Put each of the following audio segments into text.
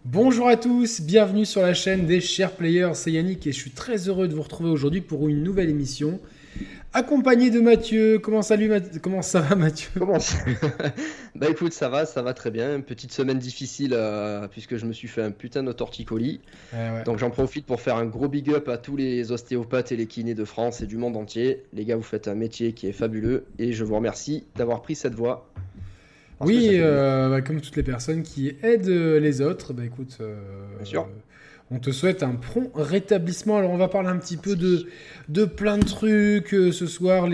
Bonjour à tous, bienvenue sur la chaîne des chers players, c'est Yannick et je suis très heureux de vous retrouver aujourd'hui pour une nouvelle émission. Accompagné de Mathieu, comment ça va Mathieu? Comment ça? Bah écoute, ça va très bien. Une petite semaine difficile puisque je me suis fait un putain de torticolis. Ouais. Donc j'en profite pour faire un gros big up à tous les ostéopathes et les kinés de France et du monde entier. Les gars, vous faites un métier qui est fabuleux et je vous remercie d'avoir pris cette voie parce que ça Oui, fait du bien, comme toutes les personnes qui aident les autres, bah écoute, bien sûr. on te souhaite un prompt rétablissement. Alors on va parler un petit peu Merci. de plein de trucs ce soir,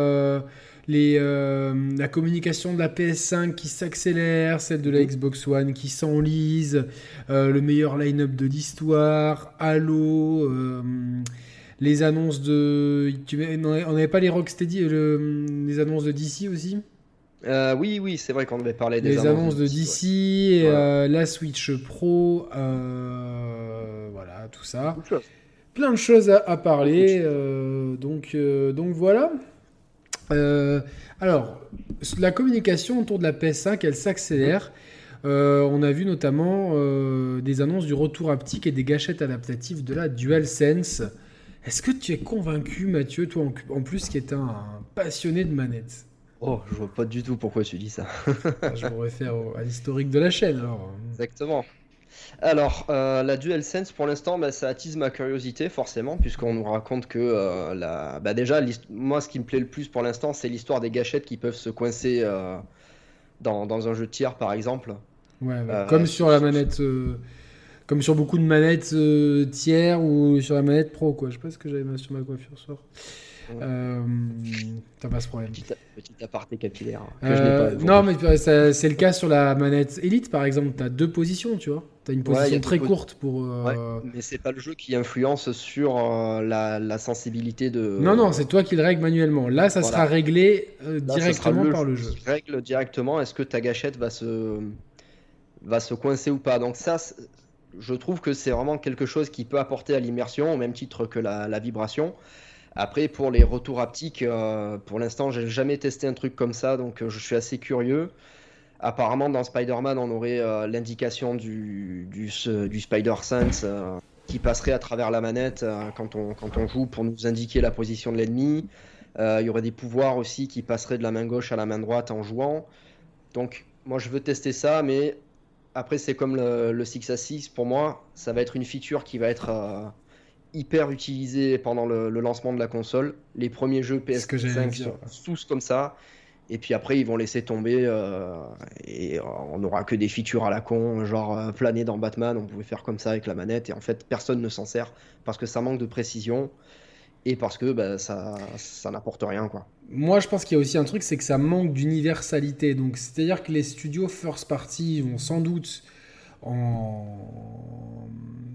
la communication de la PS5 qui s'accélère, celle de la Mhm. Xbox One qui s'enlise, le meilleur line-up de l'histoire, Halo, les annonces de... On n'avait pas les Rocksteady, les annonces de DC aussi? Oui, c'est vrai qu'on devait parler des Les annonces de annonces de d'ici, ouais. DC, et, Ouais, la Switch Pro, voilà, tout ça. beaucoup de choses. Plein de choses à Beaucoup de parler, choses. donc voilà. Euh, alors, la communication autour de la PS5, elle Mhm. s'accélère. On a vu notamment des annonces du retour haptique et des gâchettes adaptatives de la DualSense. Est-ce que tu es convaincu, Mathieu, toi en plus qui est un passionné de manettes? Oh, je vois pas du tout pourquoi tu dis ça. Ah, je me réfère à l'historique de la chaîne, alors. Exactement. Alors, la DualSense, pour l'instant, bah, ça attise ma curiosité, forcément, puisqu'on nous raconte que bah, déjà, moi, ce qui me plaît le plus pour l'instant, c'est l'histoire des gâchettes qui peuvent se coincer dans un jeu de tir, par exemple. Ouais. Euh, Comme ce- sur la ce- ce- manette, comme sur beaucoup de manettes tiers ou sur la manette pro, quoi. Je sais pas ce que j'avais sur ma coiffure ce soir. Euh, T'as pas ce problème. petit aparté capillaire que je n'ai pas Non, aujourd'hui. mais c'est le cas sur la manette Elite, par exemple. T'as deux positions, tu vois. T'as une Ouais, il y position a deux très potes. courte pour. Ouais, mais c'est pas le jeu qui influence sur la sensibilité Non, de. non, c'est toi qui le règles manuellement. Là, ça sera Voilà. réglé Là, ça sera directement le par jeu le jeu. qui règle directement est-ce que ta gâchette va se coincer ou pas. Donc ça, je trouve que c'est vraiment quelque chose qui peut apporter à l'immersion, au même titre que la vibration. Après, pour les retours haptiques, pour l'instant, j'ai jamais testé un truc comme ça, donc je suis assez curieux. Apparemment, dans Spider-Man, on aurait l'indication du Spider-Sense qui passerait à travers la manette quand on joue pour nous indiquer la position de l'ennemi. Il y aurait des pouvoirs aussi qui passeraient de la main gauche à la main droite en jouant. Donc, moi, je veux tester ça, mais après, c'est comme le 6 pour moi, ça va être une feature qui va être hyper utilisée pendant le lancement de la console. Les premiers jeux C'est ce que j'allais PS5 dire. seront tous comme ça. Et puis après, ils vont laisser tomber et on n'aura que des features à la con, genre planer dans Batman, on pouvait faire comme ça avec la manette. Et en fait, personne ne s'en sert parce que ça manque de précision et parce que bah, ça n'apporte rien, quoi. Moi, je pense qu'il y a aussi un truc, c'est que ça manque d'universalité. Donc, c'est-à-dire que les studios first party vont sans doute en,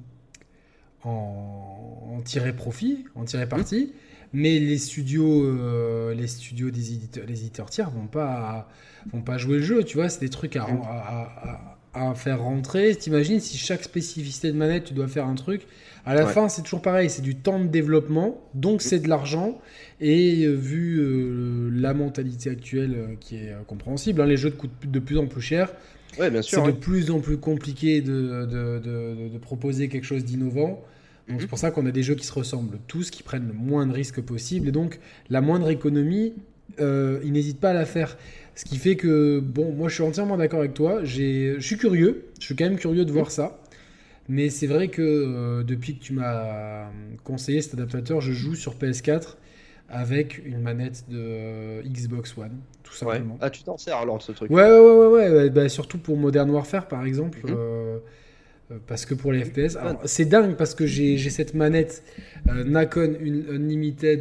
en tirer profit, en tirer Hmm. parti, mais les studios des éditeurs, les éditeurs tiers vont pas jouer le jeu. Tu vois, c'est des trucs Hmm. à faire rentrer. T'imagines si chaque spécificité de manette, tu dois faire un truc. À la Ouais. fin, c'est toujours pareil, c'est du temps de développement, donc Hmm. c'est de l'argent. Et vu la mentalité actuelle qui est compréhensible, hein, les jeux coûtent de plus en plus cher. Ouais, bien sûr, C'est de ouais. plus en plus compliqué de proposer quelque chose d'innovant. Donc c'est Mhm. pour ça qu'on a des jeux qui se ressemblent tous, qui prennent le moins de risques possible. Et donc la moindre économie, ils n'hésitent pas à la faire. Ce qui fait que, bon, moi je suis entièrement d'accord avec toi. Je suis curieux, je suis quand même curieux de Mhm. voir ça. Mais c'est vrai que depuis que tu m'as conseillé cet adaptateur, je joue sur PS4 avec une manette de Xbox One, tout Ouais. simplement. Ah, tu t'en sers alors de ce truc. Ouais. Bah, surtout pour Modern Warfare, par exemple. Mhm. Parce que pour les Oui, FPS. Fun. Alors, c'est dingue parce que j'ai cette manette Nacon Unlimited,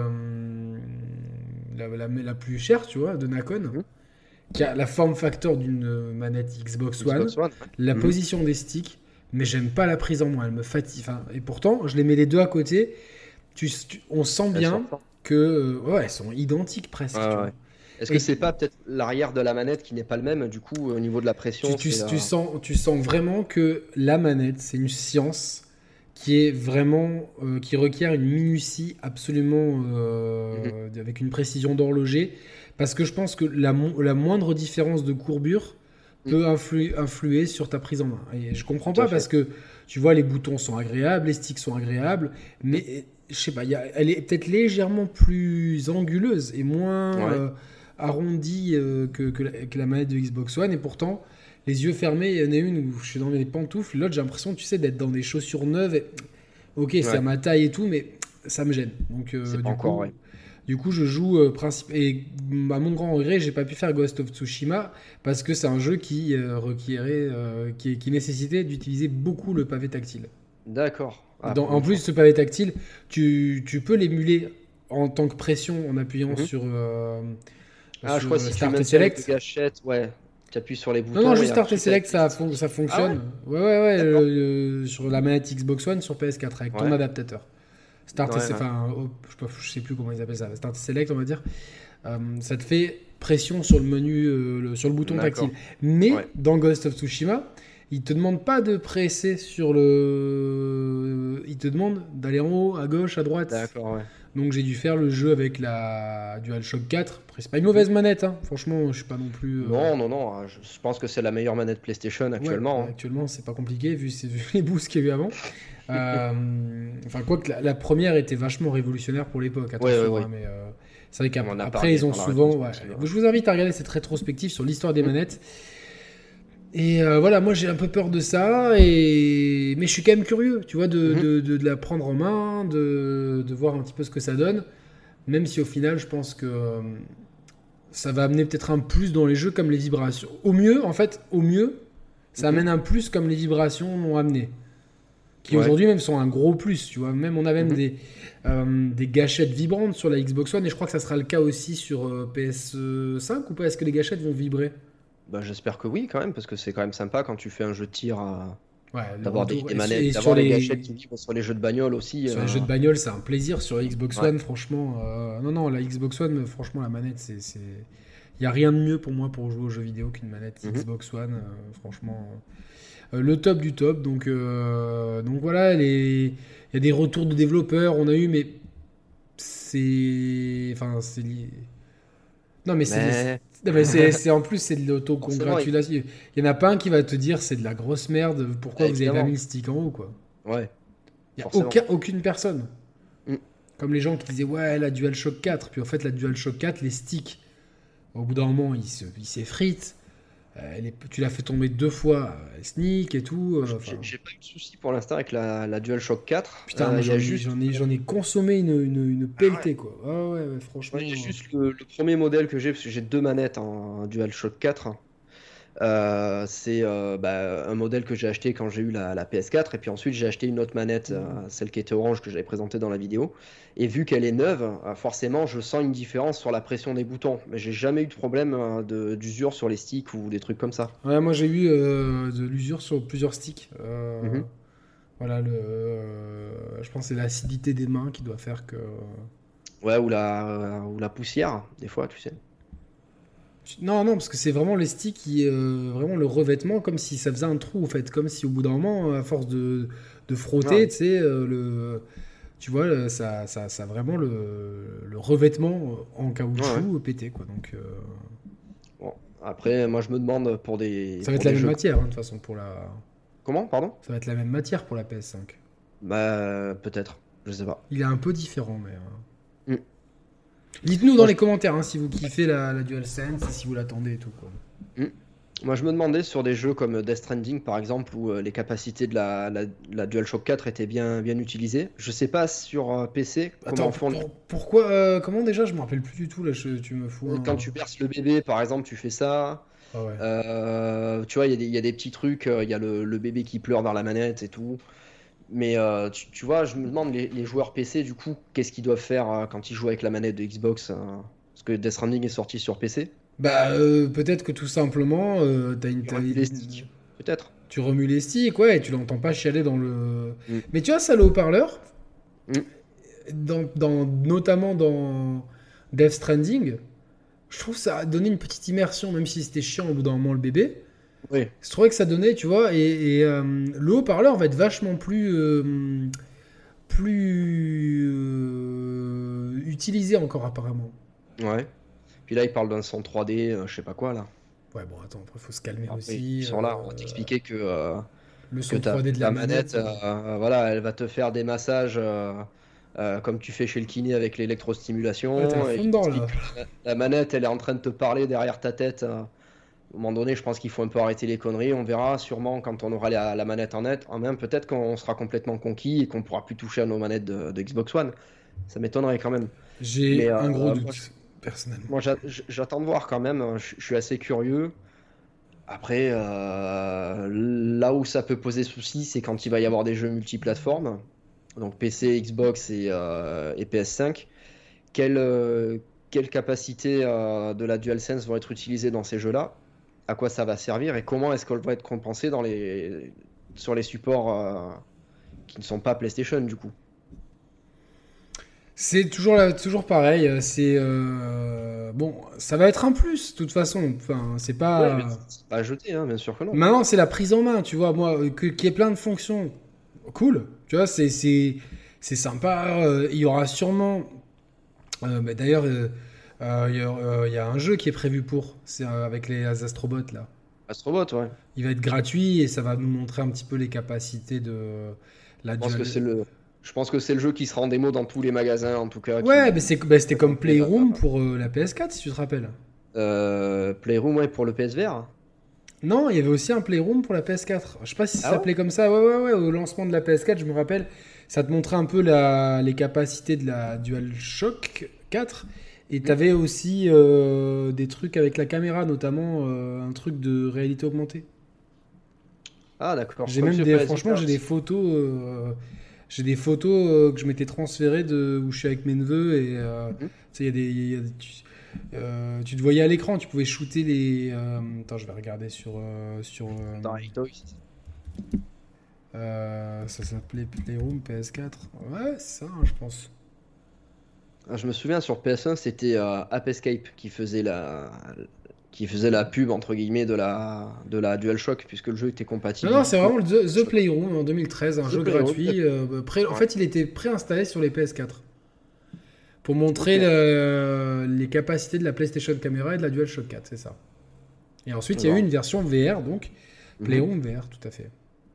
la plus chère, tu vois, de Nacon, Mhm. qui a la forme factor d'une manette Xbox One, Xbox One. Ouais. la Mhm. position des sticks, mais j'aime pas la prise en main, elle me fatigue. Enfin, et pourtant, je les mets les deux à côté, on sent Elles sont bien fortes. que ouais, elles sont identiques presque, tu Ouais, vois. ouais. Est-ce que Et c'est pas peut-être l'arrière de la manette qui n'est pas le même, du coup, au niveau de la pression, c'est la. tu sens vraiment que la manette, c'est une science qui est vraiment qui requiert une minutie absolument Mhm. avec une précision d'horloger parce que je pense que la moindre différence de courbure peut influer sur ta prise en main. Et je comprends Tout à pas fait. parce que tu vois, les boutons sont agréables, les sticks sont agréables, mais je sais pas, elle est peut-être légèrement plus anguleuse et moins Ouais. arrondie que la manette de Xbox One. Et pourtant, les yeux fermés, il y en a une où je suis dans mes pantoufles, l'autre j'ai l'impression, tu sais, d'être dans des chaussures neuves. Ok, c'est à Ouais. ma taille et tout, mais ça me gêne. Donc C'est pas encore, ouais. du coup, je joue et à mon grand regret, j'ai pas pu faire Ghost of Tsushima parce que c'est un jeu qui requérait, qui nécessitait d'utiliser beaucoup le pavé tactile. D'accord. Ah, En plus, enfin. ce pavé tactile, tu peux l'émuler en tant que pression en appuyant Mhm. Ah, je sur crois que si tu le Start et maintiens avec le Select. gâchette, ouais, tu appuies sur les Non, non, boutons et juste Start et ensuite avec Select, les sticks. ça Ah ouais? fonctionne. Ouais, ouais, ouais, D'accord. sur la manette Xbox One, sur PS4, avec ton Ouais. adaptateur. Start et Ouais, ouais. enfin, je sais plus comment ils appellent ça. Start et Select, on va dire. Ça te fait pression sur le menu, sur le bouton tactile. D'accord. Mais Ouais. dans Ghost of Tsushima, il te demande pas de presser sur le. Il te demande d'aller en haut, à gauche, à droite. D'accord, ouais. Donc j'ai dû faire le jeu avec la DualShock 4. Après, c'est pas une Mhm. mauvaise manette, hein. Franchement, je suis pas non plus. Non, non, non. Je pense que c'est la meilleure manette PlayStation Ouais, actuellement, hein. actuellement, c'est pas compliqué vu les boosts qu'il y a eu avant. Enfin, quoique la première était vachement révolutionnaire pour l'époque, Ouais, ouais, attention, hein, ouais. mais c'est vrai On en a qu'après, parlé ils ont pendant la souvent. Ouais. rétrospective. Je vous invite à regarder cette rétrospective sur l'histoire des Mhm. manettes. Et voilà, moi j'ai un peu peur de ça, mais je suis quand même curieux, tu vois, Mhm. de la prendre en main, de voir un petit peu ce que ça donne, même si au final, je pense que ça va amener peut-être un plus dans les jeux comme les vibrations. Au mieux, en fait, au mieux, ça Mhm. amène un plus comme les vibrations l'ont amené. Qui Ouais. aujourd'hui même sont un gros plus, tu vois. Même on a même Mhm. des gâchettes vibrantes sur la Xbox One et je crois que ça sera le cas aussi sur PS5 ou pas. Est-ce que les gâchettes vont vibrer? Bah, j'espère que oui, quand même, parce que c'est quand même sympa quand tu fais un jeu de tir Ouais, le d'avoir retour. des Et manettes, sur d'avoir les gâchettes qui vibrent sur les jeux de bagnole aussi. sur les jeux de bagnole, c'est un plaisir. Sur la Xbox Ouais. One, franchement, non, non, la Xbox One, franchement, la manette, il y a rien de mieux pour moi pour jouer aux jeux vidéo qu'une manette Mhm. Xbox One. Franchement, le top du top. Donc voilà, il y a des retours de développeurs, on a eu, mais enfin, non, mais Mais non, mais en plus, c'est de forcément, l'autocongratulation. Il y en a pas un qui va te dire c'est de la grosse merde, pourquoi vous avez pas mis évidemment. le stick en haut, quoi. Ouais, Il y a forcément. aucune personne. Mm. Comme les gens qui disaient ouais, la DualShock 4, puis en fait, la DualShock 4, les sticks, au bout d'un moment, ils s'effritent. Tu l'as fait tomber 2 fois, elle sneak et tout. Enfin, J'ai pas eu de souci pour l'instant avec la DualShock 4. putain, moi Il y a juste, j'en ai consommé une ah ouais. pelletée, quoi. Ah ouais, ouais, Ouais, franchement. il y a juste le premier modèle que j'ai, parce que j'ai deux manettes en DualShock 4. C'est bah, un modèle que j'ai acheté quand j'ai eu la PS4, et puis ensuite j'ai acheté une autre manette, celle qui était orange que j'avais présentée dans la vidéo. Et vu qu'elle est neuve, forcément je sens une différence sur la pression des boutons. Mais j'ai jamais eu de problème d'usure sur les sticks ou des trucs comme ça. Ouais, moi j'ai eu de l'usure sur plusieurs sticks. Mhm. Voilà, je pense que c'est l'acidité des mains qui doit faire que. Ouais, ou la poussière, des fois, tu sais. Non, non, parce que c'est vraiment les sticks vraiment le revêtement, comme si ça faisait un trou en fait, comme si au bout d'un moment, à force de Ah frotter, ouais. tu sais, tu vois, ça vraiment le revêtement en Ouais, ouais. caoutchouc pété quoi. Donc Bon. Après, moi je me demande ça va être pour la des même jeux. matière hein, de toute façon Comment, pardon? ça va être la même matière pour la PS5. Bah, peut-être, je sais pas. Il est un peu différent, mais. Mm. Dites-nous dans Moi, les commentaires hein, si vous kiffez la DualSense et si vous l'attendez et tout quoi. Hmm. Moi, je me demandais sur des jeux comme Death Stranding, par exemple, où les capacités de la DualShock 4 étaient bien utilisées. Je sais pas sur PC Attends, comment font pourquoi comment déjà je me rappelle plus du tout là, tu me fous quand un. tu berces le bébé, par exemple, tu fais ça. Ah ouais. Tu vois, il y a des petits trucs, il y a le bébé qui pleure dans la manette et tout. Mais tu vois, je me demande, les joueurs PC, du coup, qu'est-ce qu'ils doivent faire quand ils jouent avec la manette de Xbox parce que Death Stranding est sorti sur PC. Bah, peut-être que tout simplement, Il y aura plus les sticks, peut-être. tu remues les sticks, ouais, et tu l'entends pas chialer dans le. Hmm. Mais tu vois, ça, le haut-parleur, Hmm. notamment dans Death Stranding, je trouve ça a donné une petite immersion, même si c'était chiant au bout d'un moment le bébé. Oui. Je trouvais que ça donnait, tu vois, le haut-parleur va être vachement plus utilisé encore apparemment. Ouais. Puis là, il parle d'un son 3D, je sais pas quoi, là. Ouais, bon, attends, après, faut se calmer Après, aussi. ils sont là, on va t'expliquer Le que son 3D de la ta manette. manette, voilà, elle va te faire des massages comme tu fais chez le kiné avec Ouais, t'es à l'électrostimulation, et fond il dedans, t'explique là. que la manette, elle est en train de te parler derrière ta tête. À un moment donné, je pense qu'il faut un peu arrêter les conneries. On verra sûrement quand on aura la manette en main, peut-être qu'on sera complètement conquis et qu'on pourra plus toucher à nos manettes de Xbox One. Ça m'étonnerait quand même. Mais J'ai un gros moi, doute, personnellement. j'attends de voir quand même. Je suis assez curieux. Après, là où ça peut poser souci, c'est quand il va y avoir des jeux multiplateformes, donc PC, Xbox et PS5. Quelle, euh, quelle capacité de la DualSense vont être utilisées dans ces jeux-là? À quoi ça va servir et comment est-ce qu'elle va être compensée sur les supports qui ne sont pas PlayStation du coup? C'est toujours pareil. Bon, ça va être un plus, de toute façon. Enfin, c'est Ouais, mais pas. c'est pas à jeter, hein, bien sûr que non. Maintenant, c'est la prise en main, tu vois. Moi, qu'il y ait plein de fonctions, cool. Tu vois, c'est sympa. Il y aura sûrement. D'ailleurs, il y a un jeu qui est prévu pour. C'est avec les astrobots, là. Astrobot, ouais. Il va être gratuit et ça va nous montrer un petit peu les capacités de la Je pense que dual. je pense que c'est le jeu qui sera en démo dans tous les magasins, en tout cas, Ouais, mais c'était comme présenté Playroom pour la PS4, si tu te rappelles. Playroom, ouais, pour le PSVR. Non, il y avait aussi un Playroom pour la PS4. Je sais pas si ça Ah ouais? s'appelait comme ça. Ouais, ouais, ouais. Au lancement de la PS4, je me rappelle, ça te montrait un peu les capacités de la DualShock 4. Et Mm. t'avais aussi des trucs avec la caméra, notamment un truc de réalité augmentée. Ah d'accord, J'ai comme même sur des, PS franchement, Vita aussi. j'ai des photos que je m'étais transférées de où je suis avec mes neveux et Mhm. tu sais, tu te voyais à l'écran, tu pouvais shooter les. Attends, je vais regarder Dans Halo, ça s'appelait Playroom PS4. Ouais, c'est ça, hein, je pense. ah, je me souviens sur PS1, c'était App Escape qui faisait la pub entre guillemets de la DualShock puisque le jeu était Non, compatible non, c'est uniquement vraiment avec le The DualShock. Playroom en 2013, un The jeu Playroom, gratuit. d'accord. En Ouais. fait, il était préinstallé sur les PS4 pour Ok. montrer les capacités de la PlayStation Camera et de la DualShock 4, c'est ça. Et ensuite, il y a eu D'accord. une version VR, donc Mhm. Playroom VR, tout à fait.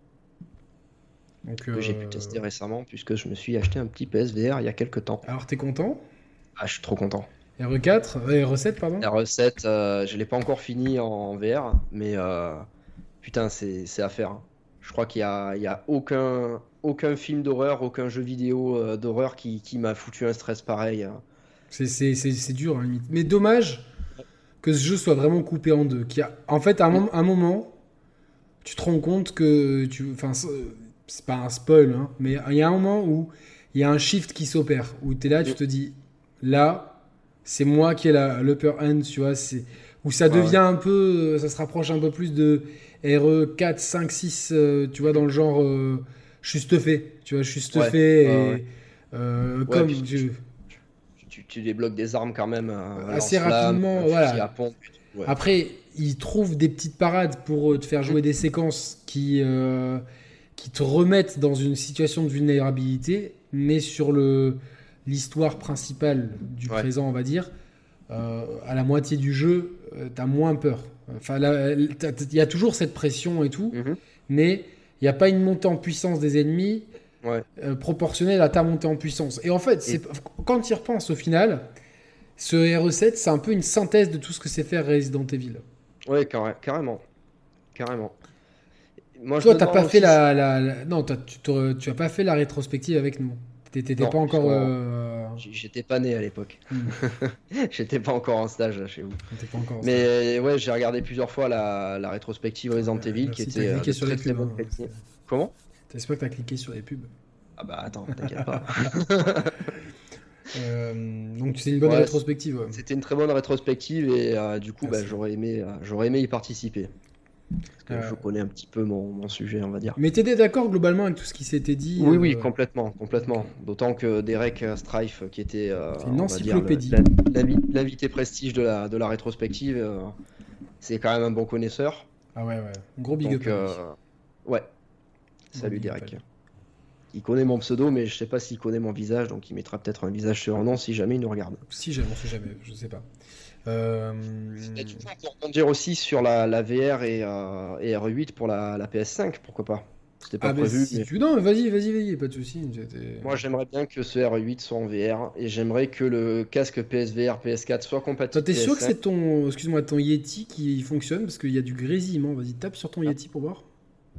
Donc, Que j'ai pu tester récemment puisque je me suis acheté un petit PSVR il y a quelques temps. alors, t'es content? Ah, je suis trop content. RE4, RE7, pardon. La recette, je l'ai pas encore fini en VR, mais putain, c'est à faire, hein. Je crois il y a aucun film d'horreur, aucun jeu vidéo d'horreur qui m'a foutu un stress pareil, hein. C'est dur, hein, limite. Mais dommage que ce jeu soit vraiment coupé en deux. En fait, Mm. un moment, tu te rends compte que enfin, c'est pas un spoil, hein, mais il y a un moment où il y a un shift qui s'opère, où tu es là, tu Mm. te dis, là, c'est moi qui ai l'upper hand, tu vois, où ça Ouais, devient ouais. un peu, ça se rapproche un peu plus de RE4, 5, 6, tu vois, dans le genre, je suis stuffé, tu vois, je suis Ouais, stuffé ouais, ouais. et Ouais, comme puisque tu débloques des armes quand même, un assez lance-flamme, rapidement, un fusil voilà. à pompe et tout, ouais. Après, ils trouvent des petites parades pour te faire Mm. jouer des séquences qui te remettent dans une situation de vulnérabilité, mais sur l'histoire principale du Ouais. présent, on va dire, à la moitié du jeu, t'as moins peur. Enfin, il y a toujours cette pression et tout, Mhm. mais il n'y a pas une montée en puissance des ennemis Ouais. proportionnelle à ta montée en puissance. Et en fait, Et quand tu y repenses au final, ce RE7, c'est un peu une synthèse de tout ce que c'est faire Resident Evil. ouais, carrément, carrément. Moi, je Toi, me t'as demande pas fait aussi. non, tu as pas fait la rétrospective avec nous. T'étais Non, pas encore. j'étais pas né à l'époque. Hmm, J'étais pas encore en stage chez vous. t'étais pas encore en stage. Mais ouais, j'ai regardé plusieurs fois la rétrospective Resident Evil qui Merci, t'as était cliqué de sur les très très pubs. bonne Hein. qualité. Comment? J'espère que t'as cliqué sur les pubs. Ah bah attends, t'inquiète pas. Donc c'est une bonne Ouais, rétrospective. Ouais. c'était une très bonne rétrospective et du coup, bah, Merci. j'aurais aimé y participer. Parce que Euh, je connais un petit peu mon sujet, on va dire. mais t'étais d'accord globalement avec tout ce qui s'était dit. Oui, oui, complètement, Ok. complètement. D'autant que Derek Strife, qui était, C'est une on va dire, encyclopédie. l'invité prestige de la rétrospective, c'est quand même un bon connaisseur. Ah ouais, ouais. Gros big Donc, up à lui. ouais, Gros salut big up à Derek. lui. Il connaît mon pseudo, mais je sais pas s'il connaît mon visage, donc il mettra peut-être un visage sur un nom si jamais il nous regarde. Si jamais, on sait jamais, je sais pas. Et du coup, on peut rebondir aussi sur la VR et R8 pour la PS5, pourquoi pas? C'était pas Ah, mais prévu, si mais tu... Non, vas-y, pas de soucis. moi j'aimerais bien que ce R8 soit en VR et j'aimerais que le casque PSVR PS4 soit Toi, compatible t'es sûr que PS5. c'est ton, excuse-moi, ton Yeti qui fonctionne? Parce qu'il y a du grésillement. Vas-y, tape sur ton Ah, Yeti pour voir.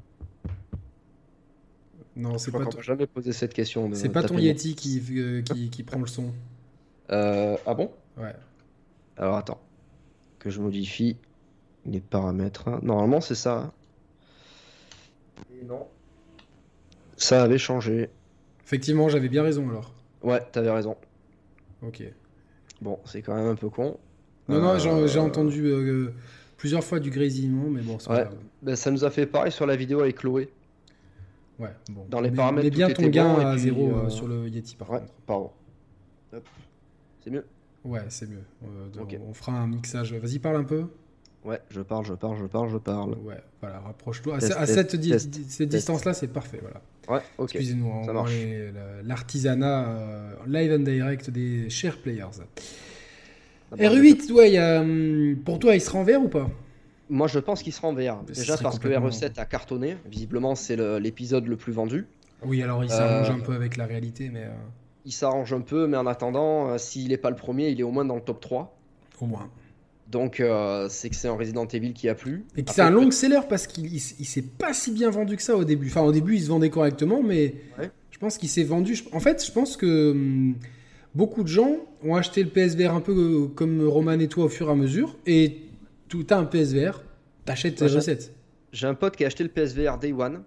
Non, je crois qu'on m'a jamais posé cette question c'est de pas ton taper mon. Yeti qui prend le son. Ah bon? Ouais. Alors attends, que je modifie les paramètres, hein. Normalement c'est ça, hein. Et non. Ça avait changé. Effectivement, j'avais bien raison alors. Ouais, t'avais raison. Ok. Bon, c'est quand même un peu con. Non, j'ai Euh, entendu plusieurs fois du grésillement, mais bon, c'est pas Ouais, grave. ben, ça nous a fait pareil sur la vidéo avec Chloé. Ouais, bon. Dans les Mets paramètres, bien tout ton était gain bon et à puis. zéro sur le Yeti par Ouais, contre. pardon. Hop. C'est mieux? Ouais, c'est mieux. Ok. On fera un mixage. Vas-y, parle un peu. Ouais, je parle. Ouais, voilà, rapproche-toi. Test, À test, test, cette test. distance-là, c'est parfait, voilà. Ouais, ok, Excusez-nous, ça on voit marche. l'artisanat live and direct des chers players. La bande de potes. R8, ouais, pour toi, il sera en vert ou pas? Moi, je pense qu'il sera en VR. Ce Déjà serait parce que complètement. RE7 a cartonné. Visiblement, c'est l'épisode le plus vendu. Oui, alors il s'arrange Euh, un peu avec la réalité, mais il s'arrange un peu, mais en attendant, s'il n'est pas le premier, il est au moins dans le top 3. au moins. Donc, c'est que c'est un Resident Evil qui a plu. Et que c'est Après, un peut- long seller parce qu'il s'est pas si bien vendu que ça au début. Enfin, au début, il se vendait correctement, mais Ouais. je pense qu'il s'est vendu. En fait, je pense que beaucoup de gens ont acheté le PSVR un peu comme Roman et toi au fur et à mesure. Et t'as un PSVR, t'achètes Moi, tes recettes. j'ai un pote qui a acheté le PSVR Day One.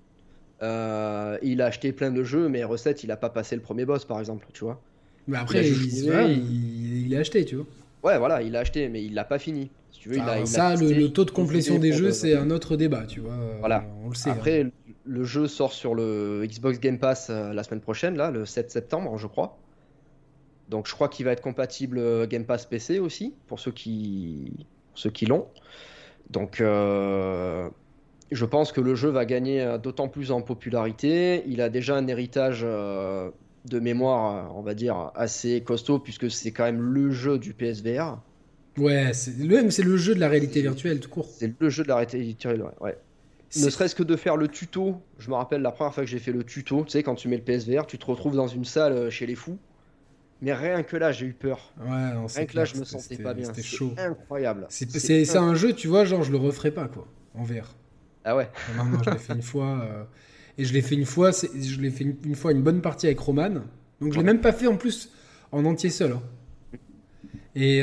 Il a acheté plein de jeux, mais recette, il a pas passé le premier boss, par exemple, tu vois. Mais Il a après, juste voilà, joué. il a acheté, tu vois. Ouais, voilà, il a acheté, mais il l'a pas fini. Si tu veux, Alors il a ça, testé, le taux de il a complétion utilisé des pour jeux, de. c'est un autre débat, tu vois. Voilà. On le sait, hein. Après, le jeu sort sur le Xbox Game Pass la semaine prochaine, là, le 7 septembre, je crois. Donc, je crois qu'il va être compatible Game Pass PC aussi, pour ceux qui l'ont. Donc, je pense que le jeu va gagner d'autant plus en popularité. Il a déjà un héritage de mémoire, on va dire, assez costaud, puisque c'est quand même le jeu du PSVR. Ouais, c'est le jeu de la réalité virtuelle, tout court. C'est le jeu de la réalité virtuelle, ouais. Ouais. Ne C'est... serait-ce que de faire le tuto. Je me rappelle la première fois que j'ai fait le tuto. Tu sais, quand tu mets le PSVR, tu te retrouves dans une salle chez les fous. Mais rien que là, j'ai eu peur. Ouais, non, c'est Rien que là, clair, je me sentais pas bien. c'était C'est chaud. incroyable. C'est un jeu, tu vois, genre, je le referai pas, quoi, en VR. Ah ouais. Non, je l'ai fait une fois. Et je l'ai fait une fois, je l'ai fait une fois une bonne partie avec Roman. Donc je l'ai Ouais. même pas fait en plus en entier seul, hein. Et,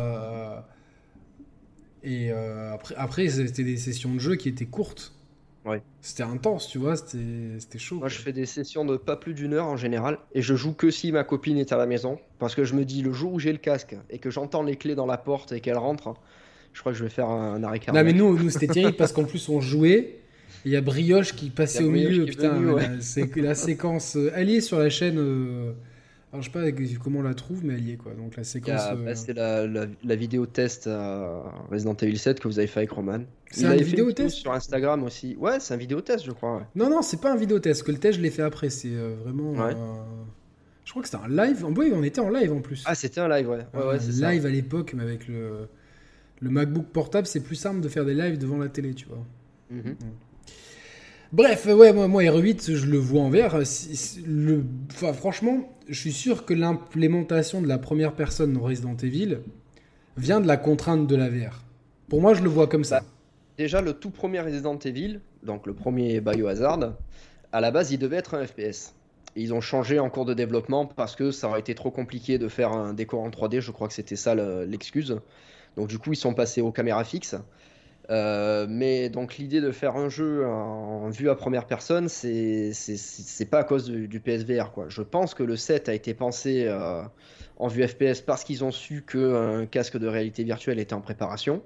après, c'était des sessions de jeu qui étaient courtes. Ouais. C'était intense, tu vois, c'était chaud, Moi, quoi. je fais des sessions de pas plus d'une heure en général. Et je joue que si ma copine est à la maison. Parce que je me dis, le jour où j'ai le casque et que j'entends les clés dans la porte et qu'elle rentre, je crois que je vais faire un arrêt Non, mais cardiaque. nous c'était terrible parce qu'en plus, on jouait. Et il y a Brioche qui passait Il y a au Brioche milieu, qui est putain, venu, ouais. la séquence. Elle y est sur la chaîne. Alors, je sais pas comment on la trouve, mais elle y est, quoi. Donc, la séquence. C'est la vidéo test Resident Evil 7 que vous avez fait avec Roman. C'est Il un avait fait une vidéo vidéo test? sur Instagram aussi. Ouais, c'est un vidéo test, je crois. Ouais. Non, c'est pas un vidéo test. Que le test, je l'ai fait après. C'est vraiment. Ouais. Je crois que c'était un live. Oui, on était en live en plus. Ah, c'était un live, ouais. Ouais, ouais, c'est ça. Live à l'époque, mais avec le MacBook portable, c'est plus simple de faire des lives devant la télé, tu vois. Mhm. Bref, ouais, moi R8, je le vois en VR. Enfin, franchement, je suis sûr que l'implémentation de la première personne dans Resident Evil vient de la contrainte de la VR. Pour moi, je le vois comme ça. Bah, déjà, le tout premier Resident Evil, donc le premier Biohazard, à la base, il devait être un FPS. Et ils ont changé en cours de développement parce que ça aurait été trop compliqué de faire un décor en 3D. Je crois que c'était ça l'excuse. Donc, du coup, ils sont passés aux caméras fixes. Mais donc l'idée de faire un jeu en vue à première personne, c'est pas à cause du PSVR, quoi. Je pense que le set a été pensé en vue FPS parce qu'ils ont su qu'un casque de réalité virtuelle était en préparation.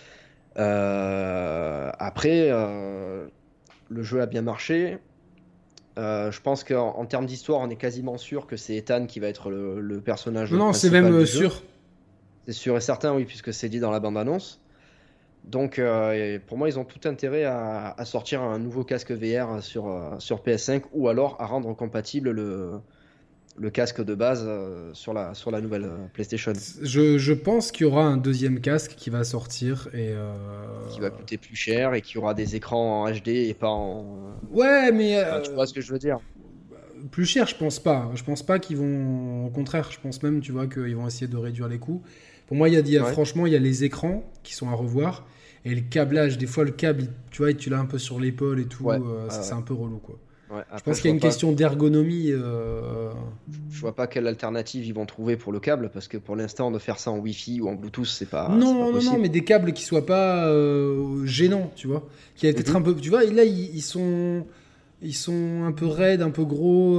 Après, le jeu a bien marché. Je pense qu'en termes d'histoire, on est quasiment sûr que c'est Ethan qui va être le personnage Non, c'est principal même du jeu. sûr. C'est sûr et certain, oui, puisque c'est dit dans la bande-annonce. Donc, pour moi, ils ont tout intérêt à sortir un nouveau casque VR sur PS5 ou alors à rendre compatible le casque de base sur la nouvelle PlayStation. Je pense qu'il y aura un deuxième casque qui va sortir et Qui va coûter plus cher et qui aura des écrans en HD et pas en. ouais, mais Enfin, tu vois ce que je veux dire? plus cher, je pense pas. Je pense pas qu'ils vont. Au contraire, je pense même, tu vois, qu'ils vont essayer de réduire les coûts. Pour moi, Ouais. franchement, il y a les écrans qui sont à revoir et le câblage. Des fois, le câble, tu vois, tu l'as un peu sur l'épaule et tout. Ouais. Ça, c'est un peu relou, quoi. Ouais. Je Après, pense qu'il y a une question d'ergonomie. Je vois pas quelle alternative ils vont trouver pour le câble parce que pour l'instant, de faire ça en Wi-Fi ou en Bluetooth, c'est pas Non, non, non, possible. mais des câbles qui soient pas gênants, tu vois. Qui va peut-être Mhm. un peu. Tu vois, là, ils sont un peu raides, un peu gros.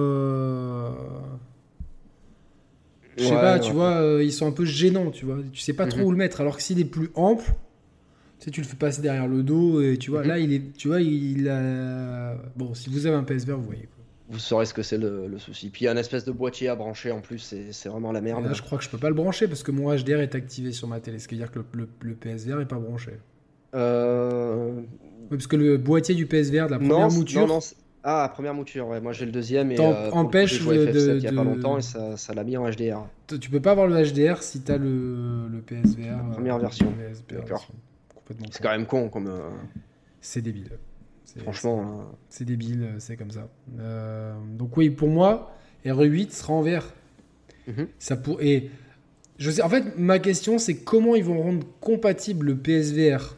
Je sais pas, Ouais, tu ouais. vois, ils sont un peu gênants, tu vois. Tu sais pas trop Mhm. où le mettre. Alors que s'il est plus ample, tu sais, tu le fais passer derrière le dos et tu vois, Mhm. là, il est. Tu vois, il a. Bon, si vous avez un PSVR, vous voyez, quoi. Vous saurez ce que c'est le souci. Puis il y a une espèce de boîtier à brancher en plus, c'est vraiment la Et là, merde. je crois que je peux pas le brancher parce que mon HDR est activé sur ma télé. Ce qui veut dire que le PSVR est pas branché. Euh, Oui, parce que le boîtier du PSVR de la Non, première non. mouture Ah, première mouture, ouais. Moi j'ai le deuxième et pour le coup j'ai empêche joué à FF7 il y a pas longtemps et ça l'a mis en HDR. Tu peux pas avoir le HDR si t'as le PSVR. La première version. PSVR D'accord. version. Complètement C'est con. quand même con comme. C'est débile. Franchement. C'est débile, c'est comme ça. Donc oui, pour moi, RE8 sera en VR. Mhm. Ça pour... Et je sais, en fait, ma question, c'est comment ils vont rendre compatible le PSVR.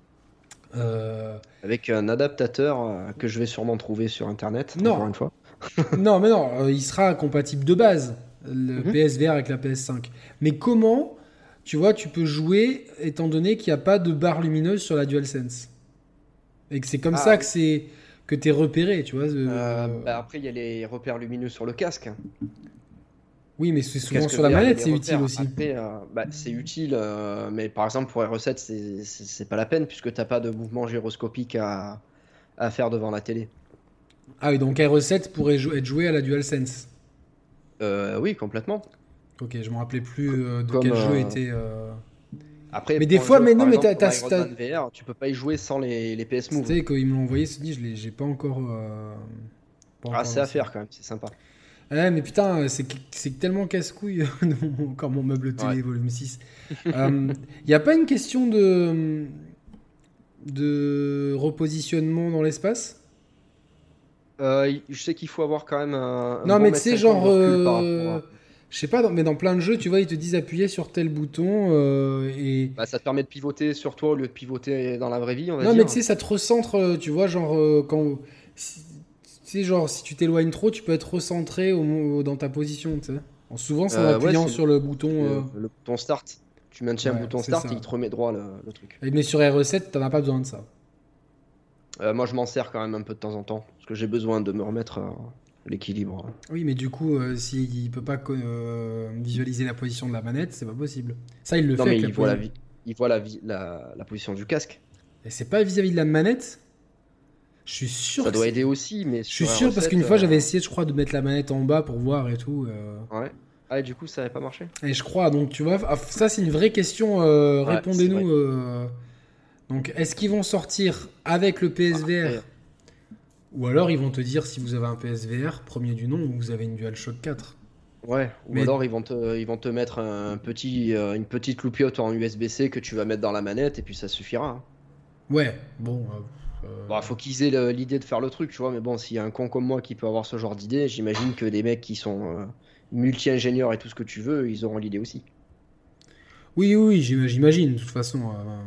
Avec un adaptateur que je vais sûrement trouver sur internet, encore Non, une fois. non, mais non, il sera compatible de base, le Mhm. PSVR avec la PS5. Mais comment, tu vois, tu peux jouer étant donné qu'il n'y a pas de barre lumineuse sur la DualSense. Et que c'est comme Ah ça oui. que t'es repéré, tu vois. Bah après, il y a les repères lumineux sur le casque. Oui, mais c'est Le souvent casque sur la VR, il y a manette, des c'est utile repères. aussi. Après, bah, c'est utile, mais par exemple pour R7, c'est pas la peine puisque t'as pas de mouvement gyroscopique à faire devant la télé. Ah oui, donc R7 pourrait être joué à la DualSense. Oui, complètement. Ok, je me rappelais plus de Comme quel jeu était. après, Mais des pour un fois, jeu mais non, par mais exemple comme Iron Man VR, tu peux pas y jouer sans les PS tu Move. sais, quand ils me l'ont envoyé, ce dit, j'ai pas Ah, encore c'est à lancé. faire quand même, c'est sympa. Ouais, mais putain, c'est tellement casse-couille, encore mon meuble Ouais. télé, volume 6. Il n'y a pas une question de repositionnement dans l'espace? Je sais qu'il faut avoir quand même un Non, bon mais tu mètre sais, 50 genre, de recul par rapport à. je sais pas, mais dans plein de jeux, tu vois, ils te disent appuyer sur tel bouton et. Bah, ça te permet de pivoter sur toi au lieu de pivoter dans la vraie vie, on va Non, mais tu dire. sais, ça te recentre, tu vois, genre, tu sais, genre, si tu t'éloignes trop, tu peux être recentré dans ta position, tu sais. Bon, souvent, c'est en Ouais, appuyant c'est sur le bouton. le bouton start. Tu maintiens le Ouais, bouton c'est start et ça. il te remet droit le truc. Mais sur R7, t'en as pas besoin de ça. Moi, je m'en sers quand même un peu de temps en temps parce que j'ai besoin de me remettre l'équilibre. Oui, mais du coup, s'il peut pas visualiser la position de la manette, c'est pas possible. Ça, il le Non, fait mais avec la position. il voit la position du casque. Et c'est pas vis-à-vis de la manette. Je suis sûr Ça que doit c'est. aider aussi, mais Je suis sur un sûr parce recette, qu'une fois, j'avais essayé, je crois, de mettre la manette en bas pour voir et tout. ouais. Ah, et du coup, ça n'avait pas marché. Et je crois, donc tu vois, ça c'est une vraie question. Ouais, c'est vrai. Répondez-nous. Donc, est-ce qu'ils vont sortir avec le PSVR Après, ou alors ils vont te dire si vous avez un PSVR, premier du nom, ou vous avez une DualShock 4. ouais. Ou Mais alors ils vont te mettre une petite loupiote en USB-C que tu vas mettre dans la manette et puis ça suffira, hein. ouais, bon. Bon, faut qu'ils aient l'idée de faire le truc, tu vois, mais bon, s'il y a un con comme moi qui peut avoir ce genre d'idée, j'imagine que des mecs qui sont multi-ingénieurs et tout ce que tu veux, ils auront l'idée aussi. Oui, oui, oui, j'imagine, de toute façon.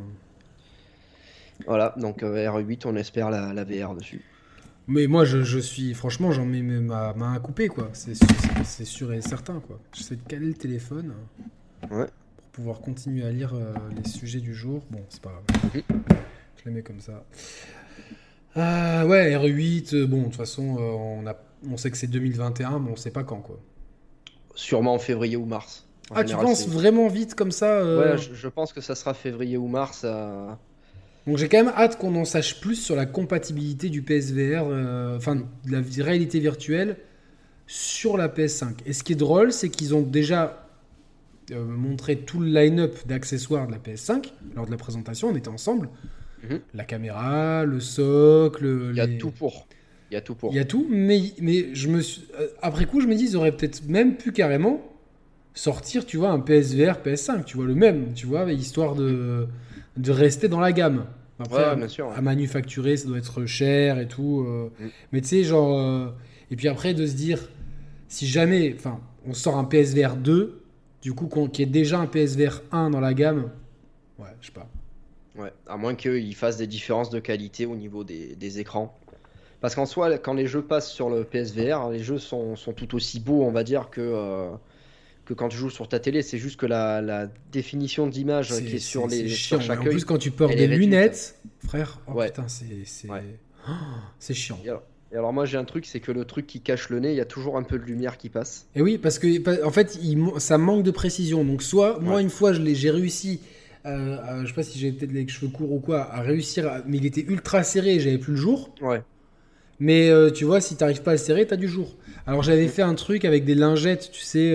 Voilà, donc R8, on espère la VR dessus. Mais moi, je suis. Franchement, j'en mets ma main à couper, quoi. C'est sûr et certain, quoi. J'essaie de caler le téléphone Ouais. pour pouvoir continuer à lire les sujets du jour. Bon, c'est pas grave. Mhm. Je les mets comme ça. Ouais, R8, bon, de toute façon, on sait que c'est 2021, mais on sait pas quand, quoi. Sûrement en février ou mars. En Ah, tu général, penses vraiment vite comme ça Ouais, je pense que ça sera février ou mars. Donc j'ai quand même hâte qu'on en sache plus sur la compatibilité du PSVR, enfin de la réalité virtuelle sur la PS5. Et ce qui est drôle, c'est qu'ils ont déjà montré tout le line-up d'accessoires de la PS5 lors de la présentation, on était ensemble. Mhm. La caméra, le socle, Il y a tout pour. Il y a tout Il pour. y a tout, mais après coup, je me dis, ils auraient peut-être même pu carrément sortir, tu vois, un PSVR, PS5, tu vois, le même, tu vois, histoire de rester dans la gamme. Après, Ouais, bien sûr. à manufacturer, ça doit être cher et tout. Mm. Mais tu sais, genre. Et puis après, de se dire, si jamais, enfin, on sort un PSVR 2, du coup, qu'il y ait déjà un PSVR 1 dans la gamme, ouais, je sais pas. Ouais, à moins qu'ils fassent des différences de qualité au niveau des écrans. Parce qu'en soi, quand les jeux passent sur le PSVR, les jeux sont tout aussi beaux, on va dire, que quand tu joues sur ta télé. C'est juste que la définition d'image qui est C'est sur chiant. Et chaque en plus, œil, quand tu portes elle des est réduite. lunettes, frère, oh Ouais, putain, c'est, ouais. oh, c'est chiant. Et alors moi j'ai un truc, c'est que le truc qui cache le nez, il y a toujours un peu de lumière qui passe. Et oui, parce que en fait, ça manque de précision. Donc, soit moi, Ouais. une fois, j'ai réussi, je sais pas si j'avais peut-être les cheveux courts ou quoi, à réussir, mais il était ultra serré et j'avais plus le jour. Ouais. Mais tu vois, si t'arrives pas à le serrer, t'as du jour. Alors, j'avais Mm. fait un truc avec des lingettes, tu sais,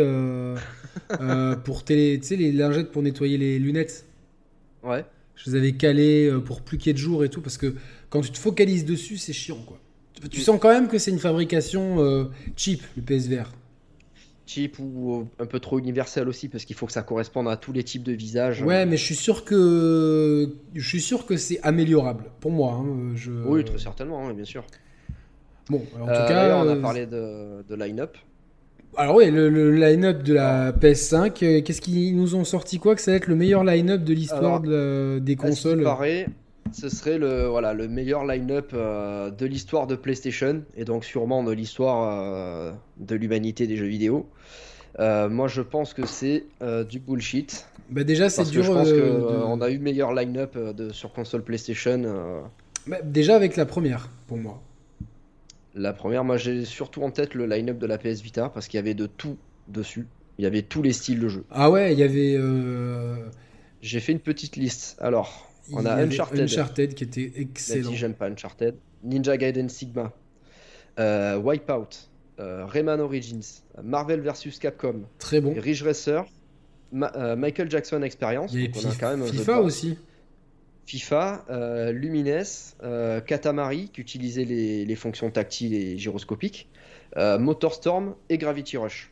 tu sais, les lingettes pour nettoyer les lunettes. Ouais. Je les avais calées pour plus qu'il y ait de jour et tout, parce que quand tu te focalises dessus, c'est chiant, quoi. Tu Mm. sens quand même que c'est une fabrication cheap, le PSVR. Cheap ou un peu trop universel aussi, parce qu'il faut que ça corresponde à tous les types de visages. Ouais, mais je suis sûr que c'est améliorable pour moi. Hein, Oui, très certainement, oui, bien sûr. Bon, en tout cas, D'ailleurs, on a parlé de line-up. alors ouais, le line-up de Alors, la PS5, qu'est-ce qu'ils nous ont sorti quoi que ça va être le meilleur line-up de l'histoire alors, des à ce qui consoles. paraît, ce serait le meilleur line-up de l'histoire de PlayStation, et donc sûrement de l'histoire de l'humanité des jeux vidéo. Moi, je pense que c'est du bullshit. Bah déjà, c'est Parce que dur je pense qu'on a eu meilleur line-up sur console PlayStation. Bah, déjà avec la première, pour moi. La première, moi j'ai surtout en tête le line-up de la PS Vita parce qu'il y avait de tout dessus. Il y avait tous les styles de jeu. Ah ouais, J'ai fait une petite liste. Alors, il on y a avait Uncharted, Uncharted qui était même excellent. si j'aime pas Uncharted. Ninja Gaiden Sigma, Wipeout, Rayman Origins, Marvel vs Capcom, Très bon. Ridge Racer, Michael Jackson Experience. Il y avait Donc on a quand même un jeu de FIFA base. aussi. FIFA, Lumines, Katamari qui utilisait les fonctions tactiles et gyroscopiques, MotorStorm et Gravity Rush.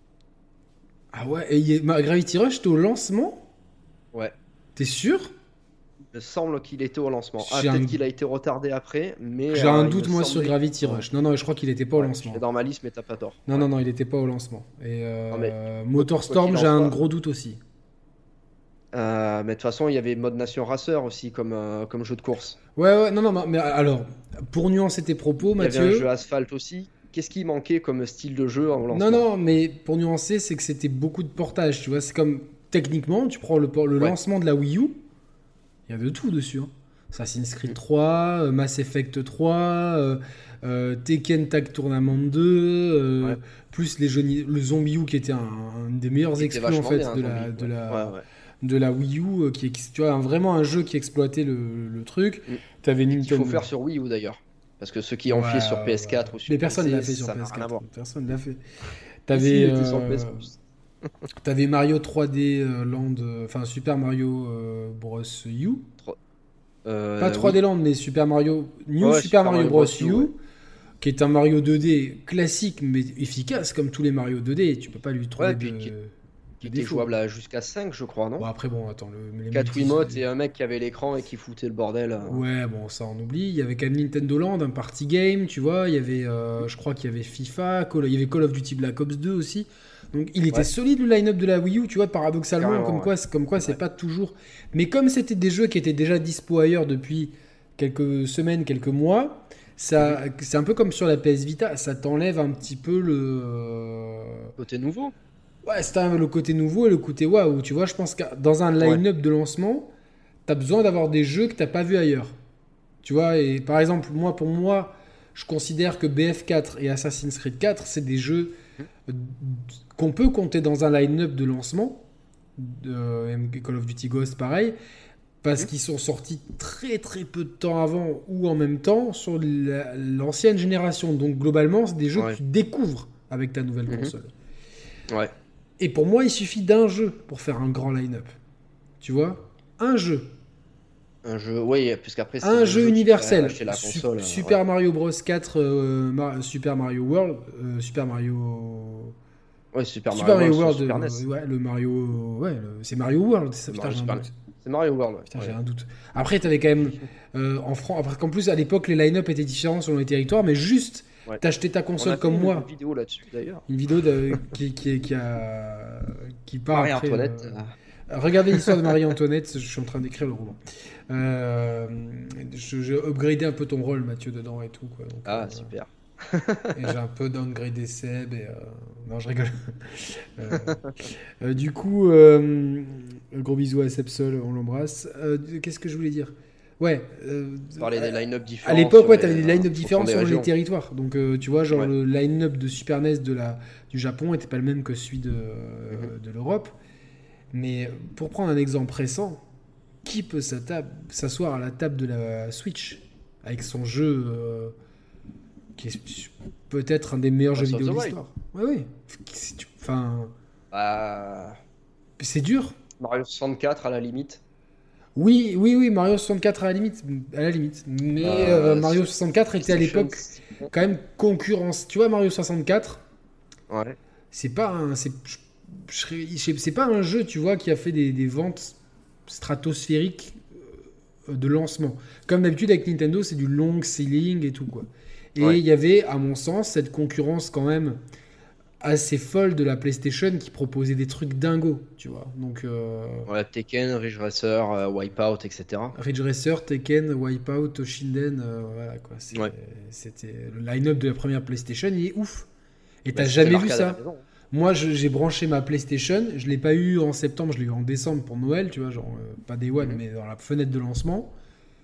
Ah ouais, et Gravity Rush, t'es au lancement? Ouais, T'es sûr? il me semble qu'il était au lancement. Ah, J'ai un, peut-être qu'il a été retardé après, mais j'ai un il me doute moi sur semblait Gravity que- Rush. Non, non, je crois qu'il était pas au Ouais, je lancement. l'ai dans ma liste, mais t'as pas tort. Non, Ouais. non, non, il était pas au lancement. Et Non, mais quoi Motorstorm, qu'il en j'ai un soit, gros doute aussi. mais de toute façon, il y avait Mode Nation Racer aussi comme jeu de course. Ouais, ouais, non, non, mais alors, pour nuancer tes propos, Il y avait un jeu Mathieu, Asphalt aussi. Qu'est-ce qui manquait comme style de jeu en non, lancement? non, mais pour nuancer, c'est que c'était beaucoup de portage, tu vois. C'est comme, techniquement, tu prends le Ouais. lancement de la Wii U, il y avait de tout dessus. Hein. Assassin's Creed Mm. 3, Mass Effect 3, Tekken Tag Tournament 2, Ouais. plus le Zombie U qui était un des meilleurs Qui était exclus en vachement fait bien, de Zombie. la, de Ouais. Ouais, la, ouais. de la Wii U, tu vois, vraiment un jeu qui exploitait le truc. Mm. T'avais Qu'il faut Nintendo. faire sur Wii U d'ailleurs. Parce que ceux qui Ouais, ont fait sur ouais, PS4 ouais. ou sur Mais personne PC, l'a fait sur ça n'a rien à PS4. voir. Personne l'a fait. Et si, il T'avais, était sur PS Plus. t'avais Mario 3D Land, enfin Super Mario Bros. U. Pas 3D Oui. Land, mais Super Mario, New Ouais, Super Mario Bros. U, ouais. qui est un Mario 2D classique mais efficace comme tous les Mario 2D. Tu peux pas lui trouver Ouais, puis qui de était défaut. jouable jusqu'à 5, je crois, Bon, non? après, bon, attends, les 4 multis, Wiimotes et un mec qui avait l'écran et qui foutait le bordel. Ouais, bon, ça on oublie. Il y avait quand même Nintendo Land, un party game, tu vois. Il y avait, je crois qu'il y avait FIFA, il y avait Call of Duty Black Ops 2 aussi. Donc il était Ouais, solide le line-up de la Wii U, tu vois, paradoxalement, carrément, ouais. comme quoi c'est Ouais. pas toujours. Mais comme c'était des jeux qui étaient déjà dispo ailleurs depuis quelques semaines, quelques mois, Mhm. c'est un peu comme sur la PS Vita, ça t'enlève un petit peu Côté nouveau? ouais, c'est le côté nouveau et le côté waouh. Tu vois, je pense que dans un Ouais. line-up de lancement, t'as besoin d'avoir des jeux que t'as pas vu ailleurs. Tu vois, et par exemple, pour moi, je considère que BF4 et Assassin's Creed 4, c'est des jeux Mhm. euh, qu'on peut compter dans un line-up de lancement. Call of Duty Ghost, pareil, parce Mhm. qu'ils sont sortis très très peu de temps avant ou en même temps sur l'ancienne génération. Donc globalement, c'est des jeux que Ouais. tu découvres avec ta nouvelle Mhm. console. Ouais. Et pour moi, il suffit d'un jeu pour faire un grand line-up. Tu vois? Un jeu. Un jeu, oui, puisqu'après c'est Un le jeu jeu qui fait universel. lâcher la console. Super Ouais. Mario Bros 4, Super Mario World, Super Mario. Ouais, Super Super Mario Mario World sur World, Super NES. ouais, le Mario. Ouais, c'est Mario World, c'est ça, C'est putain, Mario j'ai un Super NES. doute. C'est Mario World, Putain, ouais. j'ai un doute. Après, t'avais quand même en France. Après qu'en plus, à l'époque, les line-up étaient différents selon les territoires, mais juste, Ouais. t'achetais ta On console a fait comme une moi. vidéo là-dessus d'ailleurs. Une vidéo qui part après. Marie-Antoinette. Regardez l'histoire de Marie-Antoinette, je suis en train d'écrire le roman. J'ai upgradé un peu ton rôle, Mathieu, dedans et tout. Quoi. Donc, Ah, super. et j'ai un peu downgradé Seb. Non, je rigole. Euh, du coup, gros bisous à Seb Sol, on l'embrasse. Qu'est-ce que je voulais dire? Ouais. Parler des line-up À différents. l'époque, sur ouais, les- t'avais des line-up en fonction différents des selon les régions. territoires. Donc, tu vois, genre Ouais. le line-up de Super NES du Japon était pas le même que celui Mhm. de l'Europe. Mais pour prendre un exemple récent, qui peut s'asseoir à la table de la Switch avec son jeu qui est peut-être un des meilleurs jeux Breath of vidéo the de Wild. l'histoire? Ouais, oui. Enfin, Bah, c'est dur. Mario 64 à la limite. Oui, oui, oui, Mario 64 à la limite. À la limite. Mais Mario Sur 64 était à PlayStation, l'époque quand même concurrence. Tu vois, Mario 64, ouais. c'est pas un, c'est pas un jeu, tu vois, qui a fait des ventes stratosphériques de lancement. Comme d'habitude avec Nintendo, c'est du long selling et tout quoi. Et Ouais. il y avait, à mon sens, cette concurrence quand même assez folle de la PlayStation qui proposait des trucs dingos, tu vois. Donc Ouais, Tekken, Ridge Racer, Wipeout, etc. Ridge Racer, Tekken, Wipeout, Shinden, voilà quoi. Ouais. C'était le line-up de la première PlayStation, il est ouf. Et Bah, t'as c'était jamais vu l'arcade à la ça. maison. Moi, j'ai branché ma PlayStation. Je l'ai pas eu en septembre, je l'ai eu en décembre pour Noël, tu vois, genre pas Day One, Mhm. mais dans la fenêtre de lancement.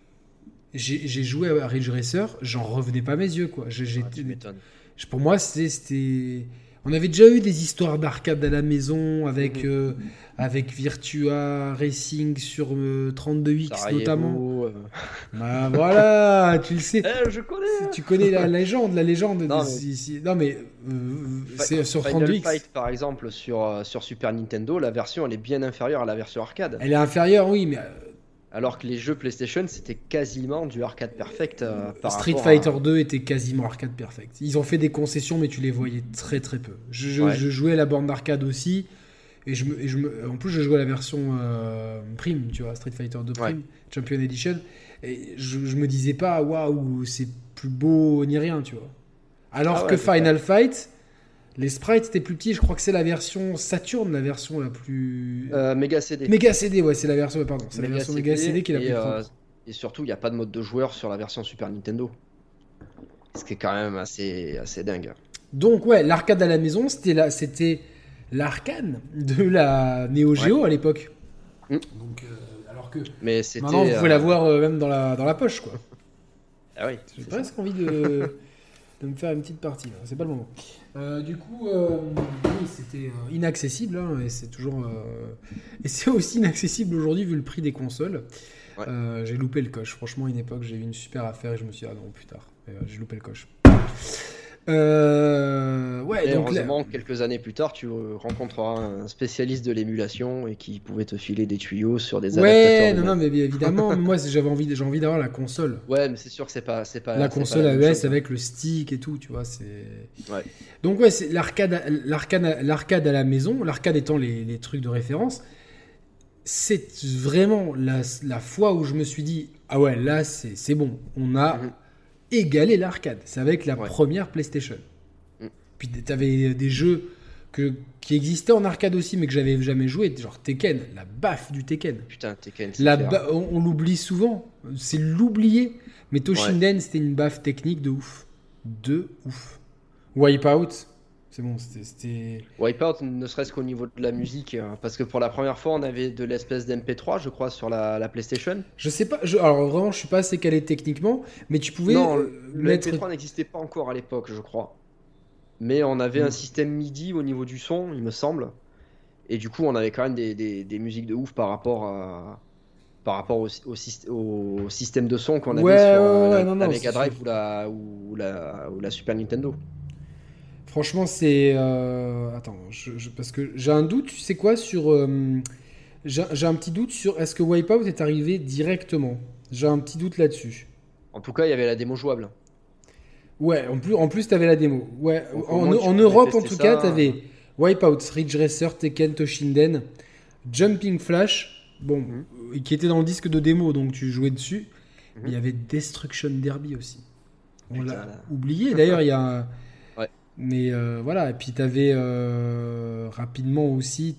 J'ai joué à Ridge Racer, j'en revenais pas mes yeux, quoi. Ah, tu m'étonnes. Pour moi, c'était. On avait déjà eu des histoires d'arcade à la maison avec, avec Virtua Racing sur 32X notamment. Sarajevo. Bah voilà, tu le sais. Je connais. Tu connais la légende, Non, mais Non mais c'est sur Final 32X. Fight, par exemple, sur Super Nintendo, la version elle est bien inférieure à la version arcade. Elle est inférieure, oui, mais Alors que les jeux PlayStation, c'était quasiment du arcade perfect par Street rapport Fighter à... 2 était quasiment arcade perfect. Ils ont fait des concessions, mais tu les voyais très très peu. Ouais. Je jouais à la borne d'arcade aussi, en plus je jouais à la version Prime, tu vois, Street Fighter 2 Prime, Ouais. Champion Edition, et je me disais pas, waouh, c'est plus beau ni rien, tu vois. Alors Ah ouais, que c'est clair. Final Fight, les sprites étaient plus petits, je crois que c'est la version Saturn, la version la plus... Mega CD. Mega CD, ouais, c'est la version, pardon, c'est la version Mega CD qui est la et, plus propre. et surtout, il n'y a pas de mode de joueur sur la version Super Nintendo. Ce qui est quand même assez dingue. Donc ouais, l'arcade à la maison, c'était l'arcade de la Neo Geo à l'époque. Mm. Donc alors que Mais c'était... maintenant vous pouvez l'avoir même dans la poche quoi. Ah oui, J'ai c'est presque ça. envie de me faire une petite partie. Là. C'est pas le moment. Du coup, oui, c'était inaccessible hein, et c'est toujours et c'est aussi inaccessible aujourd'hui vu le prix des consoles. Ouais. J'ai loupé le coche. Franchement, à une époque, j'ai eu une super affaire et je me suis dit ah non plus tard. Et, j'ai loupé le coche. Ouais, Et donc là- heureusement, quelques années plus tard, tu rencontreras un spécialiste de l'émulation et qui pouvait te filer des tuyaux sur des Ouais, adaptateurs de non, manette. mais bien évidemment, moi j'ai envie d'avoir la console. Ouais, mais c'est sûr que c'est pas La c'est pas console la même AES chose, hein. avec le stick et tout, tu vois, c'est... Ouais. Donc ouais, c'est l'arcade à la maison, l'arcade étant les trucs de référence, c'est vraiment la fois où je me suis dit, ah ouais, là c'est bon, on a Mhm. égalé l'arcade. C'est avec la Ouais. première PlayStation. Mhm. Puis t'avais des jeux qui existaient en arcade aussi, mais que j'avais jamais joué, genre Tekken, la baffe du Tekken. Putain, Tekken, c'est clair. On l'oublie souvent, c'est l'oublier. Mais Toshinden, c'était une baffe technique de ouf. De ouf. Wipeout, c'est bon, c'était... Wipeout, ne serait-ce qu'au niveau de la musique, hein, parce que pour la première fois, on avait de l'espèce d'MP3, je crois, sur la PlayStation. Je sais pas, alors vraiment, je suis pas assez calé techniquement, mais tu pouvais Non, le mettre... MP3 n'existait pas encore à l'époque, je crois. Mais on avait un système MIDI au niveau du son, il me semble. Et du coup, on avait quand même des musiques de ouf par rapport au système de son qu'on avait Ouais, sur ouais, la non, Mega c'est Drive sûr. ou la Super Nintendo. Franchement, c'est... Attends, parce que j'ai un doute, tu sais quoi, sur J'ai un petit doute sur est-ce que Wipeout est arrivé directement. J'ai un petit doute là-dessus. En tout cas, il y avait la démo jouable. Ouais, en plus t'avais la démo. Ouais, Donc au en, moins, tu en pouvais Europe en tester tout cas, ça. t'avais Wipeout, Ridge Racer, Tekken, Toshinden, Jumping Flash, bon, Mhm, qui était dans le disque de démo, donc tu jouais dessus. Mais il mhm. y avait Destruction Derby aussi. On Putain, l'a là. oublié. D'ailleurs, il y a un... Ouais. Mais voilà, et puis t'avais rapidement aussi,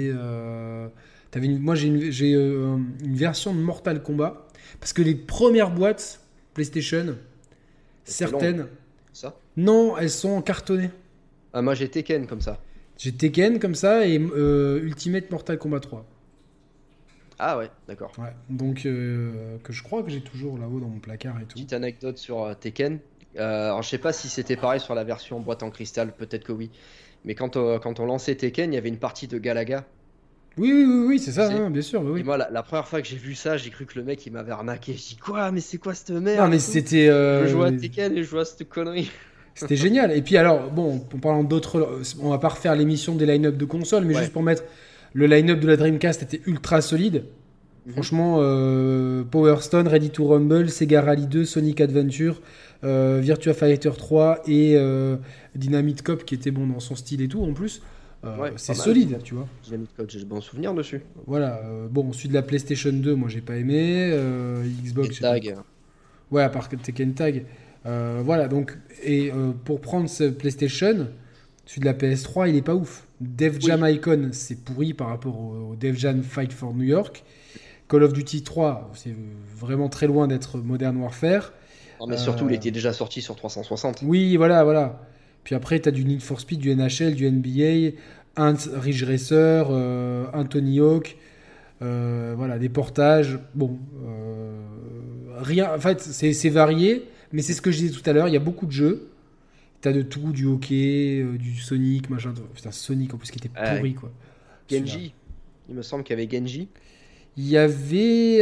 moi j'ai une version de Mortal Kombat parce que les premières boîtes PlayStation, C'était long, certaines, ça. non, elles sont en cartonné. Ah, moi, j'ai Tekken comme ça. J'ai Tekken comme ça et Ultimate Mortal Kombat 3. Ah ouais, d'accord. Ouais, donc que je crois que j'ai toujours là-haut dans mon placard et tout. Petite anecdote sur Tekken. Alors, je sais pas si c'était pareil sur la version boîte en cristal, peut-être que oui. Mais quand on lançait Tekken, il y avait une partie de Galaga, Oui, oui, oui, oui, c'est tu ça, sais. hein, bien sûr, bah Et oui. moi, la première fois que j'ai vu ça, j'ai cru que le mec il m'avait arnaqué. J'ai dit quoi? Mais c'est quoi cette Non, merde mais et tout? Je veux jouer à mais Tekken et je joue à cette connerie. c'était génial. Et puis alors, bon, en parlant d'autres, on va pas refaire l'émission des line-up de consoles, mais juste Ouais. pour mettre le line-up de la Dreamcast était ultra solide. Mhm. Franchement, Power Stone, Ready to Rumble, Sega Rally 2, Sonic Adventure, Virtua Fighter 3 et Dynamite Cop qui était bon dans son style et tout en plus. Ouais, C'est pas mal. solide, tu vois. Dynamite Code, j'ai de bons souvenirs dessus. Voilà. Bon, celui de la PlayStation 2, moi j'ai pas aimé. Et Xbox, j'ai pas. Tag. Ouais, à part Tekken Tag. Voilà, donc, et pour prendre ce PlayStation, celui de la PS3, il est pas ouf. Def Oui. Jam Icon, c'est pourri par rapport au Def Jam Fight for New York. Call of Duty 3, c'est vraiment très loin d'être Modern Warfare. Non, mais surtout, il Euh, était déjà sorti sur 360. oui, voilà, voilà. Puis après, tu as du Need for Speed, du NHL, du NBA, un Ridge Racer, un Tony Hawk, voilà, des portages. Bon, rien. En fait, c'est varié, mais c'est ce que je disais tout à l'heure. Il y a beaucoup de jeux. T'as de tout, du hockey, du Sonic, machin. Putain, Sonic en plus qui était Euh, pourri, quoi. Celui-là. Genji. Il me semble qu'il y avait Genji. Il y avait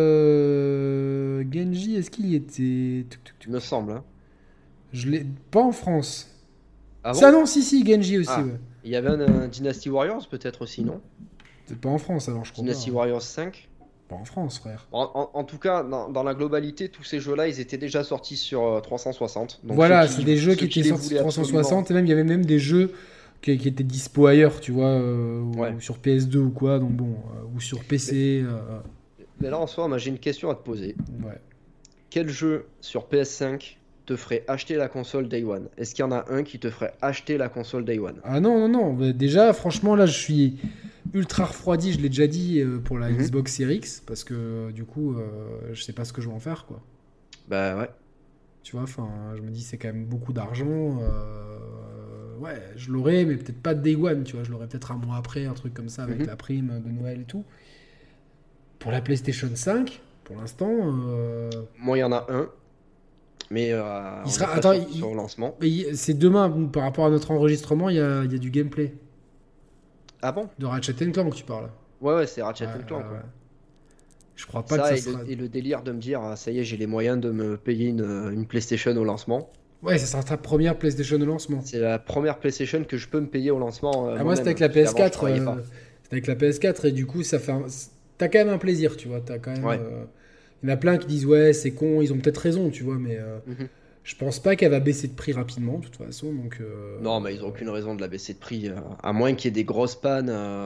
Genji, est-ce qu'il y était? Il me semble, hein. Je l'ai pas en France. Ah Ça bon? non, si, Genji aussi, Ah. ouais. Il y avait un Dynasty Warriors peut-être aussi, non? C'est pas en France alors, je crois pas, Dynasty hein. Warriors 5. Pas en France, frère. En tout cas, dans la globalité, tous ces jeux-là, ils étaient déjà sortis sur 360. Donc Voilà, c'est des jeux qui ceux qui étaient les sortis sur voulaient absolument. 360 et même il y avait même des jeux qui étaient dispo ailleurs, tu vois, Ouais. ou sur PS2 ou quoi, donc bon, ou sur Mais, PC. mais là, en soi, moi, j'ai une question à te poser. Ouais. Quel jeu sur PS5 te ferait acheter la console Day One? Est-ce qu'il y en a un qui te ferait acheter la console Day One? Ah non, non, non. Mais déjà, franchement, là, je suis ultra refroidi. Je l'ai déjà dit pour la Mhm. Xbox Series X parce que du coup, je sais pas ce que je vais en faire, quoi. Bah ouais. Tu vois, enfin, je me dis, c'est quand même beaucoup d'argent. Ouais, je l'aurais, mais peut-être pas de Day One, tu vois. Je l'aurais peut-être un mois après, un truc comme ça, avec Mhm. la prime de Noël et tout. Pour la PlayStation 5, pour l'instant, Moi, il y en a un, mais il on n'est sera. pas Attends, sur le lancement. c'est demain, par rapport à notre enregistrement, il y a du gameplay. Ah bon? De Ratchet Clank, tu parles. Ouais, ouais, c'est Ratchet Ouais, Clank, ouais, ouais. ouais. Je crois pas que Ça ça et sera. et le délire de me dire, ah, ça y est, j'ai les moyens de me payer une PlayStation au lancement. Ouais, ça sera ta première PlayStation de lancement. C'est la première PlayStation que je peux me payer au lancement Ah, moi, c'était moi-même, avec la parce qu'avant, je PS4. travaillais pas. C'était avec la PS4 et du coup, t'as quand même un plaisir, tu vois. T'as quand même. Ouais. Il y en a plein qui disent ouais, c'est con. Ils ont peut-être raison, tu vois, mais Mhm. je pense pas qu'elle va baisser de prix rapidement, de toute façon. Donc. Non, mais ils ont aucune raison de la baisser de prix, à moins qu'il y ait des grosses pannes,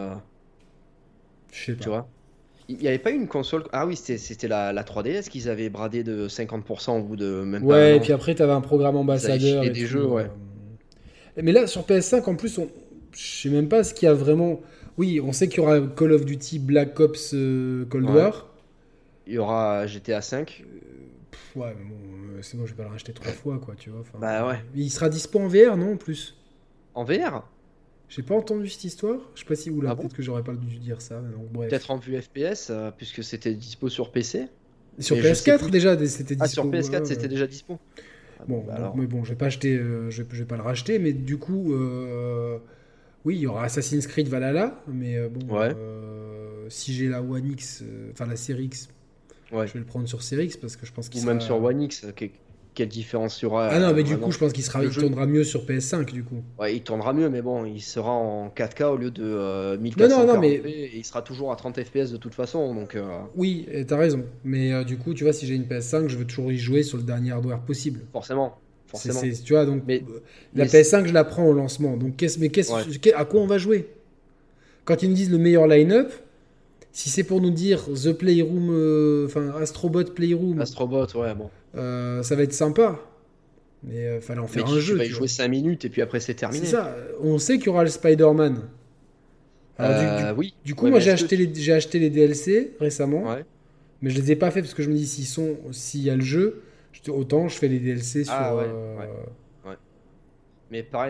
Je sais tu pas. vois. Il n'y avait pas eu une console. Ah oui, c'était la 3DS qu'ils avaient bradé de 50% au bout de même pas un Ouais, et an. puis après, t'avais un programme Ils avaient ambassadeur filé et des tout. jeux, ouais. Mais là, sur PS5, en plus, je sais même pas ce qu'il y a vraiment. Oui, on sait qu'il y aura Call of Duty Black Ops Cold Ouais. War. Il y aura GTA 5. Ouais, mais bon, c'est bon, je vais pas le racheter 3 fois, quoi, tu vois. Enfin, Bah ouais. il sera dispo en VR, non, en plus? En VR? J'ai pas entendu cette histoire. Je sais pas si, oula, Ah bon? peut-être que j'aurais pas dû dire ça, mais donc, bref. Peut-être en vue FPS, puisque c'était dispo sur PC. Sur Mais je sais PS4, plus. déjà, c'était Ah, dispo. sur PS4, Ouais, c'était ouais. déjà dispo. Ah bon, Bon, bah donc, alors. mais bon, je vais pas acheter, je vais pas le racheter, mais du coup, oui, il y aura Assassin's Creed Valhalla, mais bon, Ouais, si j'ai la One X, enfin la Series X, ouais. je vais le prendre sur Series X parce que je pense qu'il Ou même sur sera. One X, quelle différence il y aura. Ah non, mais du vraiment. coup, je pense qu'il Le il jeu, tournera mieux sur PS5 du coup. ouais, il tournera mieux, mais bon, il sera en 4K au lieu de Non, mais 1440p et il sera toujours à 30 FPS de toute façon. Donc, oui, t'as raison. Mais du coup, tu vois, si j'ai une PS5, je veux toujours y jouer sur le dernier hardware possible. forcément, forcément. Tu vois, donc Mais, la mais PS5, je la prends au lancement. Donc, ouais. à quoi on va jouer? Quand ils nous disent le meilleur line-up, si c'est pour nous dire The Playroom, enfin Astrobot Playroom, Astrobot, ouais, bon. ça va être sympa. Mais fallait en Mais faire un tu jeu, vas y tu vois. jouer 5 minutes et puis après c'est C'est terminé. ça. On sait qu'il y aura le Spider-Man. Alors, Oui, du coup, ouais, moi, mais est-ce que tu. j'ai acheté les DLC récemment. Ouais. Mais je les ai pas fait parce que je me dis, s'il y a le jeu, autant je fais les DLC sur. Ah ouais, ouais, ouais. Mais pareil,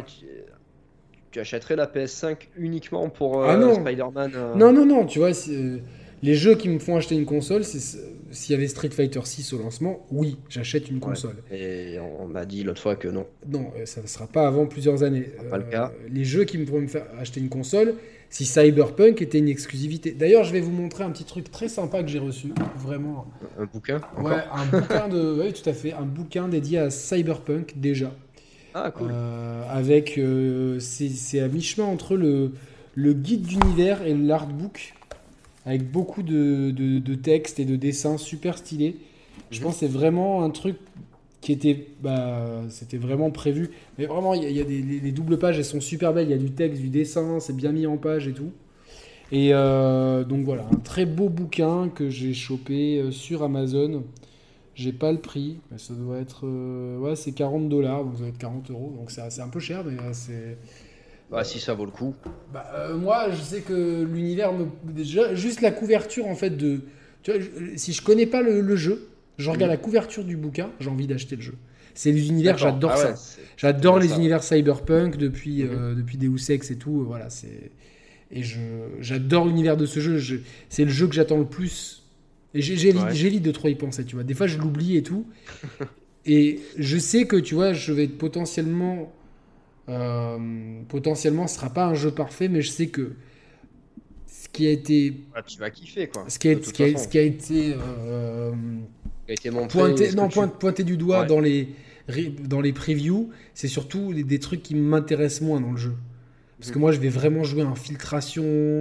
tu achèterais la PS5 uniquement pour Ah non! Spider-Man Non, tu vois, les jeux qui me font acheter une console, s'il y avait Street Fighter 6 au lancement, oui, j'achète une Ouais. console. Et on m'a dit l'autre fois que non, Non, ça ne sera pas avant plusieurs années. ce sera pas le cas. Les jeux qui me pourraient me faire acheter une console, si Cyberpunk était une exclusivité. D'ailleurs, je vais vous montrer un petit truc très sympa que j'ai reçu. Vraiment. Un bouquin Ouais, encore? un bouquin de. Oui, tout à fait. Un bouquin dédié à Cyberpunk, déjà. Ah, cool. Avec. C'est à mi-chemin entre le guide d'univers et l'artbook. Avec beaucoup de textes et de dessins super stylés. Je Mhm. pense que c'est vraiment un truc qui était. C'était vraiment prévu. Mais vraiment, il y a les doubles pages, elles sont super belles. Il y a du texte, du dessin, c'est bien mis en page et tout. Et donc voilà, un très beau bouquin que j'ai chopé sur Amazon. J'ai pas le prix, mais ça doit être. Ouais, c'est 40 $, donc ça doit être 40 euros. Donc c'est un peu cher, mais c'est. Bah, si ça vaut le coup. Moi, je sais que l'univers me. Déjà, juste la couverture, en fait, de. Tu vois, si je connais pas le jeu, je regarde Mhm. la couverture du bouquin, j'ai envie d'acheter le jeu. C'est les univers, D'accord. j'adore Ah ouais, ça. c'est J'adore déjà les ça. Ouais. univers cyberpunk depuis, Mhm. depuis Deus Ex et tout. Voilà, c'est. Et j'adore l'univers de ce jeu. C'est le jeu que j'attends le plus. Et Ouais. j'évite de trop y penser, tu vois. Des fois, je l'oublie et tout. Et je sais que, tu vois, je vais être potentiellement. Potentiellement, ce sera pas un jeu parfait, mais je sais que ce qui a été. Ah, tu vas kiffer, quoi. Ce qui a, De toute façon, ce qui a été il a été montré. pointé, Ce que non, tu. pointé du doigt Ouais. dans les previews, c'est surtout des trucs qui m'intéressent moins dans le jeu. Parce que Mhm. moi, je vais vraiment jouer en infiltration,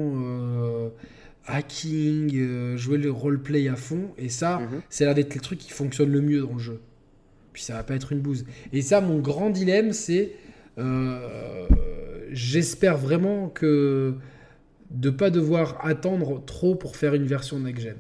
hacking, jouer le roleplay à fond. Et ça, Mhm. c'est l'air d'être les trucs qui fonctionnent le mieux dans le jeu. Puis ça va pas être une bouse. Et ça, mon grand dilemme, c'est euh, j'espère vraiment que de pas devoir attendre trop pour faire une version next-gen.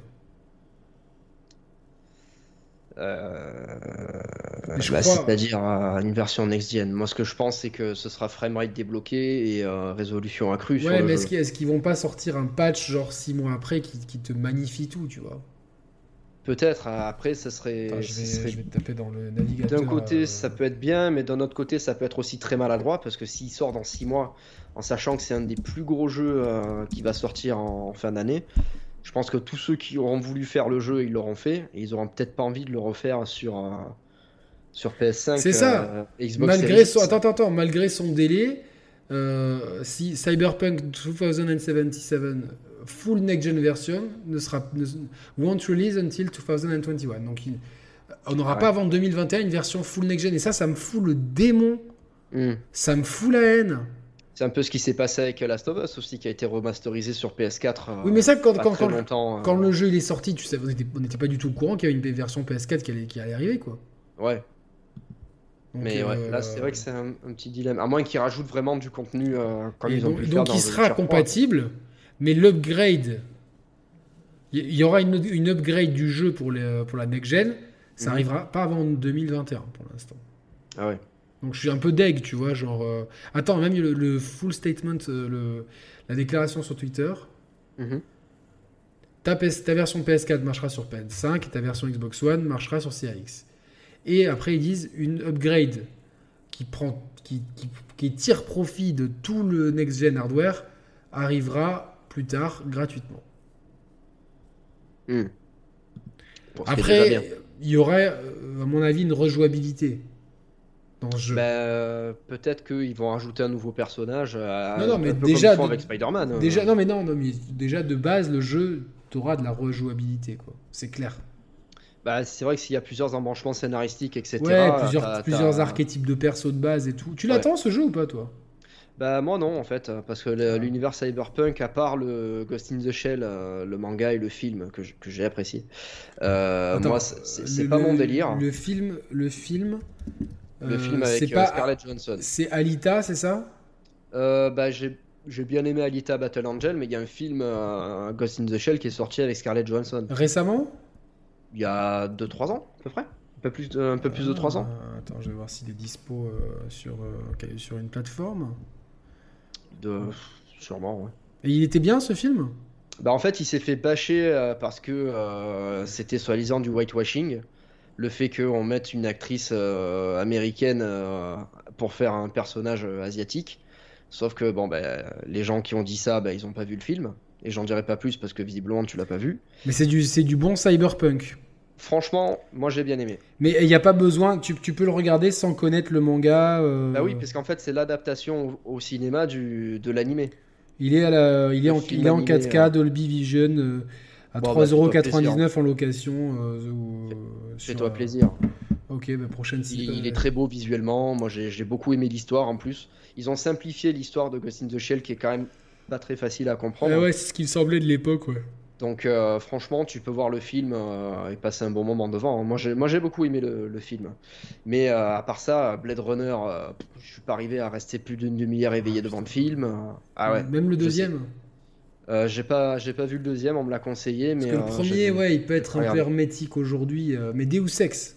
Mais je Bah, crois. c'est-à-dire une version next-gen. Moi, ce que je pense, c'est que ce sera framerate débloqué et résolution accrue sur Ouais, le mais jeu. est-ce qu'ils vont pas sortir un patch genre 6 mois après qui te magnifie tout, tu vois? Peut-être, après, ce Attends, serait, ce serait je vais taper dans le d'un navigateur. côté, ça peut être bien, mais d'un autre côté, ça peut être aussi très maladroit parce que s'il sort dans 6 mois, en sachant que c'est un des plus gros jeux qui va sortir en fin d'année, je pense que tous ceux qui auront voulu faire le jeu, ils l'auront fait et ils auront peut-être pas envie de le refaire sur PS5, C'est ça. Xbox Series X. Malgré son délai, si Cyberpunk 2077 full next gen version won't release until 2021. Donc on n'aura pas Ouais. avant 2021 une version full next gen. Et ça me fout le démon. Hmm. Ça me fout la haine. C'est un peu ce qui s'est passé avec Last of Us aussi, qui a été remasterisé sur PS4 Oui, mais ça, pas très longtemps. quand le jeu il est sorti, tu sais, on n'était pas du tout au courant qu'il y avait une version PS4 qui allait arriver, quoi. Ouais. Donc, Mais ouais, là c'est vrai que c'est un petit dilemme. À moins qu'ils rajoutent vraiment du contenu comme ils ont pu le faire donc dans il The sera Witcher 3. compatible, mais l'upgrade, il y aura une upgrade du jeu pour la next-gen, ça Mhm. arrivera pas avant 2021 pour l'instant. Ah ouais. Donc je suis un peu deg, tu vois, genre. Attends, même le full statement, la déclaration sur Twitter, Mhm. ta version PS4 marchera sur PS5 et ta version Xbox One marchera sur Series X. Et après, ils disent une upgrade qui tire profit de tout le next-gen hardware arrivera plus tard gratuitement. Hmm. Bon, ce qui est déjà bien. Après, il y aurait, à mon avis, une rejouabilité dans ce jeu. Peut-être qu'ils vont rajouter un nouveau personnage, Non, mais un peu comme ils font avec Spider-Man. déjà, non, mais déjà de base, le jeu, t'auras de la rejouabilité, quoi. C'est clair. Bah, c'est vrai que s'il y a plusieurs embranchements scénaristiques, Ouais, etc., plusieurs archétypes de persos de base et tout. Tu Ouais. l'attends ce jeu ou pas, toi? Bah, moi non, en fait, parce que Ah. l'univers cyberpunk, à part le Ghost in the Shell, le manga et le film que j'ai apprécié, moi, Attends, c'est pas mon délire. Le film c'est avec pas, Scarlett Johansson. c'est Alita, c'est ça? Bah, j'ai bien aimé Alita Battle Angel, mais il y a un film, Ghost in the Shell, qui est sorti avec Scarlett Johansson. Récemment? Il y a 2-3 ans, à peu près. Un peu plus de 3 ans. Attends, je vais voir s'il est dispo sur une plateforme. De... Sûrement, ouais. Et il était bien ce film? Bah, en fait, il s'est fait bâcher parce que c'était soi-disant du whitewashing. Le fait qu'on mette une actrice américaine pour faire un personnage asiatique. Sauf que bon, bah, les gens qui ont dit ça, bah, ils ont pas vu le film. Et j'en dirai pas plus parce que visiblement tu l'as pas vu. Mais c'est du bon cyberpunk. Franchement, moi j'ai bien aimé. Mais il n'y a pas besoin, tu peux le regarder sans connaître le manga. Bah oui, parce qu'en fait c'est l'adaptation au cinéma de l'animé. Il est, Le film il est en animé. 4K Dolby Vision à Bon, bah fais-toi plaisir. 3,99€ en location. Fais-toi plaisir. Ok, bah, prochaine. Il est très beau visuellement. Moi j'ai beaucoup aimé l'histoire en plus. Ils ont simplifié l'histoire de Ghost in the Shell qui est quand même pas très facile à Ouais, comprendre. ouais, c'est ce qu'il semblait de l'époque, ouais. Donc franchement, tu peux voir le film et passer un bon moment devant. Moi j'ai beaucoup aimé le film. Mais à part ça, Blade Runner, je suis pas arrivé à rester plus d'une demi-heure éveillé devant le film. Ah ouais, Même le je sais. deuxième. J'ai pas vu le deuxième, on me l'a conseillé, Parce mais que le premier, ouais, il peut être un peu regardé. hermétique aujourd'hui. Mais Deus Ex.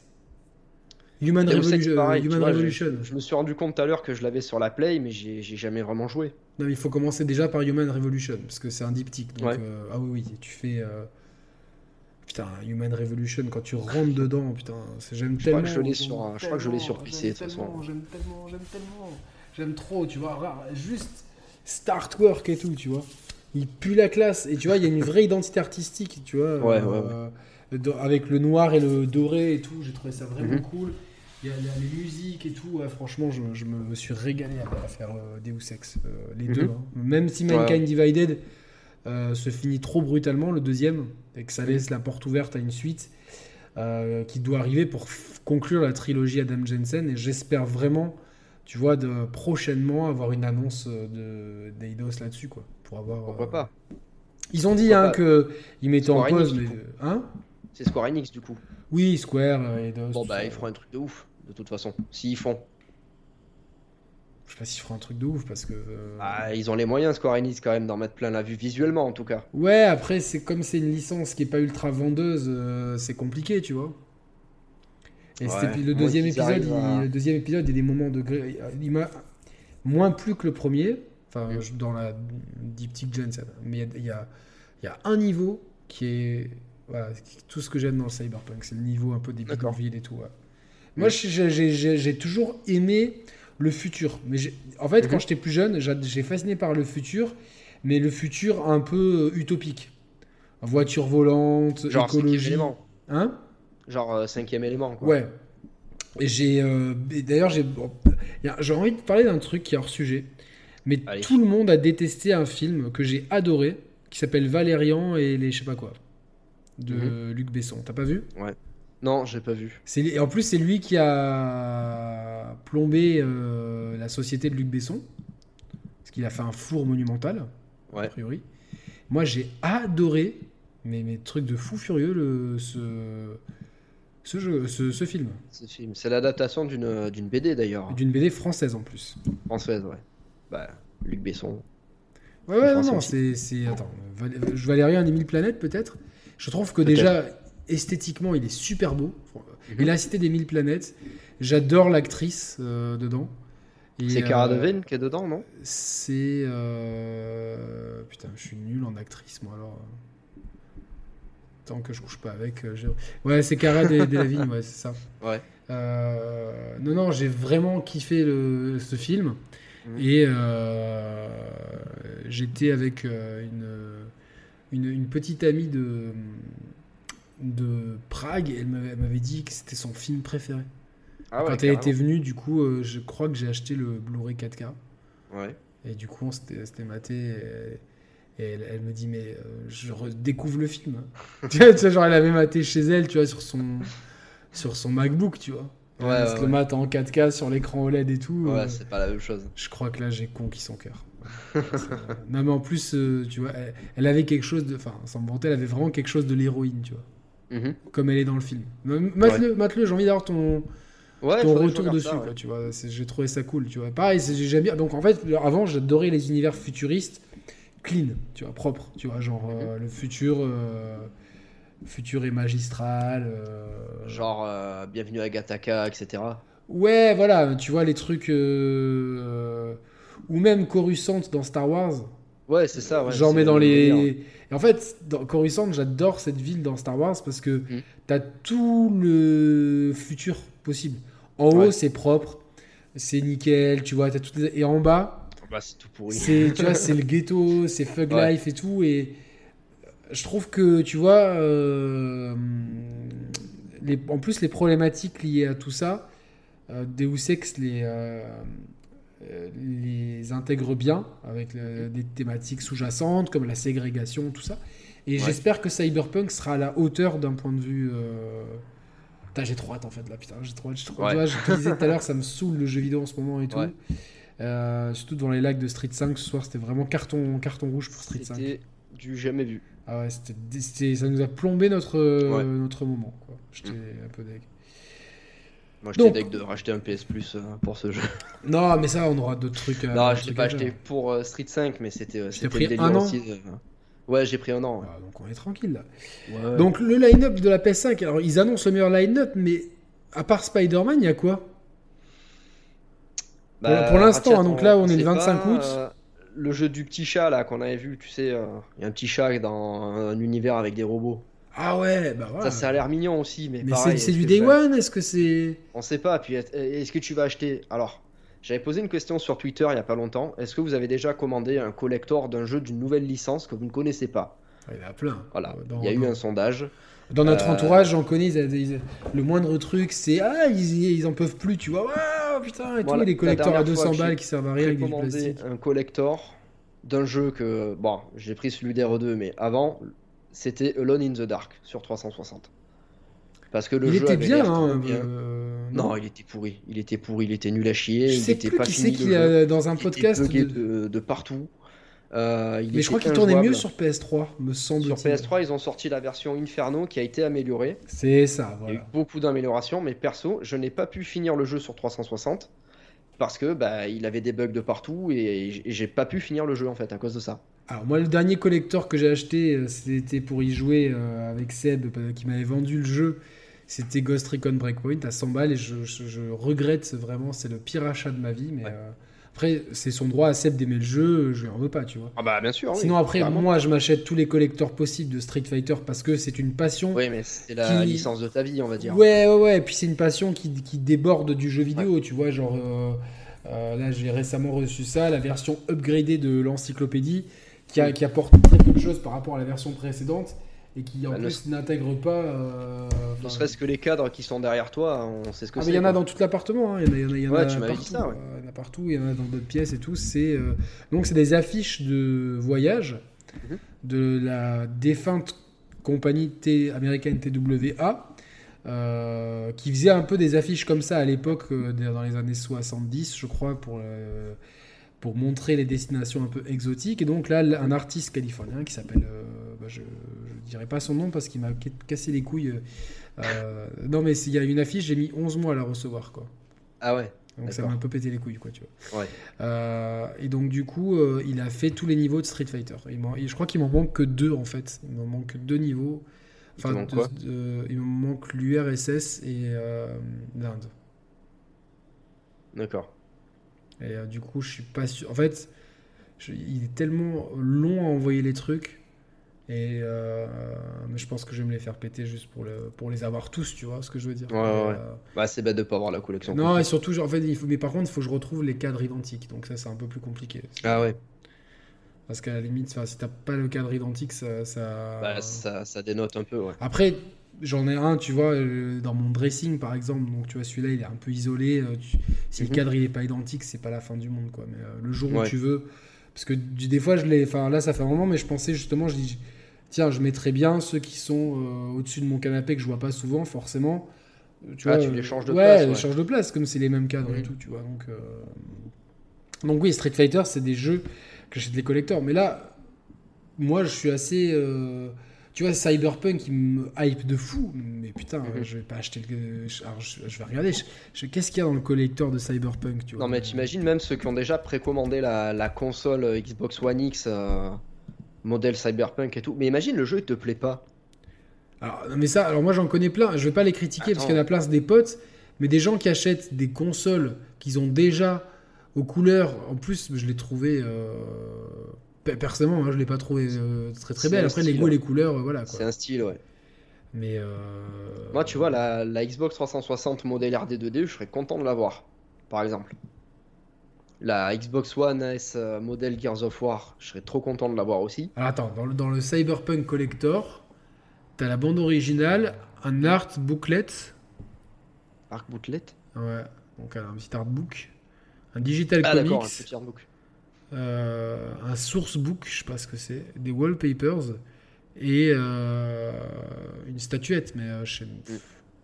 Human Deus Ex, pareil, tu Human vois, Revolution. je me suis rendu compte tout à l'heure que je l'avais sur la Play, mais j'ai jamais vraiment joué. Non, mais il faut commencer déjà par Human Revolution. Parce que c'est un diptyque. Donc, Ouais. ah oui, oui, tu fais. Putain, Human Revolution, quand tu rentres dedans, putain, j'aime Je crois que tellement. je crois que je l'ai sur PC J'aime de toute façon. tellement, j'aime tellement, j'aime tellement. J'aime trop, tu vois. Juste Startwork et tout, tu vois. Il pue la classe. Et tu vois, il y a une vraie identité artistique, tu vois. Ouais, ouais, ouais. Avec le noir et le doré et tout. J'ai trouvé ça vraiment Mhm. cool. Il y a les musiques et tout. Ouais, franchement, je me suis régalé à faire Deus Ex. Les deux. Mhm. Hein. Même si Ouais. Mankind Divided se finit trop brutalement, le deuxième, et que ça laisse la porte ouverte à une suite qui doit arriver pour conclure la trilogie Adam Jensen. Et j'espère vraiment, tu vois, de prochainement avoir une annonce d'Eidos là-dessus, quoi. Pour avoir. Pourquoi pas? Ils ont dit Pourquoi hein, pas? qu'ils mettaient en Square pause, Enix, mais. du coup. Hein? C'est Square Enix du coup. Oui, Square, Eidos. Bon tout bah ça. ils feront un truc de ouf, de toute façon. S'ils font. Je sais pas s'ils feront un truc de ouf parce que. Ah, ils ont les moyens Square Enix quand même d'en mettre plein la vue visuellement en tout cas. Ouais, après, c'est comme c'est une licence qui est pas ultra vendeuse, c'est compliqué, tu vois. Et Ouais, le moins deuxième qu'ils épisode, arrivent à... le deuxième épisode, il y a des moments de il m'a moins plu que le premier, enfin Mm. dans la diptyque Jensen. Mais il y a un niveau qui est voilà, tout ce que j'aime dans le cyberpunk, c'est le niveau un peu des D'accord. bidonvilles et tout. Ouais. Mm. Moi, j'ai toujours aimé le futur. Mais en fait, quand Mhm. j'étais plus jeune, j'ai fasciné par le futur, mais le futur un peu utopique. Voiture volante, Genre cinquième écologie. élément. Hein? Genre cinquième élément quoi. Ouais. Et et d'ailleurs, j'ai envie de parler d'un truc qui est hors sujet. Mais Allez. tout le monde a détesté un film que j'ai adoré, qui s'appelle Valérian et les je sais pas quoi, de Luc Besson. T'as pas vu? Ouais. Non, j'ai pas vu. Et en plus, c'est lui qui a plombé la société de Luc Besson, parce qu'il a fait un four monumental, a Ouais. priori. Moi, j'ai adoré, mais trucs de fou furieux, ce film. C'est l'adaptation d'une BD d'ailleurs. D'une BD française en plus. Française, ouais. Bah, Luc Besson. Ouais, ouais, non, Français non, aussi. Attends, Valérian et 1000 planètes, peut-être. Je trouve que Peut-être. déjà, esthétiquement, il est super beau. Mhm. Et la cité des 1000 planètes, j'adore l'actrice dedans. Et, C'est Cara Delevingne qui est dedans, non? c'est. Putain, je suis nul en actrice, moi, alors. Tant que je couche pas avec. Ouais, c'est Cara Delevingne, ouais, c'est ça. Ouais. Non, non, j'ai vraiment kiffé ce film. Mhm. Et j'étais avec une petite amie de Prague et elle m'avait dit que c'était son film préféré. Ah ouais, Quand elle était carrément. venue, du coup, je crois que j'ai acheté le Blu-ray 4K. Ouais. Et du coup, on s'était maté. Et elle me dit, mais je redécouvre le film. Tu vois, genre, elle avait maté chez elle, tu vois, sur son MacBook, tu vois. Elle se le mate en 4K sur l'écran OLED et tout. Ouais, c'est pas la même chose. Je crois que là, j'ai conquis son cœur. Non, mais en plus, tu vois, elle avait quelque chose de... Enfin, sans me vanter, elle avait vraiment quelque chose de l'héroïne, tu vois. Comme elle est dans le film. Mate-le, j'ai envie d'avoir ton retour dessus, ça, quoi, tu vois. J'ai trouvé ça cool, tu vois. Pareil, j'aime bien. Donc, en fait, avant, j'adorais les univers futuristes clean, tu vois, propre, tu vois, genre le futur est magistral. Genre Bienvenue à Gattaca, etc. Ouais, voilà, tu vois, les trucs... ou même Coruscant dans Star Wars. Ouais, c'est ça, ouais. J'en mets le dans même les... délire. Et en fait, dans Coruscant, j'adore cette ville dans Star Wars parce que Mm. t'as tout le futur possible. En haut, Ouais. c'est propre, c'est nickel, tu vois, t'as toutes et en bas, Bah, c'est tout pourri. tu vois, c'est le ghetto, c'est Thug Ouais. Life et tout. Et je trouve que, tu vois, en plus, les problématiques liées à tout ça, Deus Ex les intègre bien avec des thématiques sous-jacentes comme la ségrégation, tout ça. Et j'espère que Cyberpunk sera à la hauteur d'un point de vue. Putain, j'ai trop hâte en fait là, putain, j'ai trop hâte. Tu vois, je te disais tout à l'heure, ça me saoule le jeu vidéo en ce moment et tout. Ouais. Surtout devant les lacs de Street 5 ce soir, c'était vraiment carton rouge pour Street 5. C'était du jamais vu. Ah ouais, ça nous a plombé notre moment, quoi. J'étais un peu deg. Moi, j'étais deg de racheter un PS Plus pour ce jeu. Non, mais ça, on aura d'autres trucs. Non, je l'ai pas acheté pour Street 5, mais c'était pris le délire un an aussi. Ouais, j'ai pris un an. Ouais. Ah, donc on est tranquille là. Ouais. Donc le line-up de la PS5, alors ils annoncent le meilleur line-up, mais à part Spider-Man, il y a quoi pour l'instant, Ratchet, hein, donc là on est le sait 25 pas, août. Le jeu du petit chat là qu'on avait vu, tu sais, il y a un petit chat dans un univers avec des robots. Ah ouais, bah voilà. Ça a l'air mignon aussi, mais Mais pareil. c'est du Day One, est-ce que c'est... On sait pas. Puis est-ce que tu vas acheter... Alors, j'avais posé une question sur Twitter il y a pas longtemps. Est-ce que vous avez déjà commandé un collector d'un jeu d'une nouvelle licence que vous ne connaissez pas? Il y en a plein. Voilà, il y a eu un sondage. Dans notre entourage, j'en connais, le moindre truc, c'est ils en peuvent plus, tu vois. Waouh, putain, et Voilà, tout, les collecteurs à la dernière fois 200 que balles qui servent à rien j'ai avec du commandé plastique. un collector d'un jeu que... Bon, j'ai pris celui d'R2, mais avant, c'était Alone in the Dark sur 360. Parce que le Il jeu était avait bien, l'air trop hein. bien. Non, il était pourri. Il était pourri, il était nul à chier. Je Il sais était plus pas qui fini c'est le qui jeu. a dans un Il était podcast. bugué de partout. Mais je crois qu'il tournait mieux sur PS3, me semble-t-il. Sur PS3, ils ont sorti la version Inferno qui a été améliorée. C'est ça, Il y a eu voilà. beaucoup d'améliorations, mais perso, je n'ai pas pu finir le jeu sur 360 parce que il avait des bugs de partout et j'ai pas pu finir le jeu en fait à cause de ça. Alors moi, le dernier collector que j'ai acheté, c'était pour y jouer avec Seb, qui m'avait vendu le jeu. C'était Ghost Recon Breakpoint à 100 balles et je regrette vraiment, c'est le pire achat de ma vie. Mais après, c'est son droit à Seb d'aimer le jeu, je lui en veux pas, tu vois. Ah bah bien sûr. Sinon oui, après, carrément. moi, je m'achète tous les collectors possibles de Street Fighter parce que c'est une passion. Oui, mais c'est la licence de ta vie, on va dire. Ouais. Et puis c'est une passion qui déborde du jeu vidéo, tu vois. Genre, là, j'ai récemment reçu ça, la version upgradée de l'encyclopédie, qui apporte très peu de choses par rapport à la version précédente et qui en plus n'intègre pas. Ne serait-ce que les cadres qui sont derrière toi, on sait ce que c'est. Mais il y en a quoi. dans tout l'appartement, hein. Il y en a Ouais, tu m'avais partout. dit ça, ouais. Il y en a partout, il y en a dans d'autres pièces et tout. Donc c'est des affiches de voyage Mhm. de la défunte compagnie américaine TWA. Qui faisait un peu des affiches comme ça à l'époque, dans les années 70, je crois, pour montrer les destinations un peu exotiques. Et donc là, un artiste californien qui s'appelle... je ne dirai pas son nom parce qu'il m'a cassé les couilles. Non, mais il y a une affiche, j'ai mis 11 mois à la recevoir, quoi. Ah ouais. Donc ça D'accord. m'a un peu pété les couilles, quoi, tu vois. Ouais. Et donc du coup, il a fait tous les niveaux de Street Fighter. Je crois qu'il m'en manque que 2, en fait. Il m'en manque que 2 niveaux. Il te manque quoi il me manque l'URSS et l'Inde. D'accord. Et du coup, je suis pas sûr. En fait, il est tellement long à envoyer les trucs. Mais je pense que je vais me les faire péter juste pour les avoir tous, tu vois ce que je veux dire. Ouais. Bah, c'est bête de pas avoir la collection. Non, complète. et surtout, genre, en fait, mais par contre, il faut que je retrouve les cadres identiques. Donc ça, c'est un peu plus compliqué. Ah ouais. Parce qu'à la limite, si t'as pas le cadre identique, Bah, ça dénote un peu, ouais. Après, j'en ai un, tu vois, dans mon dressing, par exemple. Donc, tu vois, celui-là, il est un peu isolé. Si le cadre, il est pas identique, c'est pas la fin du monde, quoi. Mais le jour où Ouais. tu veux... Parce que des fois, enfin là, ça fait un moment, mais je pensais justement, je dis, tiens, je mettrais bien ceux qui sont au-dessus de mon canapé que je vois pas souvent, forcément. Tu vois, Tu les changes de place, ouais, ouais. je change de place, comme c'est les mêmes cadres et Mhm. tout, tu vois. Donc oui, Street Fighter, c'est des jeux que j'achète les collectors. Mais là, moi, je suis assez. Tu vois, Cyberpunk, il me hype de fou. Mais putain, Mhm. je vais pas acheter le. Alors, je vais regarder. Qu'est-ce qu'il y a dans le collector de Cyberpunk, tu vois. Non, mais t'imagines même ceux qui ont déjà précommandé la console Xbox One X, modèle Cyberpunk et tout. Mais imagine le jeu, il te plaît pas. Alors, non, mais ça, alors moi, j'en connais plein. Je vais pas les critiquer parce qu'il y en a Attends. plein, c'est des potes. Mais des gens qui achètent des consoles qu'ils ont déjà aux couleurs. En plus, je l'ai trouvé. Personnellement, moi, je l'ai pas trouvé très très C'est belle. un Après, les style, goûts et ouais. les couleurs, voilà quoi. C'est un style, ouais. Mais. Moi, tu vois, la Xbox 360 modèle RD2D, je serais content de l'avoir, par exemple. La Xbox One S modèle Gears of War, je serais trop content de l'avoir aussi. Alors attends, dans le Cyberpunk Collector, t'as la bande originale, un art booklet, Arc Bootlet? ouais, donc un petit artbook, un digital Ah, d'accord, un comics, petit artbook. un source book, je sais pas ce que c'est, des wallpapers et une statuette, mais Mm.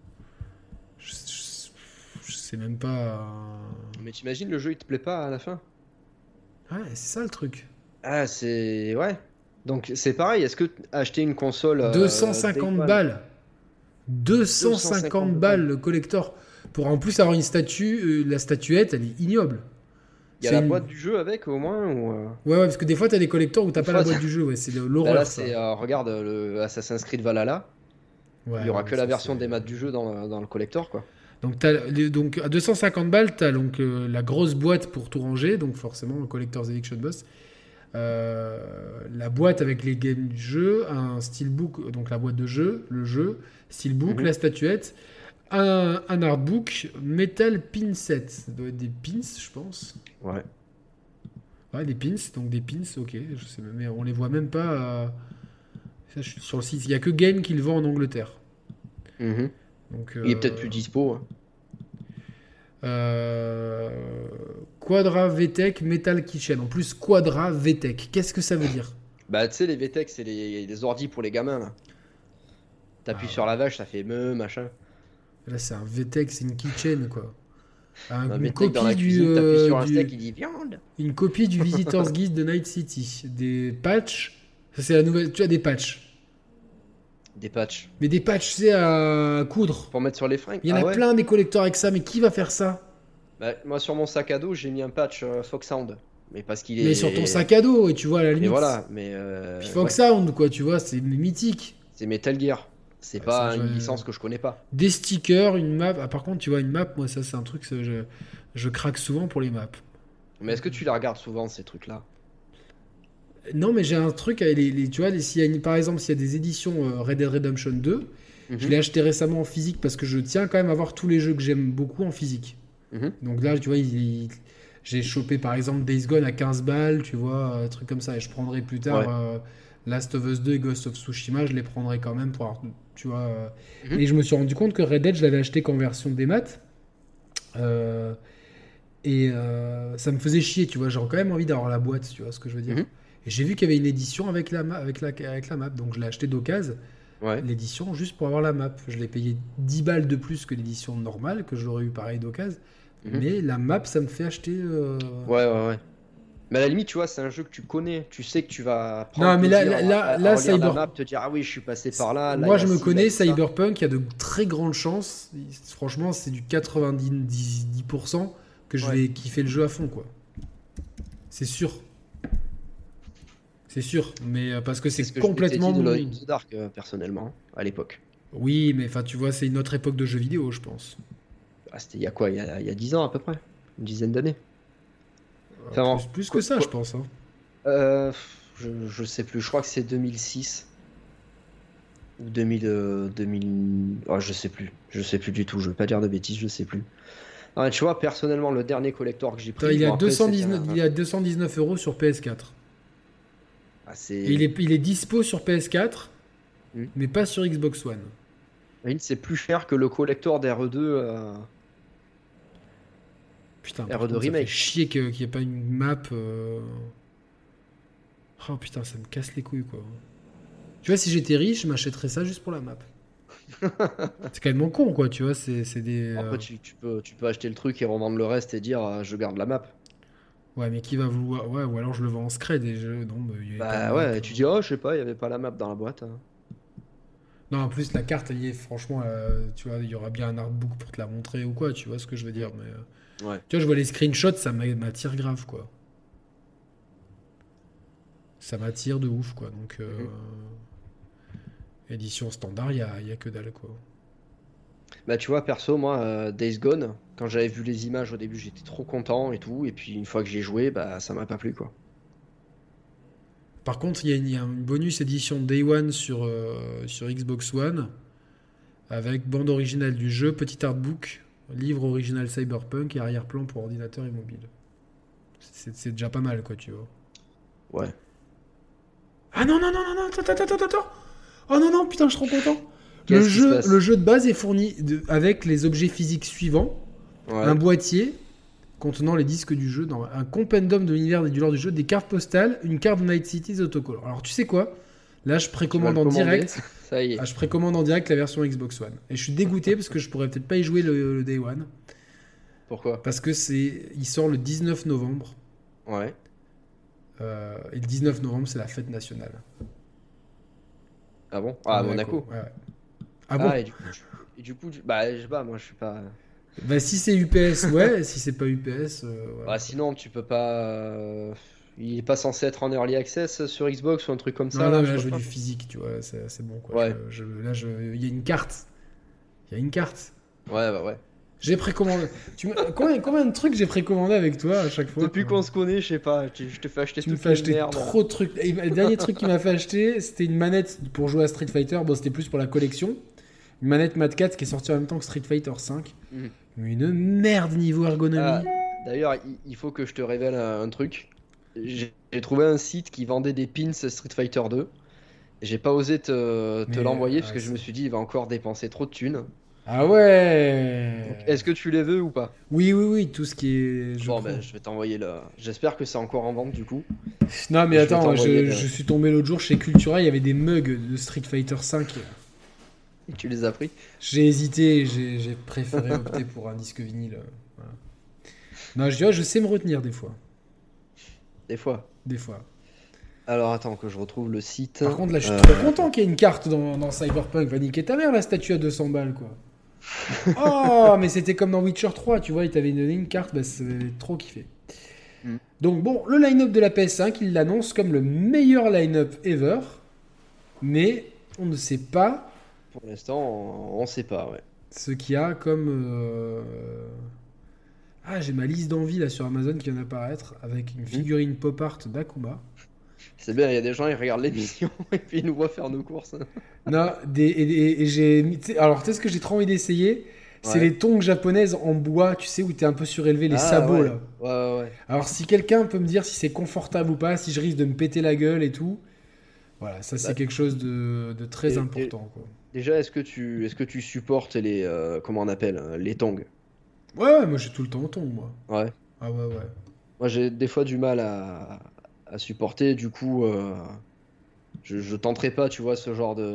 je sais même pas. Mais t'imagines, le jeu, il te plaît pas à la fin? Ouais, c'est ça le truc. Ah, c'est... Ouais. Donc, c'est pareil, est-ce que acheter une console Day 250 One, balles. 250 250 balles balles, le collector. Pour en plus avoir une statue, la statuette, elle est ignoble. il y a C'est la une... boîte du jeu avec, au moins, ou... Ouais, ouais, parce que des fois, t'as des collectors où t'as Des pas la fois, boîte du jeu, ouais, c'est bah là, l'horreur ça. c'est... regarde, le Assassin's Creed Valhalla, il Ouais, y aura non, que la ça version c'est. des maths du jeu dans le collector, quoi. Donc à 250 balles, t'as donc la grosse boîte pour tout ranger, donc forcément le Collector's Edition Boss. La boîte avec les games du jeu, un steelbook, donc la boîte de jeu, le jeu, steelbook, Mhm. la statuette, un artbook, metal pin set. Ça doit être des pins, je pense. Ouais. Ouais, des pins, donc des pins, ok, je sais même, mais on les voit même pas. Ça, je suis sur le site, il y a que Game qui le vend en Angleterre. Mhm. Donc, Il est peut-être plus dispo, hein. euh, Quadra VTech Metal Kitchen. En plus, Quadra VTech, qu'est-ce que ça veut dire? Bah, tu sais, les VTech, c'est les ordis pour les gamins, là. T'appuies Ah sur la ouais. vache, ça fait machin. Là, c'est un VTech, c'est une kitchen, quoi. Un Une VTech dans copie la cuisine, t'appuies sur un steak, il dit viande. une copie du Visitor's Guide de Night City. Des patchs. Ça, c'est la nouvelle. Tu as des patchs. Des patchs. Mais des patchs, tu sais, à coudre. Pour mettre sur les fringues. Il y en Ah a ouais? plein des collecteurs avec ça, mais qui va faire ça? Bah, moi, sur mon sac à dos, j'ai mis un patch Foxhound. Mais parce qu'il Mais sur ton est. sac à dos, et tu vois, à la Mais limite. voilà, mais Puis ouais, Foxhound, quoi, tu vois, c'est mythique. c'est Metal Gear. C'est Ouais, ça, pas une licence que je connais pas. des stickers, une map. Ah, par contre, tu vois, une map, moi, ça, c'est un truc, je craque souvent pour les maps. Mais est-ce que tu la regardes souvent, ces trucs-là? Non, mais j'ai un truc avec tu vois, s'il y a par exemple, s'il y a des éditions Red Dead Redemption 2, je Mhm, l'ai acheté récemment en physique parce que je tiens quand même à avoir tous les jeux que j'aime beaucoup en physique. mhm. Donc là, tu vois, j'ai chopé par exemple Days Gone à 15 balles, tu vois, un truc comme ça. Et je prendrai plus tard Ouais. Last of Us 2 et Ghost of Tsushima, je les prendrai quand même pour avoir, tu vois. Mhm, Et je me suis rendu compte que Red Dead, je l'avais acheté qu'en version démat. Euh, Ça me faisait chier, tu vois. J'ai quand même envie d'avoir la boîte, tu vois ce que je veux dire. mhm. Et j'ai vu qu'il y avait une édition avec avec la map. Donc je l'ai acheté d'occasion, Ouais. l'édition, juste pour avoir la map. Je l'ai payé 10 balles de plus que l'édition normale, que j'aurais eu pareil d'occasion. Mhm. Mais la map, ça me fait acheter. Ouais, ouais, ouais. Mais à la limite, tu vois, c'est un jeu que tu connais. Tu sais que tu vas prendre Non, mais là, plaisir à relire la Cyber. map, te dire, ah oui, je suis passé par là, là, il Moi, y a je me ci, il y a connais, ça. Cyberpunk, il y a de très grandes chances. Franchement, c'est du 90% que je Ouais. vais kiffer le jeu à fond, quoi. C'est sûr. C'est sûr. Mais parce que C'est c'est ce que je m'étais complètement dit de mon. Alone in the Dark, personnellement, à l'époque. Oui, mais enfin, tu vois, c'est une autre époque de jeux vidéo, je pense. Ah, c'était il y a quoi? Il y a 10 ans à peu près? Une dizaine d'années? Enfin, Plus que ça, je pense. Hein. je sais plus, je crois que c'est 2006 ou 2000. Oh, je sais plus du tout, je veux pas dire de bêtises, je sais plus. Non, mais tu vois, personnellement, le dernier collector que j'ai pris, Il est à bon, après, c'était 219, il est à 219 euros sur PS4. ah, Et il est dispo sur PS4, Hmm. mais pas sur Xbox One. C'est plus cher que le collector d'RE2 Putain, par RE2 contre, ça fait Remake. chier qu'il n'y ait pas une map. Oh putain, ça me casse les couilles, quoi. Tu vois, si j'étais riche, je m'achèterais ça juste pour la map. C'est quand même con, quoi, tu vois. C'est des. Après, tu peux acheter le truc et revendre le reste et dire je garde la map. Ouais, mais qui va vouloir. Ouais, ou alors je le vends en scred et je. Non, bah, il y avait pas de Bah map. ouais, tu dis, oh, je sais pas, il y avait pas la map dans la boîte, hein. Non, en plus, la carte, elle y est, franchement, tu vois, il y aura bien un artbook pour te la montrer ou quoi, tu vois ce que je veux dire. Mais, Ouais. tu vois, je vois les screenshots, ça m'attire grave, quoi. Ça m'attire de ouf, quoi. Donc, Mhm. édition standard, il y a que dalle, quoi. Bah tu vois, perso, moi, Days Gone, quand j'avais vu les images au début, j'étais trop content et tout. Et puis une fois que j'ai joué, bah ça m'a pas plu, quoi. Par contre, il y a une bonus édition Day One sur Xbox One, avec bande originale du jeu, petit artbook, livre original Cyberpunk et arrière-plan pour ordinateur et mobile. C'est déjà pas mal, quoi, tu vois. Ouais. Ah non, non, non, non, non, attends. Oh non, non, putain, je suis trop content. Qu'est-ce qui se passe? Le jeu de base est fourni avec les objets physiques suivants. Un Ouais. boîtier contenant les disques du jeu, dans un compendium de l'univers et du lore du jeu, des cartes postales, une carte de Night City, des autocollants. Alors tu sais quoi? Là, je Tu vas précommande le en commander. direct. Ça y Ah, est. je précommande en direct la version Xbox One. Et je suis dégoûté parce que je pourrais peut-être pas y jouer le Day One. Pourquoi? Parce que il sort le 19 novembre. Ouais. Et le 19 novembre, c'est la fête nationale. Ah bon? À Ah, à Monaco. Ouais, ouais. Ah bon? Ah, bah, je sais pas, moi je suis pas. Bah si c'est UPS, ouais. Si c'est pas UPS, voilà, Bah, quoi. sinon, tu peux pas. Il est pas censé être en early access sur Xbox ou un truc comme Non, ça, non, là, mais je là, sais je veux pas. du physique, tu vois. C'est bon, quoi. Ouais. Il y a une carte. Il y a une carte. Ouais, bah ouais. J'ai précommandé. Combien de trucs j'ai précommandé avec toi à chaque fois, Depuis quoi. qu'on se connaît, je sais pas, je te fais acheter Tu me toutes fais les acheter merdes. trop de trucs. Et le dernier truc qu'il m'a fait acheter, c'était une manette pour jouer à Street Fighter. Bon, c'était plus pour la collection. Une manette Mad 4 qui est sortie en même temps que Street Fighter 5. Mhm. Une merde niveau ergonomie. Ah, d'ailleurs, il faut que je te révèle un truc. J'ai trouvé un site qui vendait des pins Street Fighter 2. J'ai pas osé te Mais l'envoyer parce que je me suis dit, il va encore dépenser trop de thunes. ah Donc, ouais. est-ce que tu les veux ou pas? Oui, oui, oui, tout ce qui est. Je Bon, prends. ben, je vais t'envoyer le. J'espère que c'est encore en vente du coup. Non, mais Je vais attends, t'envoyer je suis tombé l'autre jour chez Cultura, il y avait des mugs de Street Fighter 5. Et tu les as pris. J'ai hésité, j'ai préféré opter pour un disque vinyle. Voilà. Non, je dis, ouais, je sais me retenir des fois. Des fois. Des fois. Alors attends que je retrouve le site. Par contre, là, je suis trop content qu'il y ait une carte dans Cyberpunk. Va niquer ta mère, la statue à 200 balles, quoi. Oh, mais c'était comme dans Witcher 3, tu vois, il t'avait donné une carte, bah, c'est trop kiffé. Hmm. Donc, bon, le line-up de la PS5, il l'annonce comme le meilleur line-up ever, mais on ne sait pas Pour l'instant, on sait pas, ouais. ce qu'il y a comme. Ah, j'ai ma liste d'envie là sur Amazon qui vient d'apparaître avec une figurine pop art d'Akuma. C'est bien, il y a des gens, ils regardent l'émission et puis ils nous voient faire nos courses. Non, et j'ai. Alors, tu sais ce que j'ai trop envie d'essayer? C'est Ouais. les tongs japonaises en bois, tu sais, où t'es un peu surélevé, les Ah sabots ouais. là. Ouais, ouais, ouais. Alors, si quelqu'un peut me dire si c'est confortable ou pas, si je risque de me péter la gueule et tout, voilà, ça c'est Bah, quelque chose de très et- important, quoi. déjà, est-ce que tu supportes les. Comment on appelle? Les tongs? Ouais, ouais, moi j'ai tout le temps en tongs, moi. Ouais. Ah ouais, ouais. Moi, j'ai des fois du mal à supporter, du coup, je tenterai pas, tu vois, ce genre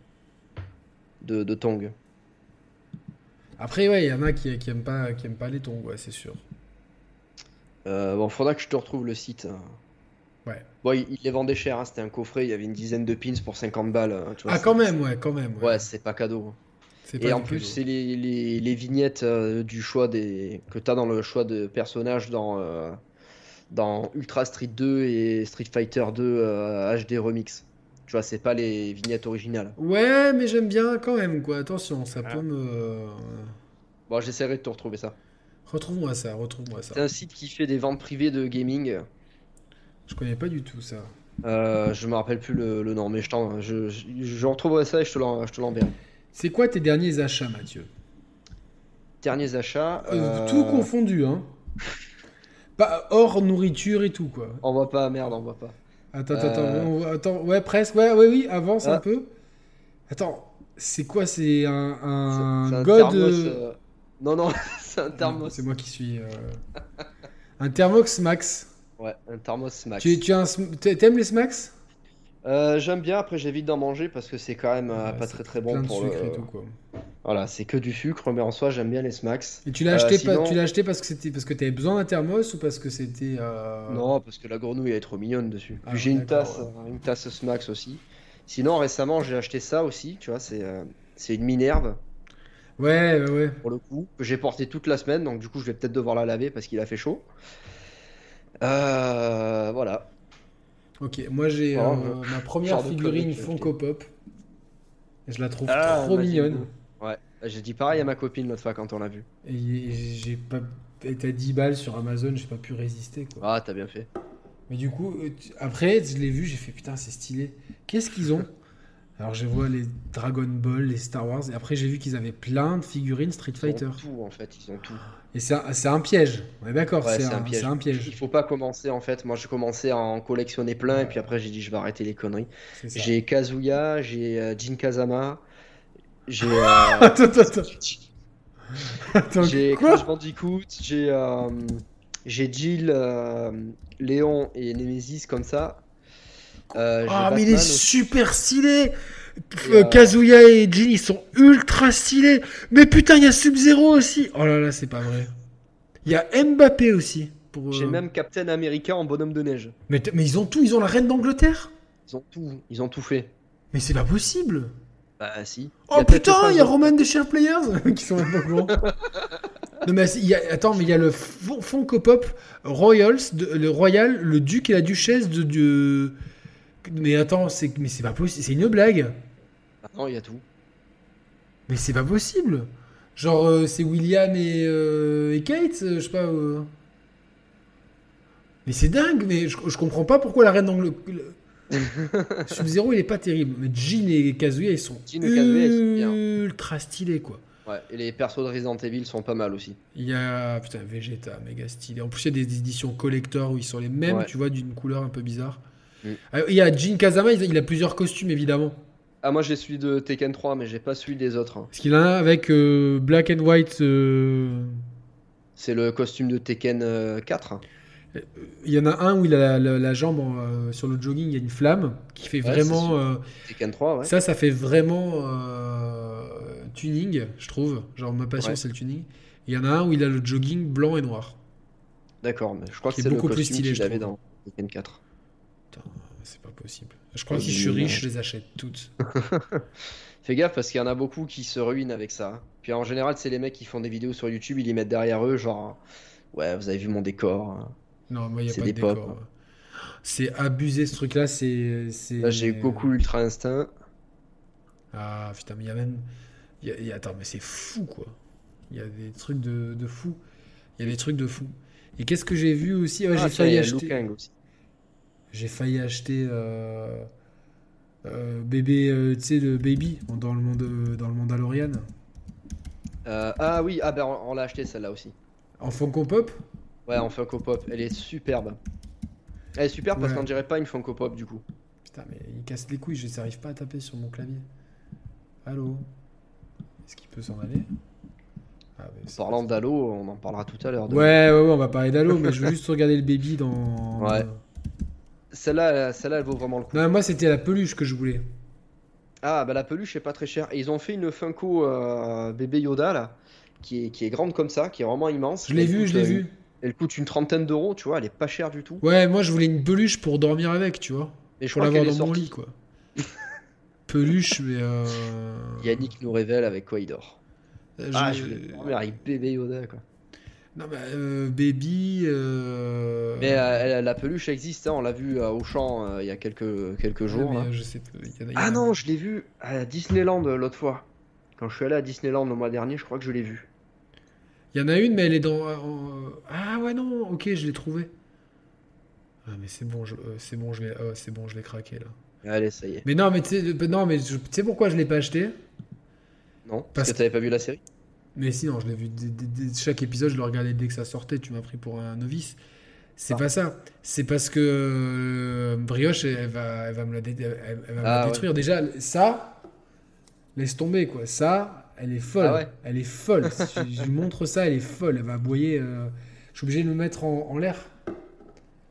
de tongs. Après, ouais, il y en a qui aiment pas les tongs, ouais, c'est sûr. Bon, faudra que je te retrouve le site, hein. Ouais. Bon, il les vendait cher, hein, c'était un coffret, il y avait une dizaine de pins pour 50 balles, hein, tu vois. Ah, quand même, ouais, quand même, ouais. Ouais, c'est pas cadeau. C'est Et pas en du plus, cadeau. c'est les vignettes du choix que t'as dans le choix de personnages dans Ultra Street 2 et Street Fighter 2 HD Remix. Tu vois, c'est pas les vignettes originales. Ouais, mais j'aime bien quand même, quoi. Attention, ça peut Ah. me. Bon, j'essaierai de te retrouver ça. Retrouve-moi ça, retrouve-moi ça. C'est un site qui fait des ventes privées de gaming. Je connais pas du tout ça. Je me rappelle plus le nom, mais je retrouverai ça et je te l'enverrai. C'est quoi tes derniers achats, Mathieu? Derniers achats. Tout confondu, hein. Pas hors nourriture et tout, quoi. On voit pas, merde, on voit pas. Attends, Euh, attends, ouais, presque, ouais, ouais, oui, avance un ah, peu. Attends, c'est quoi? C'est c'est un un god. thermos. Non, non, c'est un Non, c'est thermos. moi qui suis. Un Thermox Max. Ouais, un thermos Smax. T'aimes les smacks? J'aime bien, après j'évite d'en manger parce que c'est quand même Ouais, pas c'est très très bon plein de pour le. sucre et tout, quoi. Voilà, c'est que du sucre, mais en soi j'aime bien les Smacks. Et tu Sinon, l'as acheté parce que t'avais besoin d'un thermos ou parce que c'était non, parce que la grenouille elle est trop mignonne dessus. Puis Ah j'ai ouais, d'accord. Ouais. une tasse Smacks aussi. Sinon récemment j'ai acheté ça aussi, tu vois, c'est une Minerve Ouais, ouais, ouais. pour le coup, que j'ai porté toute la semaine, donc du coup je vais peut-être devoir la laver parce qu'il a fait chaud. Voilà. Ok, moi j'ai Voilà, ma première genre de conneries figurine que j'ai acheté. Funko Pop. Et je la trouve Ah, trop Majin mignonne. Buu. Ouais, j'ai dit pareil à ma copine l'autre fois quand on l'a vu. Et j'ai pas été à 10 balles sur Amazon, j'ai pas pu résister, quoi. Ah, t'as bien fait. Mais du coup, après, je l'ai vu, j'ai fait putain, c'est stylé. Qu'est-ce qu'ils ont? Alors, je vois les Dragon Ball, les Star Wars, et après, j'ai vu qu'ils avaient plein de figurines Street Ils ont Fighter. tout en fait, ils ont tout. Et c'est un piège. On est d'accord, Ouais, c'est un c'est piège. un Il piège. faut pas commencer en fait. Moi, j'ai commencé à en collectionner plein et puis Ouais, après, j'ai dit je vais arrêter les conneries. c'est ça. J'ai Kazuya, j'ai Jin Kazama, j'ai Attends, attends, attends. Attends, j'ai Crash quoi? Bandicoot, j'ai Jill, Léon et Nemesis comme ça. J'ai Ah, mais il est Batman aussi. super stylé! Et, Kazuya et Jin, ils sont ultra stylés! Mais putain, il y a Sub-Zero aussi! Oh là là, c'est pas vrai. Il y a Mbappé aussi. j'ai même Captain America en bonhomme de neige. Mais ils ont tout, ils ont la reine d'Angleterre? Ils ont tout fait. Mais c'est pas possible! Bah si. Il y Oh a peut-être le putain, il prince y a de. Roman des Share Players qui sont même pas au courant. Non mais attends, mais il y a le Funko Pop Royals, le Royal, le duc et la duchesse Mais attends, mais c'est pas possible, c'est une blague. Ah non, il y a tout. Mais c'est pas possible. Genre c'est William et Kate, je sais pas. Mais c'est dingue, mais je comprends pas pourquoi la reine d'Angleterre. Sub-Zero il est pas terrible, mais Jin et Kazuya ils sont Jin et Kazuya, ils sont bien. ultra stylés quoi. Ouais, et les persos de Resident Evil sont pas mal aussi. Il y a putain Vegeta, méga stylé. En plus il y a des éditions collector où ils sont les mêmes, Ouais. tu vois, d'une couleur un peu bizarre. Mm. Il y a Jin Kazama, il a plusieurs costumes évidemment. Ah, moi j'ai celui de Tekken 3, mais j'ai pas celui des autres, hein. Parce qu'il en a avec Black and White. C'est le costume de Tekken 4. Il y en a un où il a la jambe sur le jogging, il y a une flamme qui fait Ouais, c'est vraiment. celui de Tekken 3, ouais. Ça fait vraiment tuning, je trouve. Genre ma passion Ouais, c'est le tuning. Il y en a un où il a le jogging blanc et noir, d'accord, mais je crois que qui est c'est le beaucoup plus costume stylé, qu'il je avait trouve. dans Tekken 4. Putain, c'est pas possible. Je crois que Oh, si il je est suis mignon. riche, je les achète toutes. Fais gaffe parce qu'il y en a beaucoup qui se ruinent avec ça, hein. Puis en général, c'est les mecs qui font des vidéos sur YouTube, ils les mettent derrière eux, genre, ouais, vous avez vu mon décor, hein. Non, moi, il n'y a C'est pas de des pop, décor. hein. C'est abusé ce truc-là, c'est. Là, j'ai Goku Ultra Instinct. Ah putain, mais il y a même. Attends, mais c'est fou quoi. Il y a des trucs de fou. Il y a des trucs de fou. Et qu'est-ce que j'ai vu aussi? Ouais, Ah, tiens, il y a Liu Kang aussi. J'ai failli acheter bébé, tu sais, le baby dans le Mandalorian. Ah oui, ah ben on l'a acheté celle-là aussi. En Funko Pop? Ouais, en Funko Pop, elle est superbe. Elle est superbe parce Ouais. qu'on dirait pas une Funko Pop du coup. Putain, mais il casse les couilles, je n'arrive pas à taper sur mon clavier. Allô? Est-ce qu'il peut s'en aller? Ah, mais En parlant d'Halo, on en parlera tout à l'heure. Ouais, on va parler d'Halo, mais je veux juste regarder le baby dans. Ouais. Celle-là, elle vaut vraiment le coup. Non, moi c'était la peluche que je voulais. Ah, bah la peluche est pas très chère. Et ils ont fait une Funko bébé Yoda là, qui est grande comme ça, qui est vraiment immense. Je l'ai vu, je l'ai vu. Elle coûte une trentaine d'euros, tu vois, elle est pas chère du tout. Ouais, moi je voulais une peluche pour dormir avec, tu vois. Et je Pour crois l'avoir qu'elle est dans mon sortie. lit, quoi. Peluche, mais. Yannick nous révèle avec quoi il dort. Ah, je je- voulais dormir avec bébé Yoda quoi. Non, bah, baby. Mais la peluche existe, hein, on l'a vu au champ il y a quelques Ouais, jours, mais là. je sais pas. Ah non, je l'ai vu à Disneyland l'autre fois. Quand je suis allé à Disneyland le mois dernier, je crois que je l'ai vu. Il y en a une, mais elle est dans. Ah ouais, non, ok, je l'ai trouvée. Ah, mais c'est bon, c'est bon, je l'ai craqué là. Allez, ça y est. Mais non, mais tu sais pourquoi je l'ai pas acheté? Non? Parce Parce que t'avais pas vu la série? Mais sinon, je l'ai vu chaque épisode, je le regardais dès que ça sortait. Tu m'as pris pour un novice. C'est Ah. pas ça. C'est parce que Brioche, elle va me elle va me la Ah, ouais. détruire. Déjà, ça, laisse tomber quoi. Ça, elle est folle. Ah ouais. Elle est folle. Si je lui montre ça, elle est folle. Elle va aboyer. Je suis obligé de le mettre en l'air.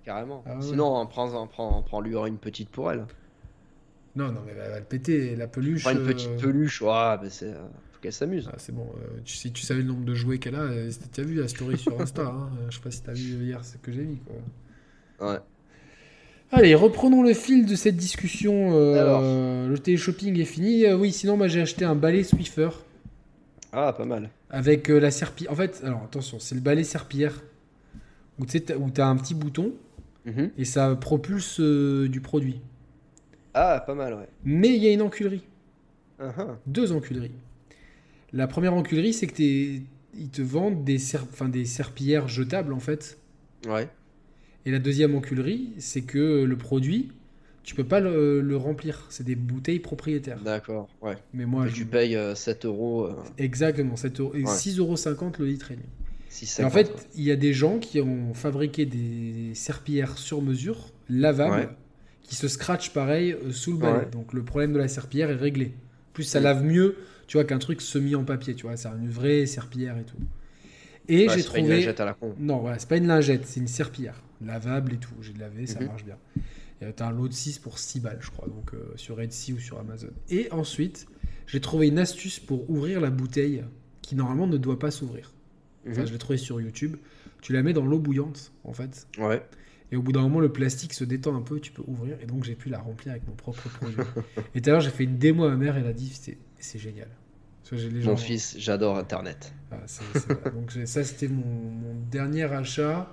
carrément. Ah ouais. Sinon, prends-lui une petite pour elle. Non, mais elle va le péter, la peluche. Prends une petite peluche, ouais, mais faut qu'elle s'amuse. C'est bon. Si tu savais le nombre de jouets qu'elle a, tu as vu la story sur Insta. Hein. Je sais pas si tu as vu hier ce que j'ai mis. Quoi. Ouais. Allez, reprenons le fil de cette discussion. Alors. Le téléshopping est fini. Oui, sinon, moi j'ai acheté un balai Swiffer. Ah, pas mal. Avec la serpillière. En fait, alors attention, c'est le balai serpillière. Où tu as un petit bouton et ça propulse du produit. Ah, pas mal, ouais. Mais il y a une enculerie. Uh-huh. 2 enculeries. La première enculerie, c'est que ils te vendent des serpillères jetables, en fait. Ouais. Et la deuxième enculerie, c'est que le produit, tu peux pas le remplir. C'est des bouteilles propriétaires. D'accord, ouais. Mais moi, tu payes 7 euros. Exactement, 7 euros, et Ouais. 6,50 € le litre et demi. 6,50, Et en fait, ouais. il y a des gens qui ont fabriqué des serpillères sur mesure, lavables, Ouais. qui se scratchent pareil sous le balai. Ouais. Donc le problème de la serpillière est réglé. Plus ça Mm. lave mieux, tu vois, qu'un truc semi en papier, tu vois, c'est une vraie serpillière et tout. Et Ouais, j'ai c'est pas une trouvé. lingette à la con. Non, voilà, c'est pas une lingette, c'est une serpillière. Lavable et tout. J'ai lavé, ça Mhm. marche bien. Et t'as un lot de 6 pour 6 balles, je crois, donc sur Etsy ou sur Amazon. Et ensuite, j'ai trouvé une astuce pour ouvrir la bouteille qui normalement ne doit pas s'ouvrir. Enfin, je l'ai trouvé sur YouTube. Tu la mets dans l'eau bouillante, en fait. Ouais. Et au bout d'un moment, le plastique se détend un peu, tu peux ouvrir. Et donc, j'ai pu la remplir avec mon propre produit. Et tout à l'heure, j'ai fait une démo à ma mère, elle a dit c'est génial. Parce que j'ai les gens- Mon fils, j'adore Internet. Ah, voilà. Donc, ça, c'était mon dernier achat.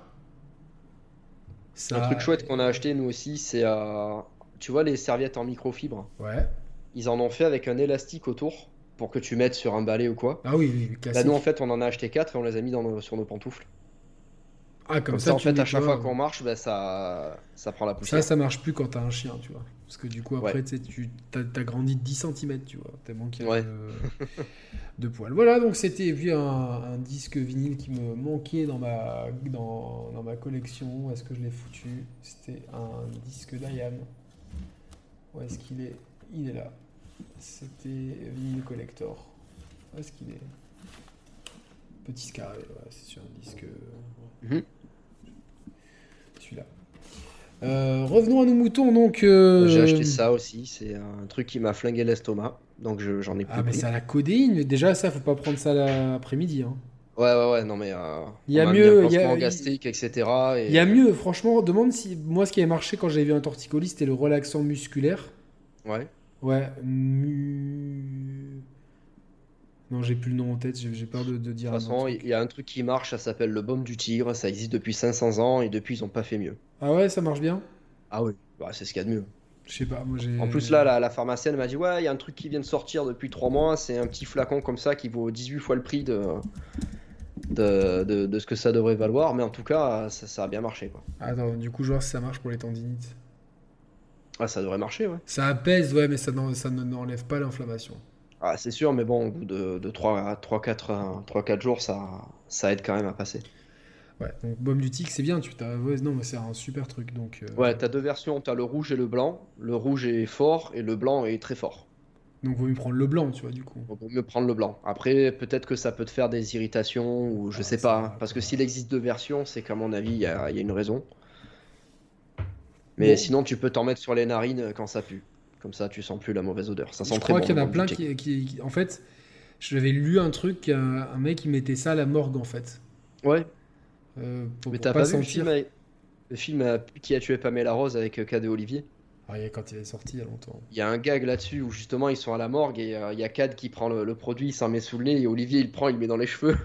Un truc chouette qu'on a acheté nous aussi, c'est tu vois les serviettes en microfibre. Ouais. Ils en ont fait avec un élastique autour pour que tu mettes sur un balai ou quoi. Ah oui, Là, classique. nous en fait, on en a acheté 4 et on les a mis sur nos pantoufles. Ah, Comme ça, en tu fait, à chaque nettoies. fois qu'on marche, bah, ça prend la poussière. Ça marche plus quand t'as un chien, tu vois. Parce que du coup, après, Ouais. tu sais, t'as grandi de 10 cm, tu vois. Tellement qu'il y a Ouais. de poils. Voilà, donc c'était puis un disque vinyle qui me manquait dans ma collection. Où est-ce que je l'ai foutu? C'était un disque d'Ayam. Où est-ce qu'il est? Il est là. C'était vinyle collector. Où est-ce qu'il est? Petit carré, ouais, c'est sur un disque. Mhm. Celui-là. Revenons à nos moutons, donc. J'ai acheté ça aussi, c'est un truc qui m'a flingué l'estomac, donc j'en ai plus Ah, mais pris. c'est à la codéine. Déjà, ça, faut pas prendre ça l'après-midi. Hein. Ouais, non mais Il y a on m'a mis mieux, un il y a- pansement gastrique, etc. Il y a mieux, franchement. Demande si. Moi, ce qui avait marché quand j'avais vu un torticolis, c'était le relaxant musculaire. Ouais. Ouais. Non, j'ai plus le nom en tête, j'ai peur de De dire toute un façon, truc. il y a un truc qui marche, ça s'appelle le baume du tigre, ça existe depuis 500 ans et depuis ils ont pas fait mieux. Ah ouais, ça marche bien? Ah oui, bah, c'est ce qu'il y a de mieux. Je sais pas, moi j'ai. En plus là, la pharmacienne m'a dit ouais, il y a un truc qui vient de sortir depuis 3 mois, c'est un petit flacon comme ça qui vaut 18 fois le prix de ce que ça devrait valoir, mais en tout cas, ça a bien marché quoi. Attends, du coup, je vois si ça marche pour les tendinites. Ah, ça devrait marcher, ouais. Ça apaise, ouais, mais ça n'enlève pas l'inflammation. Ah, c'est sûr, mais bon, au bout de 3-4 jours, ça aide quand même à passer. Ouais, donc baume du tic, c'est bien. Ouais, non, mais c'est un super truc. Donc, Ouais, t'as deux versions, t'as le rouge et le blanc. Le rouge est fort et le blanc est très fort. donc vaut mieux prendre le blanc, tu vois, du coup. Donc, vaut mieux prendre le blanc. Après, peut-être que ça peut te faire des irritations ou je sais ça pas. va, Hein, parce que ça va. s'il existe deux versions, c'est qu'à mon avis, il y a une raison. Mais Bon. sinon, tu peux t'en mettre sur les narines quand ça pue. Comme ça, tu sens plus la mauvaise odeur. Ça sent Je très crois bon. qu'il y en a le plein Baume du Tic. en fait, j'avais lu un truc, un mec qui mettait ça à la morgue, en fait. Ouais, Pour mais t'as pas pas vu sentir. le film Qui a tué Pamela Rose avec Cad et Olivier? Ah, quand il est sorti il y a longtemps. Il y a un gag là-dessus où justement ils sont à la morgue et il y a Cad qui prend le produit, il s'en met sous le nez et Olivier il le prend, il le met dans les cheveux.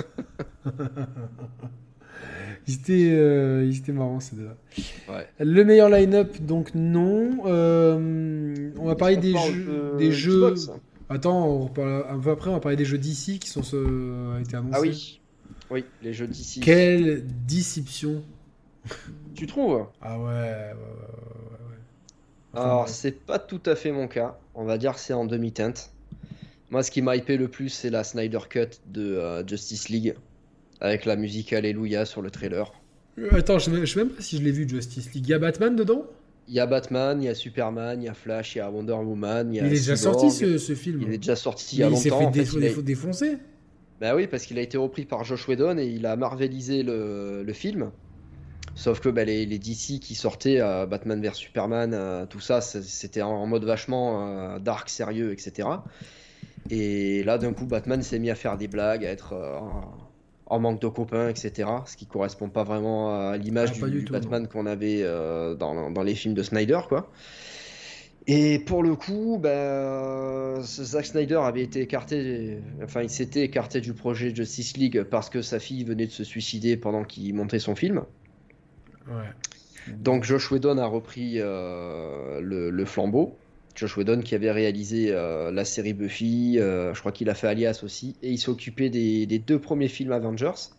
Il était marrant, c'est déjà. Ouais. Le meilleur line-up, donc non. On va parler Est-ce qu'on parle des de jeux. Xbox? Attends, un peu après, on va parler des jeux d'ici qui ont été annoncés. Ah oui, oui, les jeux d'ici. Quelle déception. Tu trouves? Ah ouais. Enfin, Alors bref. c'est pas tout à fait mon cas, on va dire que c'est en demi-teinte. Moi ce qui m'a hypé le plus c'est la Snyder Cut de Justice League avec la musique Alléluia sur le trailer. Attends, je sais même pas si je l'ai vu, Justice League. Il y a Batman dedans? Il y a Batman, il y a Superman, il y a Flash, il y a Wonder Woman, il y a Il est déjà Cyborg. sorti ce film. Il est déjà sorti il y Mais a il s'est longtemps. fait En fait, défoncer. Bah oui, parce qu'il a été repris par Josh Whedon et il a marvelisé le film. Sauf que les DC qui sortaient, Batman vs Superman, tout ça, c'était en mode vachement dark, sérieux, etc. Et là, d'un coup, Batman s'est mis à faire des blagues, à être en manque de copains, etc. Ce qui correspond pas vraiment à l'image Pas du du tout, Batman non. qu'on avait dans les films de Snyder, quoi. Et pour le coup, Zack Snyder avait été écarté, enfin il s'était écarté du projet Justice League parce que sa fille venait de se suicider pendant qu'il montait son film. Ouais. Donc Josh Whedon a repris le flambeau. Josh Whedon qui avait réalisé la série Buffy, je crois qu'il a fait Alias aussi, et il s'est occupé des 2 premiers films Avengers.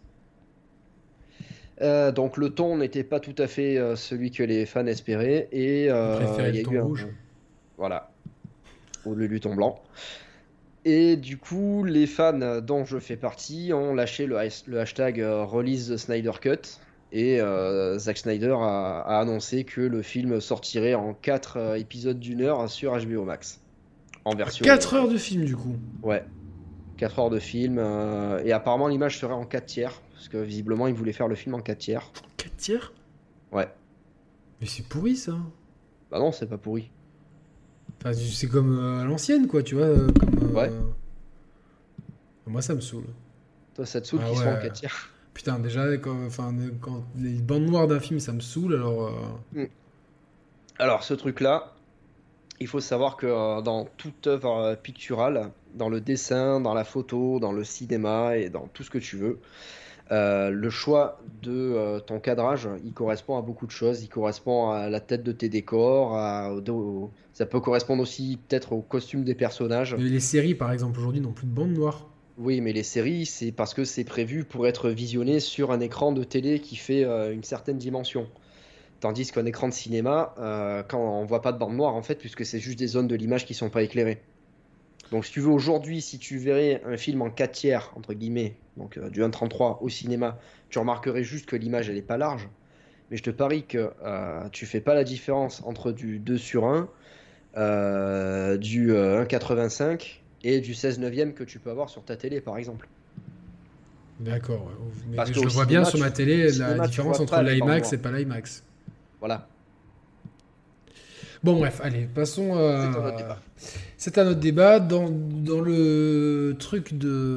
Donc le ton n'était pas tout à fait celui que les fans espéraient, et Il préférait il y le a ton eu un... rouge. Voilà, au lieu du ton blanc. Et du coup, les fans dont je fais partie ont lâché le hashtag Release the Snyder Cut. Et Zack Snyder a annoncé que le film sortirait en 4 épisodes d'1 heure sur HBO Max. En version. 4 heures de film, du coup. Ouais, 4 heures de film. Et apparemment, l'image serait en 4 tiers. Parce que visiblement, il voulait faire le film en 4 tiers. 4 tiers? Ouais. Mais c'est pourri, ça. Bah non, c'est pas pourri. Enfin, c'est comme à l'ancienne, quoi, tu vois. Ouais. Moi, ça me saoule. Toi, ça te saoule Ah qu'il soit en ouais. 4 tiers. Putain, déjà, quand les bandes noires d'un film, ça me saoule, alors... Mm. Alors, ce truc-là, il faut savoir que dans toute œuvre picturale, dans le dessin, dans la photo, dans le cinéma et dans tout ce que tu veux, le choix de ton cadrage, il correspond à beaucoup de choses. Il correspond à la tête de tes décors, ça peut correspondre aussi peut-être au costume des personnages. Mais les séries, par exemple, aujourd'hui, n'ont plus de bandes noires. Oui, mais les séries, c'est parce que c'est prévu pour être visionné sur un écran de télé qui fait une certaine dimension. Tandis qu'un écran de cinéma, quand on voit pas de bande noire en fait, puisque c'est juste des zones de l'image qui sont pas éclairées. Donc si tu veux aujourd'hui, si tu verrais un film en 4 tiers, entre guillemets, donc du 1,33 au cinéma, tu remarquerais juste que l'image elle est pas large. Mais je te parie que tu fais pas la différence entre du 2 sur 1, du 1,85 et du 16 neuvième que tu peux avoir sur ta télé par exemple. D'accord, ouais. Mais Parce je qu'au le vois bien cinéma, sur ma au télé, la cinéma, tu différence vois entre pas les bandes l'IMAX noires. et pas l'IMAX. Voilà, Bon, bref, allez, passons c'est un autre à... débat. C'est un autre débat. Dans le truc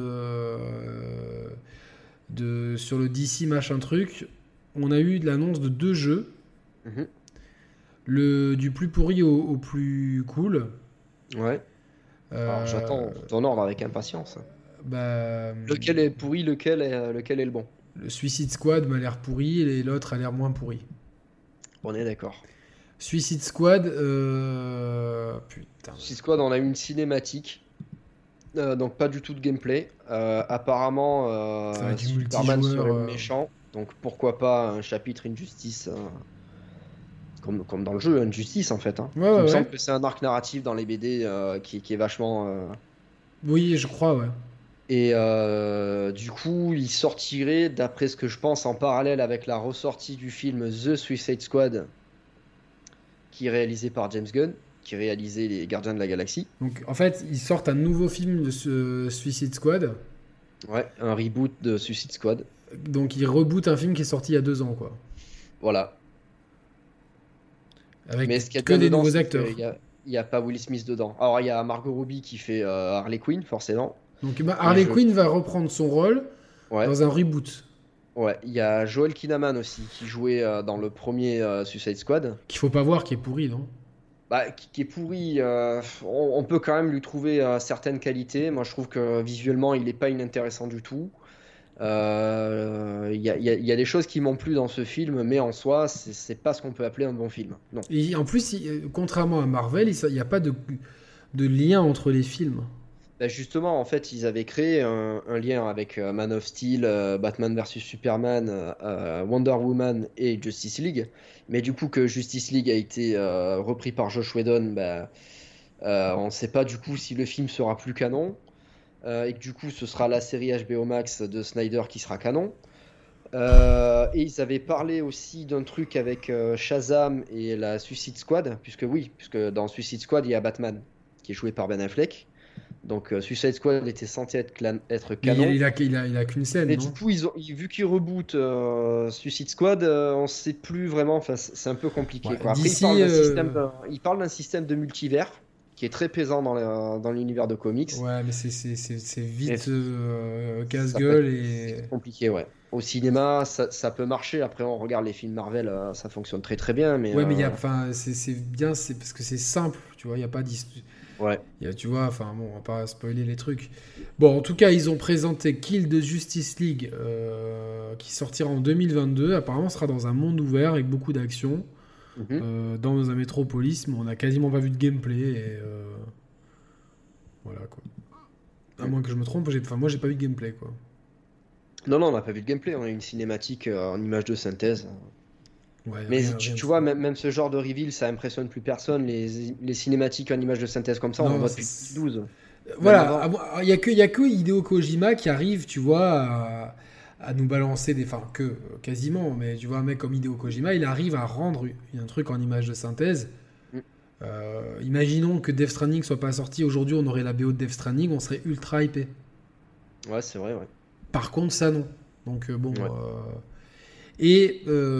sur le DC machin truc, on a eu l'annonce de 2 jeux. Mhm. Du plus pourri au plus cool. Ouais. Alors Euh, j'attends ton ordre avec impatience. bah, Lequel est pourri, lequel est le bon? le Suicide Squad m'a l'air pourri et l'autre a l'air moins pourri. On est d'accord. Suicide Squad, putain. Suicide Squad, on a eu une cinématique, donc pas du tout de gameplay. Apparemment, Ça va être du Superman multijoueur. serait le méchant, donc pourquoi pas un chapitre Injustice, comme dans le jeu Injustice en fait. Hein. Ouais, Il ouais, me ouais. semble que c'est un arc narratif dans les BD qui est vachement. Oui, je crois, ouais. Et du coup, il sortirait, d'après ce que je pense, en parallèle avec la ressortie du film The Suicide Squad, qui est réalisé par James Gunn, qui réalisait Les Gardiens de la Galaxie. Donc, en fait, ils sortent un nouveau film de ce Suicide Squad. Ouais, un reboot de Suicide Squad. Donc, ils rebootent un film qui est sorti il y a 2 ans, quoi. Voilà. Mais ce qu'il y a Avec que bien des dedans, nouveaux c'est acteurs. qu'il y a pas Will Smith dedans. Alors, il y a Margot Robbie qui fait Harley Quinn, forcément. Donc, Et Harley Quinn va reprendre son rôle Ouais, dans un reboot. ouais. Il y a Joel Kinnaman aussi, qui jouait dans le premier Suicide Squad. Qu'il faut pas voir, qui est pourri, non? Bah, qui est pourri. On peut quand même lui trouver certaines qualités. Moi, je trouve que visuellement, il n'est pas inintéressant du tout. Il y a des choses qui m'ont plu dans ce film, mais en soi, c'est pas ce qu'on peut appeler un bon film. Non. Et en plus, contrairement à Marvel, il n'y a pas de lien entre les films. Bah, justement, en fait, ils avaient créé un lien avec Man of Steel, Batman vs Superman, Wonder Woman et Justice League. Mais du coup, que Justice League a été repris par Josh Whedon, on ne sait pas du coup si le film sera plus canon. Et que du coup, ce sera la série HBO Max de Snyder qui sera canon. Et ils avaient parlé aussi d'un truc avec Shazam et la Suicide Squad, puisque dans Suicide Squad, il y a Batman, qui est joué par Ben Affleck. Donc Suicide Squad était censé être Mais canon. il a qu'une scène, Mais non? du coup, vu qu'ils rebootent Suicide Squad, on sait plus vraiment. Enfin, c'est un peu compliqué, Ouais, quoi. Après, d'ici. il parle d'un système de multivers qui est très présent dans l'univers de comics. Ouais, mais c'est Mais vite ça peut être casse-gueule c'est et. compliqué, ouais. Au cinéma, ça peut marcher. Après, on regarde les films Marvel, ça fonctionne très très bien. Mais Ouais, mais il y a, enfin, c'est bien, c'est parce que c'est simple, tu vois, il y a pas ouais. tu vois, enfin bon, on va pas spoiler les trucs. Bon, en tout cas, ils ont présenté Kill the Justice League, qui sortira en 2022. Apparemment, ce sera dans un monde ouvert avec beaucoup d'action, Mhm. dans un métropolis, mais on a quasiment pas vu de gameplay et voilà quoi. À moins que je me trompe, enfin moi j'ai pas vu de gameplay quoi. Non, non, on n'a pas vu de gameplay. On a eu une cinématique en image de synthèse. Ouais, Mais rien de tu fou. vois, même ce genre de reveal, ça impressionne plus personne. Les cinématiques en image de synthèse comme ça, on en Non, voit depuis 2012. Même voilà, avant. il y a que Hideo Kojima qui arrive, tu vois, à nous balancer des, enfin que quasiment, mais tu vois un mec comme Hideo Kojima, il arrive à rendre un truc en image de synthèse. Mm. Imaginons que Death Stranding soit pas sorti aujourd'hui, on aurait la BO de Death Stranding, on serait ultra hypé. Ouais, c'est vrai, ouais. Par contre, ça non. Donc bon. Ouais. Et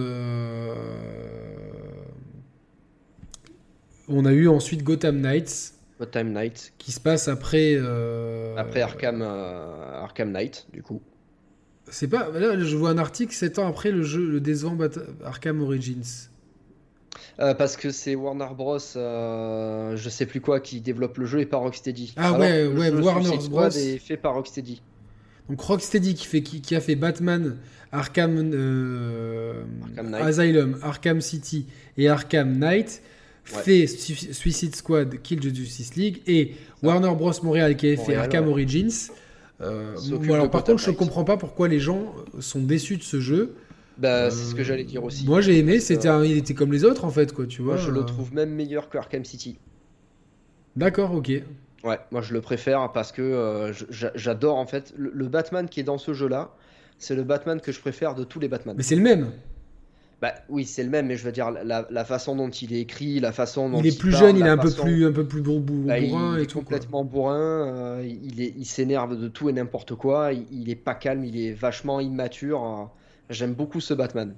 on a eu ensuite Gotham Knights Gotham Knight. qui se passe après. Après Arkham Knight, du coup. C'est pas. Là, je vois un article 7 ans après le jeu, le décevant Arkham Origins. Parce que c'est Warner Bros. Je sais plus quoi qui développe le jeu et pas Rocksteady. Ah Alors ouais, que le ouais, jeu Warner Suicide Bros. Squad est fait par Rocksteady. Donc Rocksteady qui a fait Batman, Arkham Arkham Knight. Asylum, Arkham City et Arkham Knight Ouais, fait Suicide Squad, Kill the Justice League et ça. Warner Bros Montréal qui avait fait Montréal, Arkham ouais. Origins. S'occupe Bon, de alors par Gotham contre, je Knight. comprends pas pourquoi les gens sont déçus de ce jeu. Bah, c'est ce que j'allais dire aussi. Moi j'ai aimé, Parce que il était comme les autres en fait quoi, tu moi, vois. je le trouve même meilleur que Arkham City. D'accord, ok. Ouais, moi je le préfère parce que j'adore en fait le Batman qui est dans ce jeu-là. C'est le Batman que je préfère de tous les Batman. Mais c'est le même. Bah oui, c'est le même, mais je veux dire la façon dont il est écrit, la façon dont Il est il plus parle, jeune, il est la façon. un peu plus Bah, bourrin il et est tout quoi. complètement bourrin, il s'énerve de tout et n'importe quoi, il est pas calme, il est vachement immature. J'aime beaucoup ce Batman.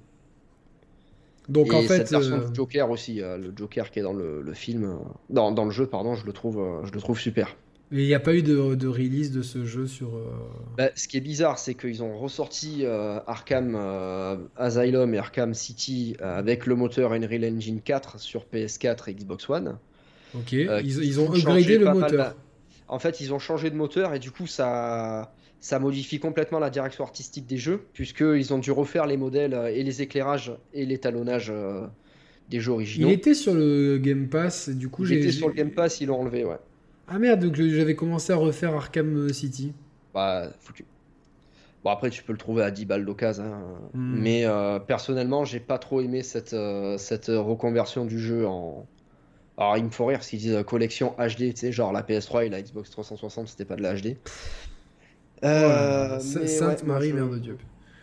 Donc en Et cette fait, version du Joker aussi, le Joker qui est dans le film, dans le jeu, pardon, je le trouve super. il n'y a pas eu de release de ce jeu sur. Bah, ce qui est bizarre, c'est qu'ils ont ressorti Arkham Asylum et Arkham City avec le moteur Unreal Engine 4 sur PS4 et Xbox One. Ok, Qui ils ont font upgradé changer le pas mal moteur. En fait, ils ont changé de moteur et du coup, ça modifie complètement la direction artistique des jeux, puisqu'ils ont dû refaire les modèles et les éclairages et l'étalonnage des jeux Il originaux. était sur le Game Pass, du coup Il était sur le Game Pass, ils l'ont enlevé, ouais. Ah merde, donc j'avais commencé à refaire Arkham City. Bah, foutu. Bon, après, tu peux le trouver à 10 balles d'occasion, hein. Hmm. Mais personnellement, j'ai pas trop aimé cette reconversion du jeu en. Alors, il me faut rire parce qu'ils disent collection HD, tu sais, genre la PS3 et la Xbox 360, c'était pas de la HD. Oh là là, Mais ouais, Sainte moi Marie, Mère de Dieu.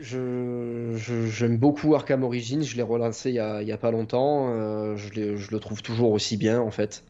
j'aime beaucoup Arkham Origins, je l'ai relancé il y a pas longtemps, je le trouve toujours aussi bien en fait.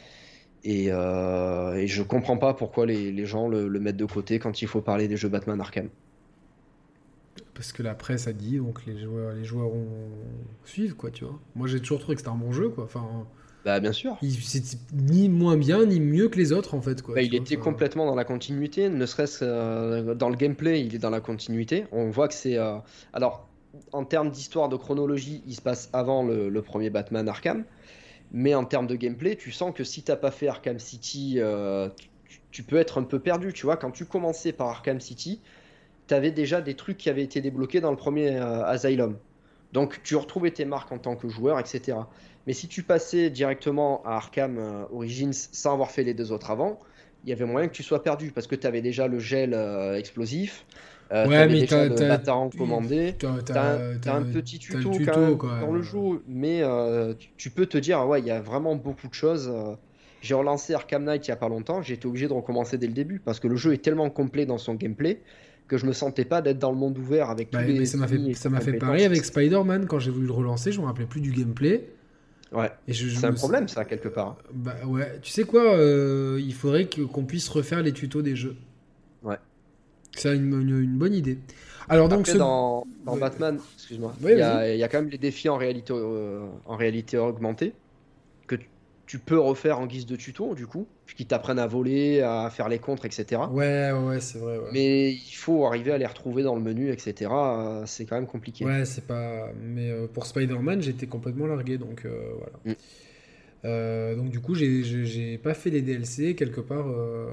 Et je comprends pas pourquoi les gens le mettent de côté quand il faut parler des jeux Batman Arkham. Parce que la presse a dit, donc les joueurs suivent, quoi, tu vois. Moi j'ai toujours trouvé que c'était un bon jeu, quoi. Enfin, Bah bien sûr. c'était ni moins bien, ni mieux que les autres, en fait, quoi. Bah, Tu il vois, était enfin, complètement dans la continuité, ne serait-ce dans le gameplay, il est dans la continuité. On voit que c'est. Alors, en termes d'histoire, de chronologie, il se passe avant le premier Batman Arkham, mais en termes de gameplay, tu sens que si t'as pas fait Arkham City, tu peux être un peu perdu. Tu vois, quand tu commençais par Arkham City, t'avais déjà des trucs qui avaient été débloqués dans le premier Asylum. Donc, tu retrouvais tes marques en tant que joueur, etc. Mais si tu passais directement à Arkham Origins sans avoir fait les deux autres avant, il y avait moyen que tu sois perdu parce que tu avais déjà le gel explosif, tu Ouais, avais mais déjà le Batarang commandé, t'as un petit t'as le tuto quand tuto, même quoi. dans le jeu, mais tu peux te dire, ah ouais, il y a vraiment beaucoup de choses. J'ai relancé Arkham Knight il y a pas longtemps, j'ai été obligé de recommencer dès le début parce que le jeu est tellement complet dans son gameplay que je me sentais pas d'être dans le monde ouvert avec tous Mais les ennemis et ça leurs m'a fait pareil compétences, avec etc. Spider-Man quand j'ai voulu le relancer, je me rappelais plus du gameplay. Ouais. Et C'est un problème, ça, quelque part, hein. Bah ouais, tu sais quoi, il faudrait qu'on puisse refaire les tutos des jeux. Ouais. C'est une bonne idée. Alors donc Après, ce... dans Ouais. Batman, excuse-moi, Ouais, vas-y. il y a quand même les défis en réalité augmentée que tu peux refaire en guise de tuto, du coup, qui t'apprennent à voler, à faire les contres, etc. Ouais, c'est vrai, ouais. Mais il faut arriver à les retrouver dans le menu, etc. C'est quand même compliqué. Ouais, c'est pas... Mais pour Spider-Man, j'étais complètement largué, donc voilà. Mm. Donc du coup, j'ai pas fait les DLC, quelque part...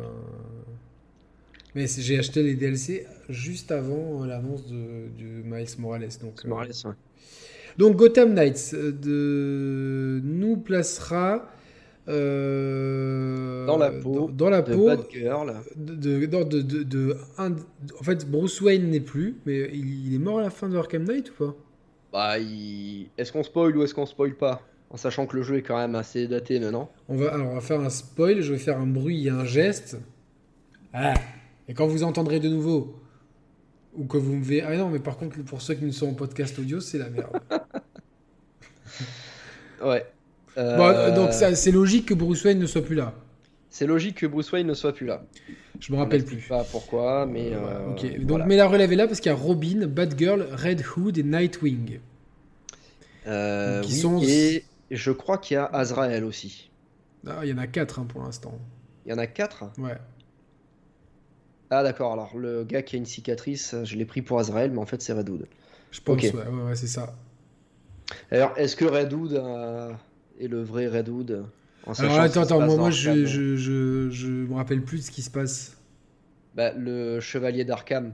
Mais j'ai acheté les DLC juste avant l'annonce de Miles Morales, donc... C'est Morales, ouais. Donc Gotham Knights nous placera Dans la peau dans la de peau Batgirl. en fait, Bruce Wayne n'est plus, mais il est mort à la fin de Arkham Knight ou pas? Bah, est-ce qu'on spoil ou est-ce qu'on spoil pas? En sachant que le jeu est quand même assez daté maintenant. On va faire un spoil, je vais faire un bruit et un geste. Ah. Et quand vous entendrez de nouveau, ou que vous me verrez... Ah non, mais par contre, pour ceux qui ne sont en podcast audio, c'est la merde. Ouais. Bon, donc Euh, c'est logique que Bruce Wayne ne soit plus là. C'est logique que Bruce Wayne ne soit plus là. Je me On rappelle n'explique plus. pas pourquoi, mais Voilà, ok. Donc, voilà. mais la relève est là parce qu'il y a Robin, Batgirl, Red Hood et Nightwing. Donc, qui Oui, sont. et je crois qu'il y a Azrael aussi. Ah, il y en a 4 pour l'instant. Il y en a 4. Ouais, Ah d'accord, alors le gars qui a une cicatrice, je l'ai pris pour Azrael, mais en fait c'est Red Hood. je Ok. pense, ouais, c'est ça. Alors, est-ce que Red Hood est le vrai Red Hood, en Alors sachant ce qui se passe dans moi Arkham? je me rappelle plus de ce qui se passe. Bah, le chevalier d'Arkham,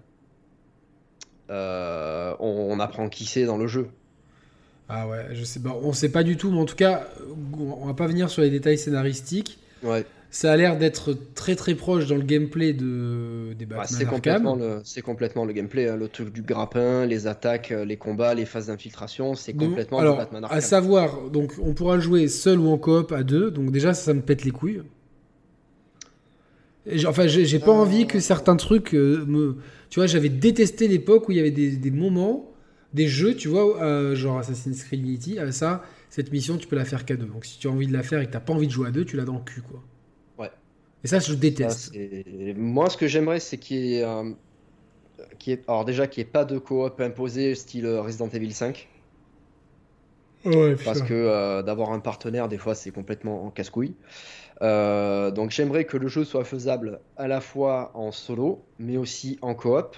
on apprend qui c'est dans le jeu. Ah ouais, je sais pas, on sait pas du tout, mais en tout cas, on va pas venir sur les détails scénaristiques. Ouais. Ça a l'air d'être très très proche dans le gameplay des Bah, Batman Arkham. c'est complètement le gameplay, hein. Le truc du grappin, les attaques, les combats, les phases d'infiltration, c'est complètement du Alors, Batman à Arkham. savoir, donc on pourra le jouer seul ou en coop à deux, donc déjà ça me pète les couilles. Enfin, j'ai pas envie que certains trucs me. Tu vois, j'avais détesté l'époque où il y avait des moments, des jeux, tu vois, genre Assassin's Creed Unity, ça, cette mission, tu peux la faire qu'à deux. Donc si tu as envie de la faire et que t'as pas envie de jouer à deux, tu l'as dans le cul, quoi. Ouais. Et ça, je Ça, déteste. moi, ce que j'aimerais, c'est alors déjà qu'il n'y ait pas de coop imposé style Resident Evil 5. Ouais, Parce putain. que d'avoir un partenaire, des fois, c'est complètement en casse-couille. Donc j'aimerais que le jeu soit faisable à la fois en solo, mais aussi en coop.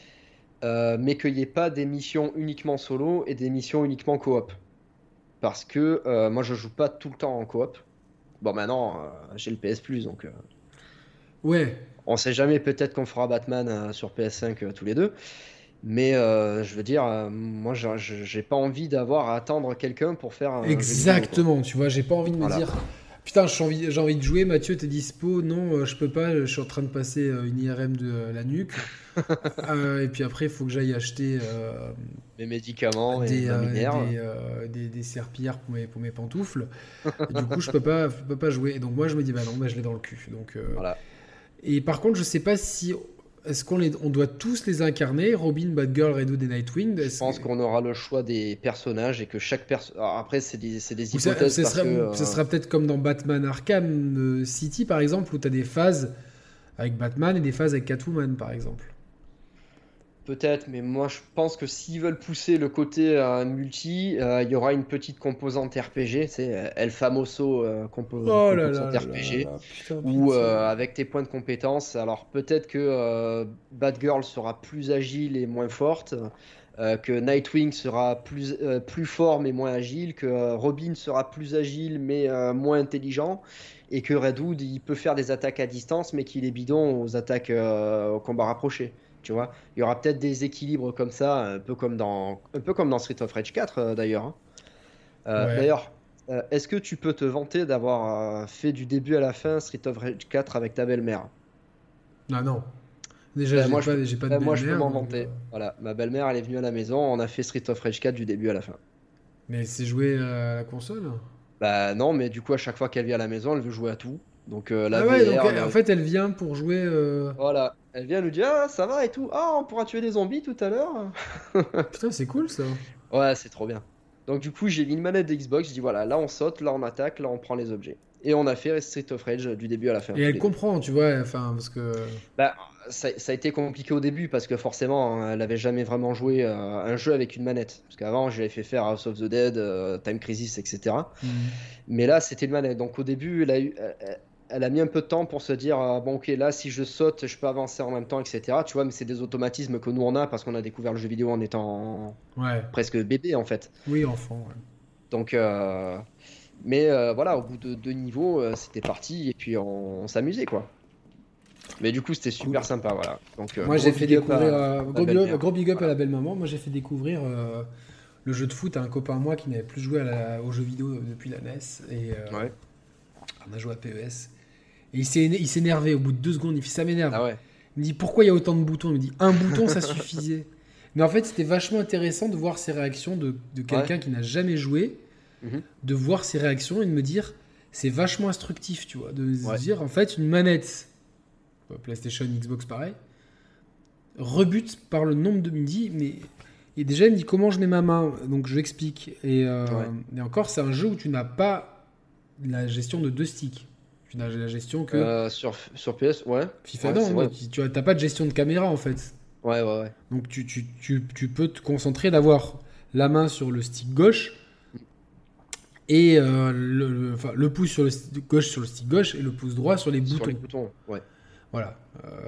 Mais qu'il n'y ait pas des missions uniquement solo et des missions uniquement coop. Parce que moi, je joue pas tout le temps en coop. Bon, maintenant, j'ai le PS Plus, donc Ouais. on sait jamais, peut-être qu'on fera Batman sur PS5 tous les deux. Mais je veux dire, moi, j'ai pas envie d'avoir à attendre quelqu'un pour faire un jeu vidéo, quoi. Exactement, tu vois, j'ai pas envie de me Voilà. dire putain, j'ai envie de jouer, Mathieu, t'es dispo? Non, je peux pas, je suis en train de passer une IRM de la nuque. Et puis après, il faut que j'aille acheter Mes médicaments et ma minerve. des serpillères pour mes pantoufles. Et du coup, je peux pas jouer. Et donc moi, je me dis, bah non, bah, je l'ai dans le cul. Donc, Voilà. et par contre, je sais pas si... Est-ce on doit tous les incarner, Robin, Batgirl, Red Hood et Nightwing? Je pense qu'on aura le choix des personnages et que chaque personne. Après, c'est des Ou hypothèses parce que. ça sera peut-être comme dans Batman Arkham City, par exemple, où tu as des phases avec Batman et des phases avec Catwoman, par exemple. Peut-être, mais moi je pense que s'ils veulent pousser le côté multi, il y aura une petite composante RPG, c'est El Famoso Oh là là composante là là RPG, là, putain, où pitié. avec tes points de compétence, alors peut-être que Batgirl sera plus agile et moins forte, que Nightwing sera plus fort mais moins agile, que Robin sera plus agile mais moins intelligent, et que Red Hood il peut faire des attaques à distance mais qu'il est bidon aux attaques au combat rapproché. Tu vois, il y aura peut-être des équilibres comme ça, un peu comme dans Street of Rage 4 d'ailleurs, hein. Ouais. D'ailleurs, est-ce que tu peux te vanter d'avoir fait du début à la fin Street of Rage 4 avec ta belle-mère? Ah non. Déjà, Ben, moi, je peux, j'ai pas de moi, je peux belle-mère, m'en donc. vanter. Voilà, ma belle-mère, elle est venue à la maison, on a fait Street of Rage 4 du début à la fin. Mais c'est joué à la console? Bah non, mais du coup, à chaque fois qu'elle vient à la maison, elle veut jouer à tout. Donc la Ah ouais, donc VR, en fait, elle vient pour jouer. voilà, elle vient nous dire ah, ça va et tout. Ah, on pourra tuer des zombies tout à l'heure. Putain, c'est cool ça. Ouais, c'est trop bien. Donc du coup, j'ai mis une manette de Xbox, je dis voilà, là on saute, là on attaque, là on prend les objets. Et on a fait Street of Rage du début à la fin. Et tous elle les deux. comprend, tu vois, enfin, parce que... Bah, ça a été compliqué au début parce que forcément, hein, elle avait jamais vraiment joué un jeu avec une manette. Parce qu'avant, je l'avais fait faire House of the Dead, Time Crisis, etc. Mhm. Mais là, c'était une manette. Donc au début, elle a mis un peu de temps pour se dire bon, ok, là, si je saute, je peux avancer en même temps, etc. Tu vois, mais c'est des automatismes que nous on a parce qu'on a découvert le jeu vidéo en étant Ouais. presque bébé en fait. Oui, enfant, ouais. Donc, voilà, au bout de 2 niveaux, c'était parti et puis on s'amusait quoi. Mais du coup, c'était Cool. super sympa, voilà. Donc, Moi, gros j'ai fait big up découvrir... à la belle-mère. gros big up à Voilà. la belle maman. Moi, j'ai fait découvrir le jeu de foot à un copain à moi qui n'avait plus joué aux jeux vidéo depuis la NES. Et Ouais. on a joué à PES. Et il s'est énervé au bout de 2 secondes. Il fait ça m'énerve. Ah ouais. Il me dit pourquoi il y a autant de boutons. Il me dit un bouton, ça suffisait. Mais en fait, c'était vachement intéressant de voir ses réactions de Ouais. quelqu'un qui n'a jamais joué, Mhm. de voir ses réactions et de me dire c'est vachement instructif, tu vois, de se Ouais. dire en fait une manette, PlayStation, Xbox pareil, rebute par le nombre de midi, mais et déjà il me dit comment je mets ma main, donc je lui explique Ouais. et encore c'est un jeu où tu n'as pas la gestion de 2 sticks, tu n'as la gestion que Sur PS, ouais. FIFA Ouais, non, c'est non, vrai. tu n'as pas de gestion de caméra en fait, Ouais, ouais, ouais. donc tu peux te concentrer d'avoir la main sur le stick gauche et enfin, le pouce sur le stick gauche sur le stick gauche et le pouce droit sur les Sur les boutons. boutons, ouais. Voilà.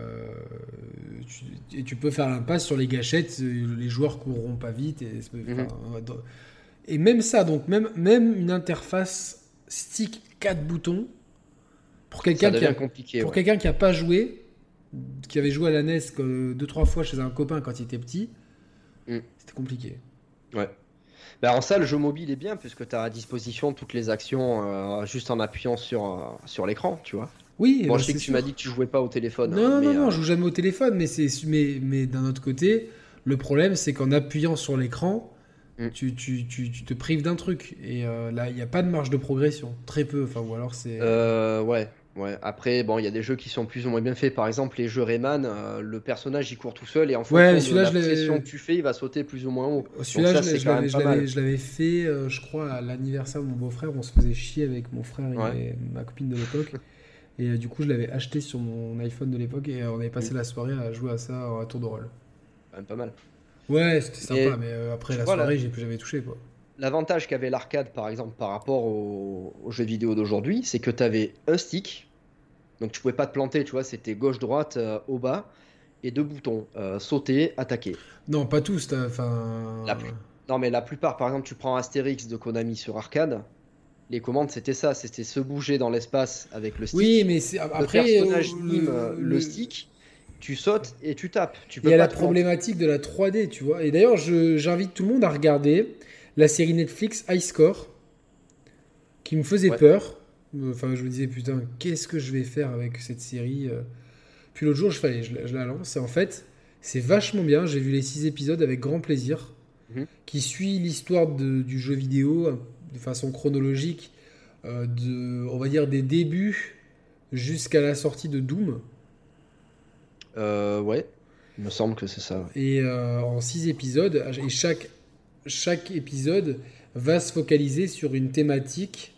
Et tu peux faire l'impasse sur les gâchettes, les joueurs courront pas vite. Mhm. Et même ça, donc même une interface stick 4 boutons, pour Ça quelqu'un devient compliqué, pour ouais. quelqu'un qui a pas joué, qui avait joué à la NES 2-3 fois chez un copain quand il était petit, Mm. c'était compliqué. Ouais. Ben, en ça, le jeu mobile est bien puisque tu as à disposition toutes les actions juste en appuyant sur l'écran, tu vois. Oui, Bon, je sais c'est que tu m'as sûr. dit que tu jouais pas au téléphone, hein, Non, non, mais non, je joue jamais au téléphone, mais d'un autre côté, le problème c'est qu'en appuyant sur l'écran, mm. tu te prives d'un truc. Et là, il n'y a pas de marge de progression. Très peu. Enfin, ou alors c'est. Ouais, ouais. Après, bon, il y a des jeux qui sont plus ou moins bien faits. Par exemple, les jeux Rayman, le personnage il court tout seul et en Ouais, mais fonction de celui-là, la pression que tu fais, il va sauter plus ou moins haut. Donc celui-là ça, c'est quand même pas mal. je l'avais fait, je crois, à l'anniversaire de mon beau-frère. On se faisait chier avec mon frère Ouais. et ma copine de l'époque. Et du coup, je l'avais acheté sur mon iPhone de l'époque et on avait passé Mm. la soirée à jouer à ça à tour de rôle. Quand même pas mal. Ouais, c'était sympa, Et mais après tu la vois, soirée, j'ai plus jamais touché, quoi. l'avantage qu'avait l'arcade, par exemple, par rapport aux jeux vidéo d'aujourd'hui, c'est que tu avais un stick. Donc tu pouvais pas te planter, tu vois, c'était gauche-droite au bas et 2 boutons, sauter, attaquer. Non, pas tous. Enfin. La plus... Non mais la plupart, par exemple, tu prends Astérix de Konami sur arcade, les commandes c'était ça, c'était se bouger dans l'espace avec le Oui, stick, mais le après, personnage mime le stick, tu sautes et tu tapes, tu il y peux a pas la te planter. problématique de la 3D, tu vois. Et d'ailleurs, j'invite tout le monde à regarder la série Netflix High Score, qui me faisait Ouais. peur. Enfin, je me disais, putain, qu'est-ce que je vais faire avec cette série. Puis l'autre jour, je la lance. Et en fait, c'est vachement bien. J'ai vu les 6 épisodes avec grand plaisir, Mhm. qui suit l'histoire du jeu vidéo de façon chronologique, on va dire, des débuts jusqu'à la sortie de Doom. Ouais, il me semble que c'est ça. Ouais. Et en 6 épisodes, et chaque épisode va se focaliser sur une thématique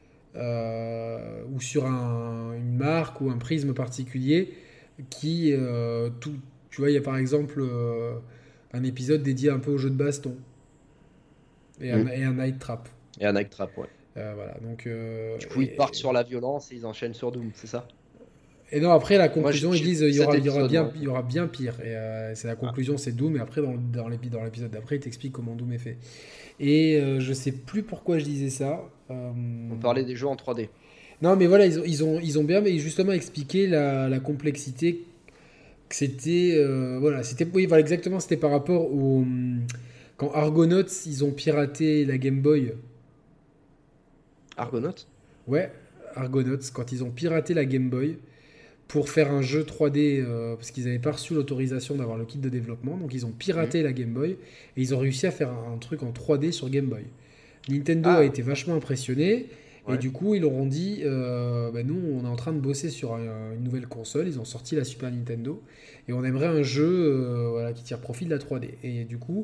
ou sur une marque ou un prisme particulier qui, tu vois, il y a par exemple un épisode dédié un peu au jeu de baston Mhm. et un night trap. Et un Night Trap, ouais. Voilà, donc, Du coup, ils partent sur la violence et ils enchaînent sur Doom, c'est ça? et non, après la Moi, conclusion, ils j'ai disent vu cet épisode, moi. il y aura bien pire. Et c'est la Ah. conclusion, c'est Doom. Et après, dans l'épisode d'après, il t'explique comment Doom est fait. Et je sais plus pourquoi je disais ça. On parlait des jeux en 3D. Non, mais voilà, ils ont bien mais justement expliqué la complexité que c'était. Voilà, c'était oui, voilà, exactement, c'était par rapport au quand Argonauts ils ont piraté la Game Boy. Argonaut? Ouais, Argonauts quand ils ont piraté la Game Boy pour faire un jeu 3D parce qu'ils n'avaient pas reçu l'autorisation d'avoir le kit de développement, donc ils ont Mhm. piraté la Game Boy et ils ont réussi à faire un truc en 3D sur Game Boy. Nintendo a Ah, été vachement impressionné et ouais. du coup ils leur ont dit bah, nous on est en train de bosser sur une nouvelle console, ils ont sorti la Super Nintendo et on aimerait un jeu voilà, qui tire profit de la 3D. Et du coup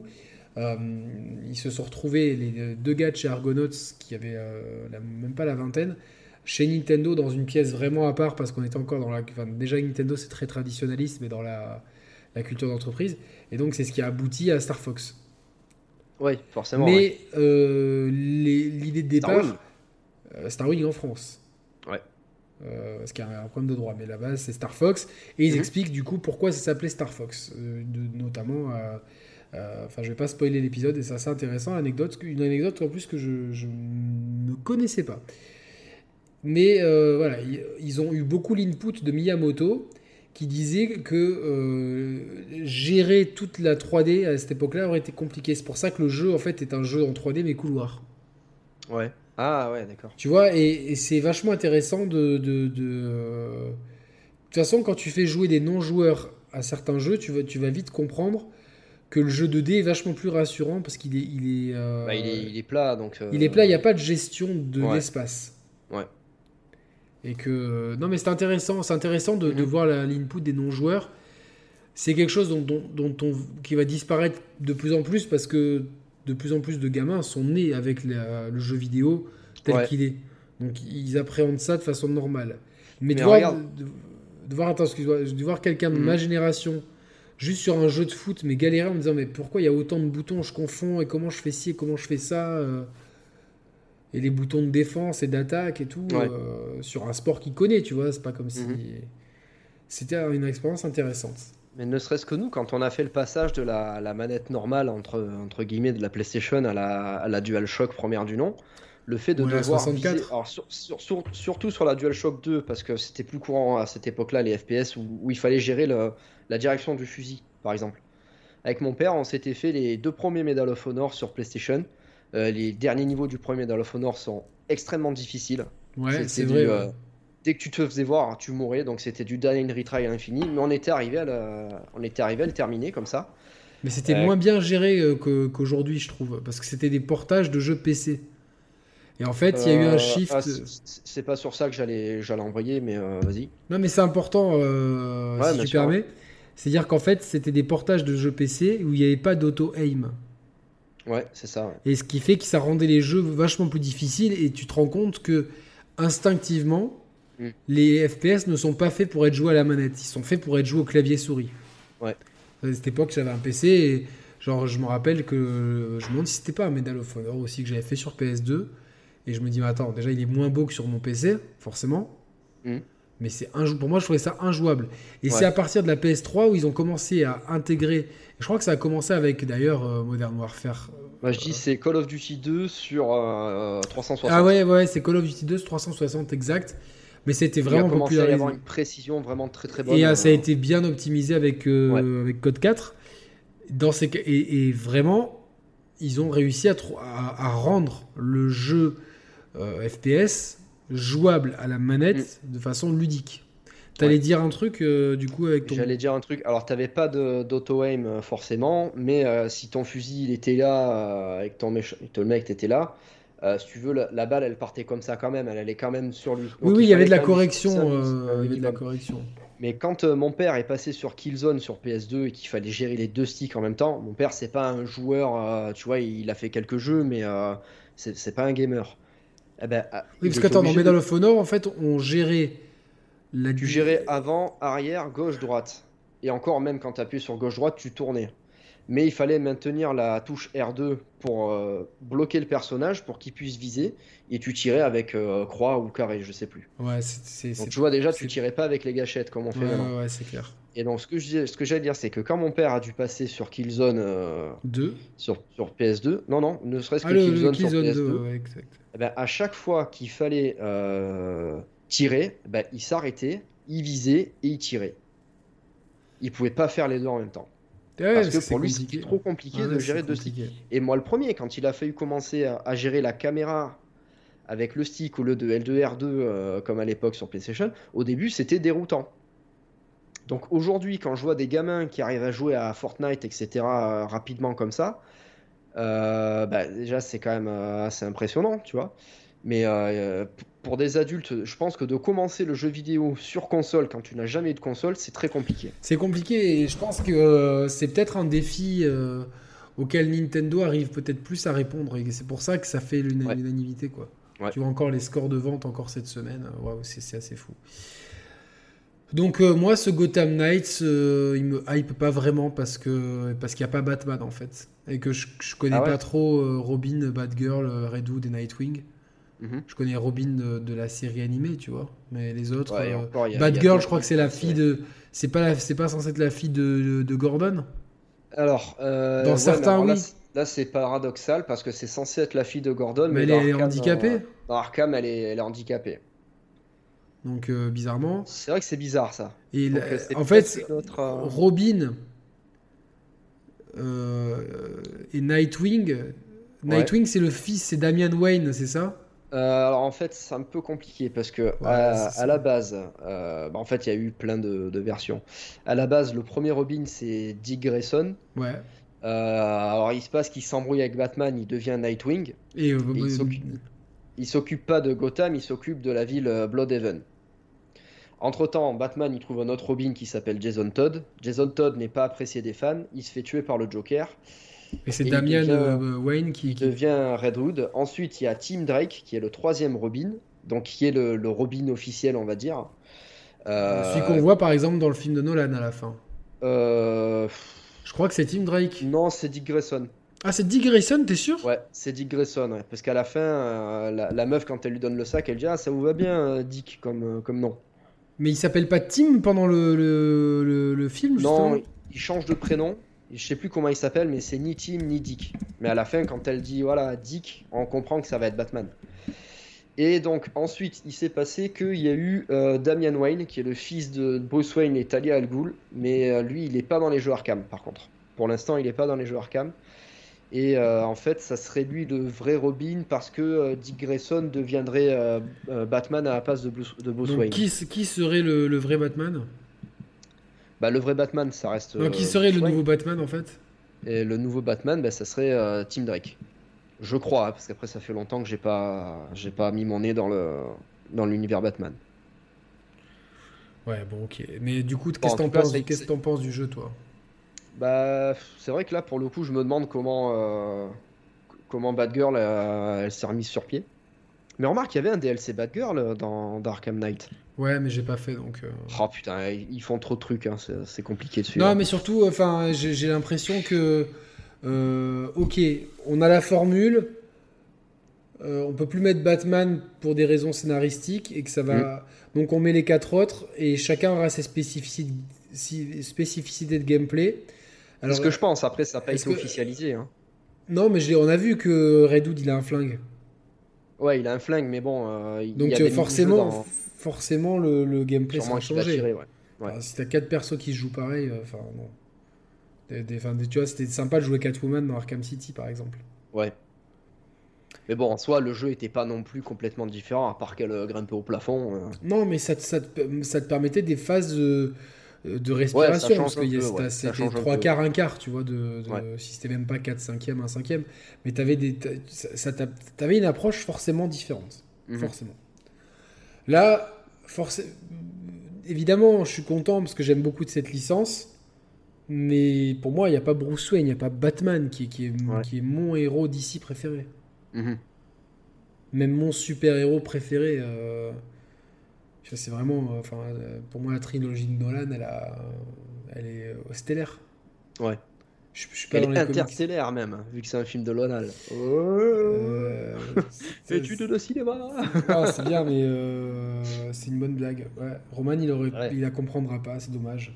Ils se sont retrouvés, les deux gars de chez Argonauts, qui avaient même pas la vingtaine, chez Nintendo dans une pièce vraiment à part, parce qu'on était encore dans la... Enfin, déjà Nintendo c'est très traditionnaliste, mais dans la culture d'entreprise. Et donc c'est ce qui a abouti à Star Fox. Oui, forcément. Mais l'idée de Star Wing. départ, Star Wing en France. Ouais. Parce qu'il y a un problème de droit, mais la base c'est Star Fox. Et ils expliquent du coup pourquoi ça s'appelait Star Fox. Notamment, enfin je vais pas spoiler l'épisode, et c'est assez intéressant. Une anecdote en plus que je ne connaissais pas. Mais voilà, ils ont eu beaucoup l'input de Miyamoto, qui disait que gérer toute la 3D à cette époque-là aurait été compliqué. C'est pour ça que le jeu, en fait, est un jeu en 3D, mais couloir. Ouais. Ah ouais, d'accord. Tu vois, et c'est vachement intéressant de toute façon, quand tu fais jouer des non-joueurs à certains jeux, tu vas vite comprendre que le jeu 2D est vachement plus rassurant, parce qu'il est, Il est plat, donc... il est plat, il n'y a pas de gestion de Ouais. l'espace. Ouais. Et que non, mais c'est intéressant de voir l'input des non-joueurs. C'est quelque chose qui va disparaître de plus en plus, parce que de plus en plus de gamins sont nés avec le jeu vidéo tel qu'il est. Donc ils appréhendent ça de façon normale. Mais de voir quelqu'un de ma génération juste sur un jeu de foot, mais galérer en me disant mais pourquoi il y a autant de boutons, je confonds, et comment je fais ci, et comment je fais ça, et les boutons de défense et d'attaque et tout, sur un sport qu'il connaît, tu vois, c'est pas comme si... C'était une expérience intéressante. Mais ne serait-ce que nous, quand on a fait le passage de la manette normale, entre guillemets, de la PlayStation à la DualShock première du nom, le fait de devoir 64. viser, alors surtout sur la DualShock 2, parce que c'était plus courant à cette époque-là, les FPS, où il fallait gérer la direction du fusil, par exemple. Avec mon père, on s'était fait les 2 premiers Medal of Honor sur PlayStation. Les derniers niveaux du premier Medal of Honor sont extrêmement difficiles. Ouais, c'est vrai. Dès que tu te faisais voir, tu mourais, donc c'était du die and retry à l'infini, mais on était arrivé à le terminer comme ça. Mais c'était moins bien géré qu'aujourd'hui, je trouve, parce que c'était des portages de jeux PC. Et en fait, il y a eu un shift. C'est pas sur ça que j'allais envoyer, mais vas-y. Non, mais c'est important, si tu permets. C'est-à-dire qu'en fait, c'était des portages de jeux PC où il n'y avait pas d'auto-aim. Ouais, c'est ça. Ouais. Et ce qui fait que ça rendait les jeux vachement plus difficiles, et tu te rends compte que instinctivement, les FPS ne sont pas faits pour être joués à la manette, ils sont faits pour être joués au clavier souris. Ouais. À cette époque, j'avais un PC, et genre, je me rappelle que je me demande si c'était pas un Medal of Honor aussi que j'avais fait sur PS2, et je me dis, mais attends, déjà il est moins beau que sur mon PC, forcément. Mais pour moi, je trouvais ça injouable. Et c'est à partir de la PS3 où ils ont commencé à intégrer. Je crois que ça a commencé avec d'ailleurs Modern Warfare. Moi, je dis c'est Call of Duty 2 sur 360. Ah ouais, c'est Call of Duty 2 sur 360 exact. Mais c'était vraiment popularisé. Il a commencé à y avoir une précision vraiment très très bonne. Et ça a été bien optimisé avec Code 4. Et vraiment, ils ont réussi à rendre le jeu FPS jouable à la manette de façon ludique. T'allais dire un truc du coup avec ton... J'allais dire un truc. Alors t'avais pas d'auto-aim forcément, mais si ton fusil il était là, avec le mec t'étais là, si tu veux la balle elle partait comme ça quand même, elle allait quand même sur lui. Donc, oui, il y avait de la correction. Mais quand mon père est passé sur Killzone sur PS2 et qu'il fallait gérer les 2 sticks en même temps, mon père c'est pas un joueur, tu vois, il a fait quelques jeux, mais c'est pas un gamer. Oui, parce qu'attends, dans Medal of Honor, en fait, on gérait... Tu gérais avant, arrière, gauche, droite. Et encore, même quand tu appuyais sur gauche-droite, tu tournais. Mais il fallait maintenir la touche R2 pour bloquer le personnage, pour qu'il puisse viser. Et tu tirais avec croix ou carré, je sais plus. Ouais, donc tu vois déjà, tu tirais pas avec les gâchettes comme on fait maintenant. Ouais, c'est clair. Et donc ce que j'allais dire, c'est que quand mon père a dû passer sur Killzone 2 sur PS2, non, ne serait-ce que Killzone sur PS2, 2, ouais, exact. À chaque fois qu'il fallait tirer, il s'arrêtait, il visait et il tirait. Il pouvait pas faire les deux en même temps. Parce que pour lui, c'était trop compliqué de gérer 2 sticks. Et moi, le premier, quand il a fallu commencer à gérer la caméra avec le stick au lieu de L2, R2, comme à l'époque sur PlayStation, au début, c'était déroutant. Donc aujourd'hui, quand je vois des gamins qui arrivent à jouer à Fortnite, etc., rapidement comme ça, déjà, c'est quand même assez impressionnant, tu vois. Mais pour des adultes, je pense que de commencer le jeu vidéo sur console quand tu n'as jamais eu de console, c'est très compliqué. C'est compliqué, et je pense que c'est peut-être un défi auquel Nintendo arrive peut-être plus à répondre. Et c'est pour ça que ça fait l'unanimité, quoi. Ouais. Tu vois encore les scores de vente encore cette semaine. Waouh, c'est assez fou. Donc moi, ce Gotham Knights, il me hype pas vraiment parce qu'il n'y a pas Batman en fait. Et que je connais pas trop Robin, Batgirl, Red Hood et Nightwing. Je connais Robin de la série animée, tu vois. Mais les autres... Batgirl, je crois que c'est la fille de... C'est pas censé être la fille de Gordon. Alors, dans certains, oui. Là, c'est paradoxal parce que c'est censé être la fille de Gordon, mais elle est handicapée. Dans Arkham, elle est handicapée. Donc, bizarrement. C'est vrai que c'est bizarre, ça. Et en fait, Robin et Nightwing... Nightwing, c'est le fils, c'est Damian Wayne, c'est ça? Alors en fait c'est un peu compliqué parce que à la base en fait il y a eu plein de versions. À la base le premier Robin c'est Dick Grayson. Ouais. Alors il se passe qu'il s'embrouille avec Batman, il devient Nightwing. Et il s'occupe pas de Gotham, il s'occupe de la ville Bloodhaven. Entre temps Batman il trouve un autre Robin qui s'appelle Jason Todd. Jason Todd n'est pas apprécié des fans, il se fait tuer par le Joker. Et c'est Damian Wayne qui devient Red Hood. Ensuite, il y a Tim Drake, qui est le troisième Robin, donc qui est le Robin officiel, on va dire. Celui qu'on voit par exemple dans le film de Nolan à la fin. Je crois que c'est Tim Drake. Non, c'est Dick Grayson. Ah, c'est Dick Grayson, t'es sûr? Ouais, c'est Dick Grayson, ouais. Parce qu'à la fin, la meuf, quand elle lui donne le sac, elle dit « Ah, ça vous va bien, Dick, comme nom. » Mais il s'appelle pas Tim pendant le film, justement? Non, il change de prénom. Je sais plus comment il s'appelle, mais c'est ni Tim ni Dick. Mais à la fin, quand elle dit voilà Dick, on comprend que ça va être Batman. Et donc ensuite, il s'est passé qu'il y a eu Damian Wayne, qui est le fils de Bruce Wayne et Talia al Ghul, mais lui, il est pas dans les jeux Arkham, par contre. Pour l'instant, il est pas dans les jeux Arkham. Et en fait, ça serait lui le vrai Robin parce que Dick Grayson deviendrait Batman à la place de Bruce Wayne. Qui serait le vrai Batman? Bah, le vrai Batman, ça reste. Donc, qui serait le nouveau Batman en fait? Et le nouveau Batman, bah, ça serait Tim Drake. Je crois, hein, parce qu'après ça fait longtemps que j'ai pas mis mon nez dans l'univers Batman. Ouais, bon, ok. Mais du coup, qu'est-ce que t'en penses du jeu, toi? Bah, c'est vrai que là, pour le coup, je me demande comment Batgirl elle s'est remise sur pied. Mais remarque, il y avait un DLC Batgirl dans Arkham Knight. Ouais, mais j'ai pas fait donc. Oh putain, ils font trop de trucs, hein, c'est compliqué de suivre. Non, mais surtout, enfin, j'ai l'impression que, ok, on a la formule, on peut plus mettre Batman pour des raisons scénaristiques et que ça va. Donc on met les 4 autres et chacun aura ses spécificités de gameplay. C'est ce que je pense. Après, ça n'a pas été officialisé. Hein. Non, mais on a vu que Red Hood il a un flingue. Ouais, il a un flingue, mais bon. Donc forcément, le gameplay sera changé. Tirer, ouais. Enfin, si t'as 4 persos qui se jouent pareil, enfin non. Tu vois, c'était sympa de jouer Catwoman dans Arkham City, par exemple. Ouais. Mais bon, en soi, le jeu était pas non plus complètement différent, à part qu'elle grimpait au plafond. Non, mais ça te permettait des phases de respiration, parce que c'était 3 quarts, 1 quart, tu vois, si c'était même pas 4 5e, 1 5e. Mais t'avais une approche forcément différente. Forcément. Là, évidemment, je suis content parce que j'aime beaucoup de cette licence. Mais pour moi, il n'y a pas Bruce Wayne, il n'y a pas Batman qui est mon héros d'ici préféré. Même mon super-héros préféré. C'est vraiment. Pour moi, la trilogie de Nolan, elle est stellaire. Ouais. Je suis pas elle dans est les interstellaire même, vu que c'est un film de Nolan. Étude de cinéma. C'est bien, mais c'est une bonne blague. Ouais. Roman, il la comprendra pas, c'est dommage.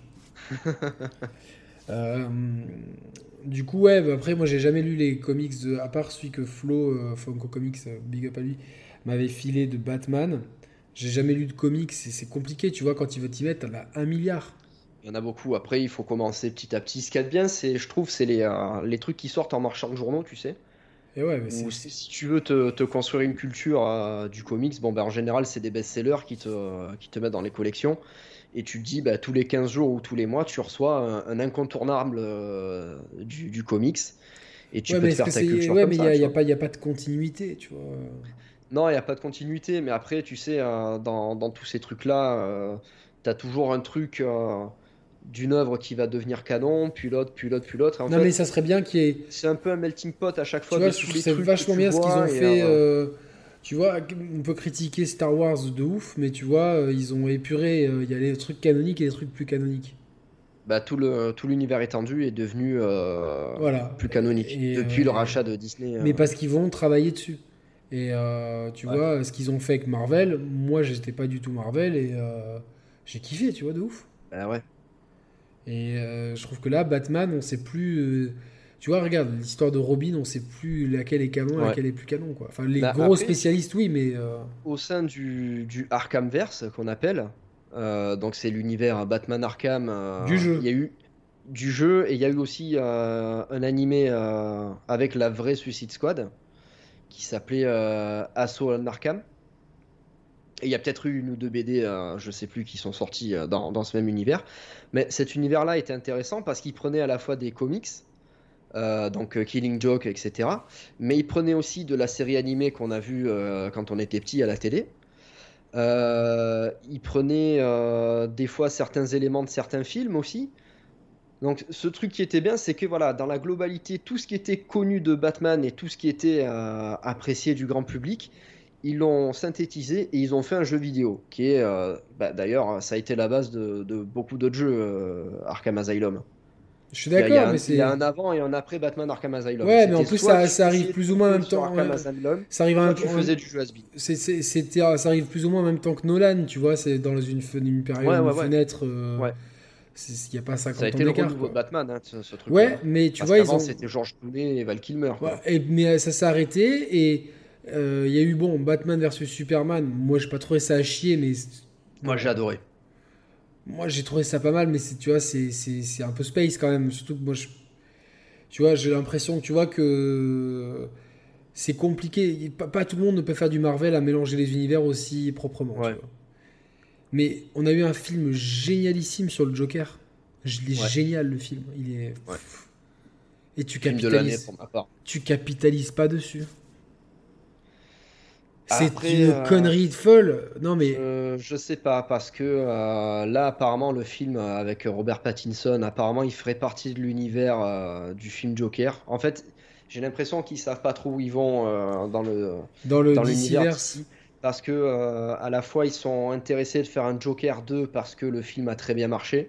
Du coup, ouais, après, moi, j'ai jamais lu les comics, à part celui que Flo, Funko Comics, big up à lui, m'avait filé de Batman. J'ai jamais lu de comics, c'est compliqué, tu vois, quand tu veux t'y mettre, t'en as 1 milliard. Il y en a beaucoup. Après, il faut commencer petit à petit. Ce qu'il y a de bien, je trouve, c'est les trucs qui sortent en marchand de journaux, tu sais. Et ouais, mais si tu veux te construire une culture du comics, bon, ben, en général, c'est des best-sellers qui te mettent dans les collections. Et tu te dis, bah, tous les 15 jours ou tous les mois, tu reçois un incontournable du comics. Et tu peux te faire ta culture comme ça. Ouais, mais il n'y a pas de continuité, tu vois. Non, il n'y a pas de continuité. Mais après, tu sais, dans tous ces trucs-là, tu as toujours un truc d'une œuvre qui va devenir canon, puis l'autre, puis l'autre, puis l'autre. En Non, fait, mais ça serait bien qu'il y ait. c'est un peu un melting pot à chaque Tu fois vois, de je tous trouve que les c'est trucs vachement que tu bien ce qu'ils vois. ont fait. Tu vois, on peut critiquer Star Wars de ouf, mais tu vois, ils ont épuré. Il y a les trucs canoniques et les trucs plus canoniques. Bah, tout l'univers étendu est devenu Voilà. plus canonique depuis le rachat de Disney. Mais parce qu'ils vont travailler dessus. Et tu Ouais. vois, ce qu'ils ont fait avec Marvel, moi, j'étais pas du tout Marvel et j'ai kiffé, tu vois, de ouf. Bah ouais. Et je trouve que là, Batman, on sait plus. Tu vois, regarde, l'histoire de Robin, on sait plus laquelle est canon et Ouais. laquelle est plus canon, quoi. Enfin, les Bah, gros après, spécialistes, oui, mais. au sein du Arkhamverse qu'on appelle, donc c'est l'univers Batman Arkham, Du il y jeu. a eu du jeu et il y a eu aussi un animé avec la vraie Suicide Squad qui s'appelait Assault on Arkham. Et il y a peut-être eu une ou deux BD, je sais plus, qui sont sortis dans ce même univers. Mais cet univers-là était intéressant parce qu'il prenait à la fois des comics, donc Killing Joke, etc. Mais il prenait aussi de la série animée qu'on a vue quand on était petit à la télé. Il prenait des fois certains éléments de certains films aussi. Donc ce truc qui était bien, c'est que voilà, dans la globalité, tout ce qui était connu de Batman et tout ce qui était apprécié du grand public, ils l'ont synthétisé et ils ont fait un jeu vidéo qui est, d'ailleurs, ça a été la base de beaucoup d'autres jeux, Arkham Asylum. Je suis d'accord, mais Il y a c'est. un avant et un après Batman Arkham Asylum. Ouais, mais en C'était plus, soit tu ça arrive essayais de plus ou moins en jouer même sur temps. Arkham Ouais. Asylum, Ça arrive soit tu faisais du jeu has-been. ça arrive plus ou moins en même temps que Nolan, tu vois, c'est dans une période, Ouais, une ouais, ouais. fenêtre. Ouais. Il n'y a pas Ça a 50 ans été le d'écart, renouveau de quoi. Batman, hein, ce Ouais, truc-là. mais tu Parce vois, ils qu'avant, ont. c'était George Clooney et Val Kilmer, Ouais, quoi. mais ça s'est arrêté et il y a eu, bon, Batman versus Superman. Moi, j'ai pas trouvé ça à chier, mais Moi, bon, j'ai adoré. moi j'ai trouvé ça pas mal, mais tu vois, c'est un peu space quand même. Surtout que moi, tu vois, j'ai l'impression que tu vois que c'est compliqué. Pas tout le monde ne peut faire du Marvel à mélanger les univers aussi proprement, tu Ouais, vois. Mais on a eu un film génialissime sur le Joker. Il est ouais, génial le film. ouais. Et Film de l'année pour ma part. tu capitalises pas dessus. C'est Après, une connerie de folle. Non mais je sais pas, parce que là, apparemment, le film avec Robert Pattinson, apparemment, il ferait partie de l'univers du film Joker. En fait, j'ai l'impression qu'ils savent pas trop où ils vont dans le dans l'univers DCverse, d'ici. Parce que à la fois, ils sont intéressés de faire un Joker 2 parce que le film a très bien marché.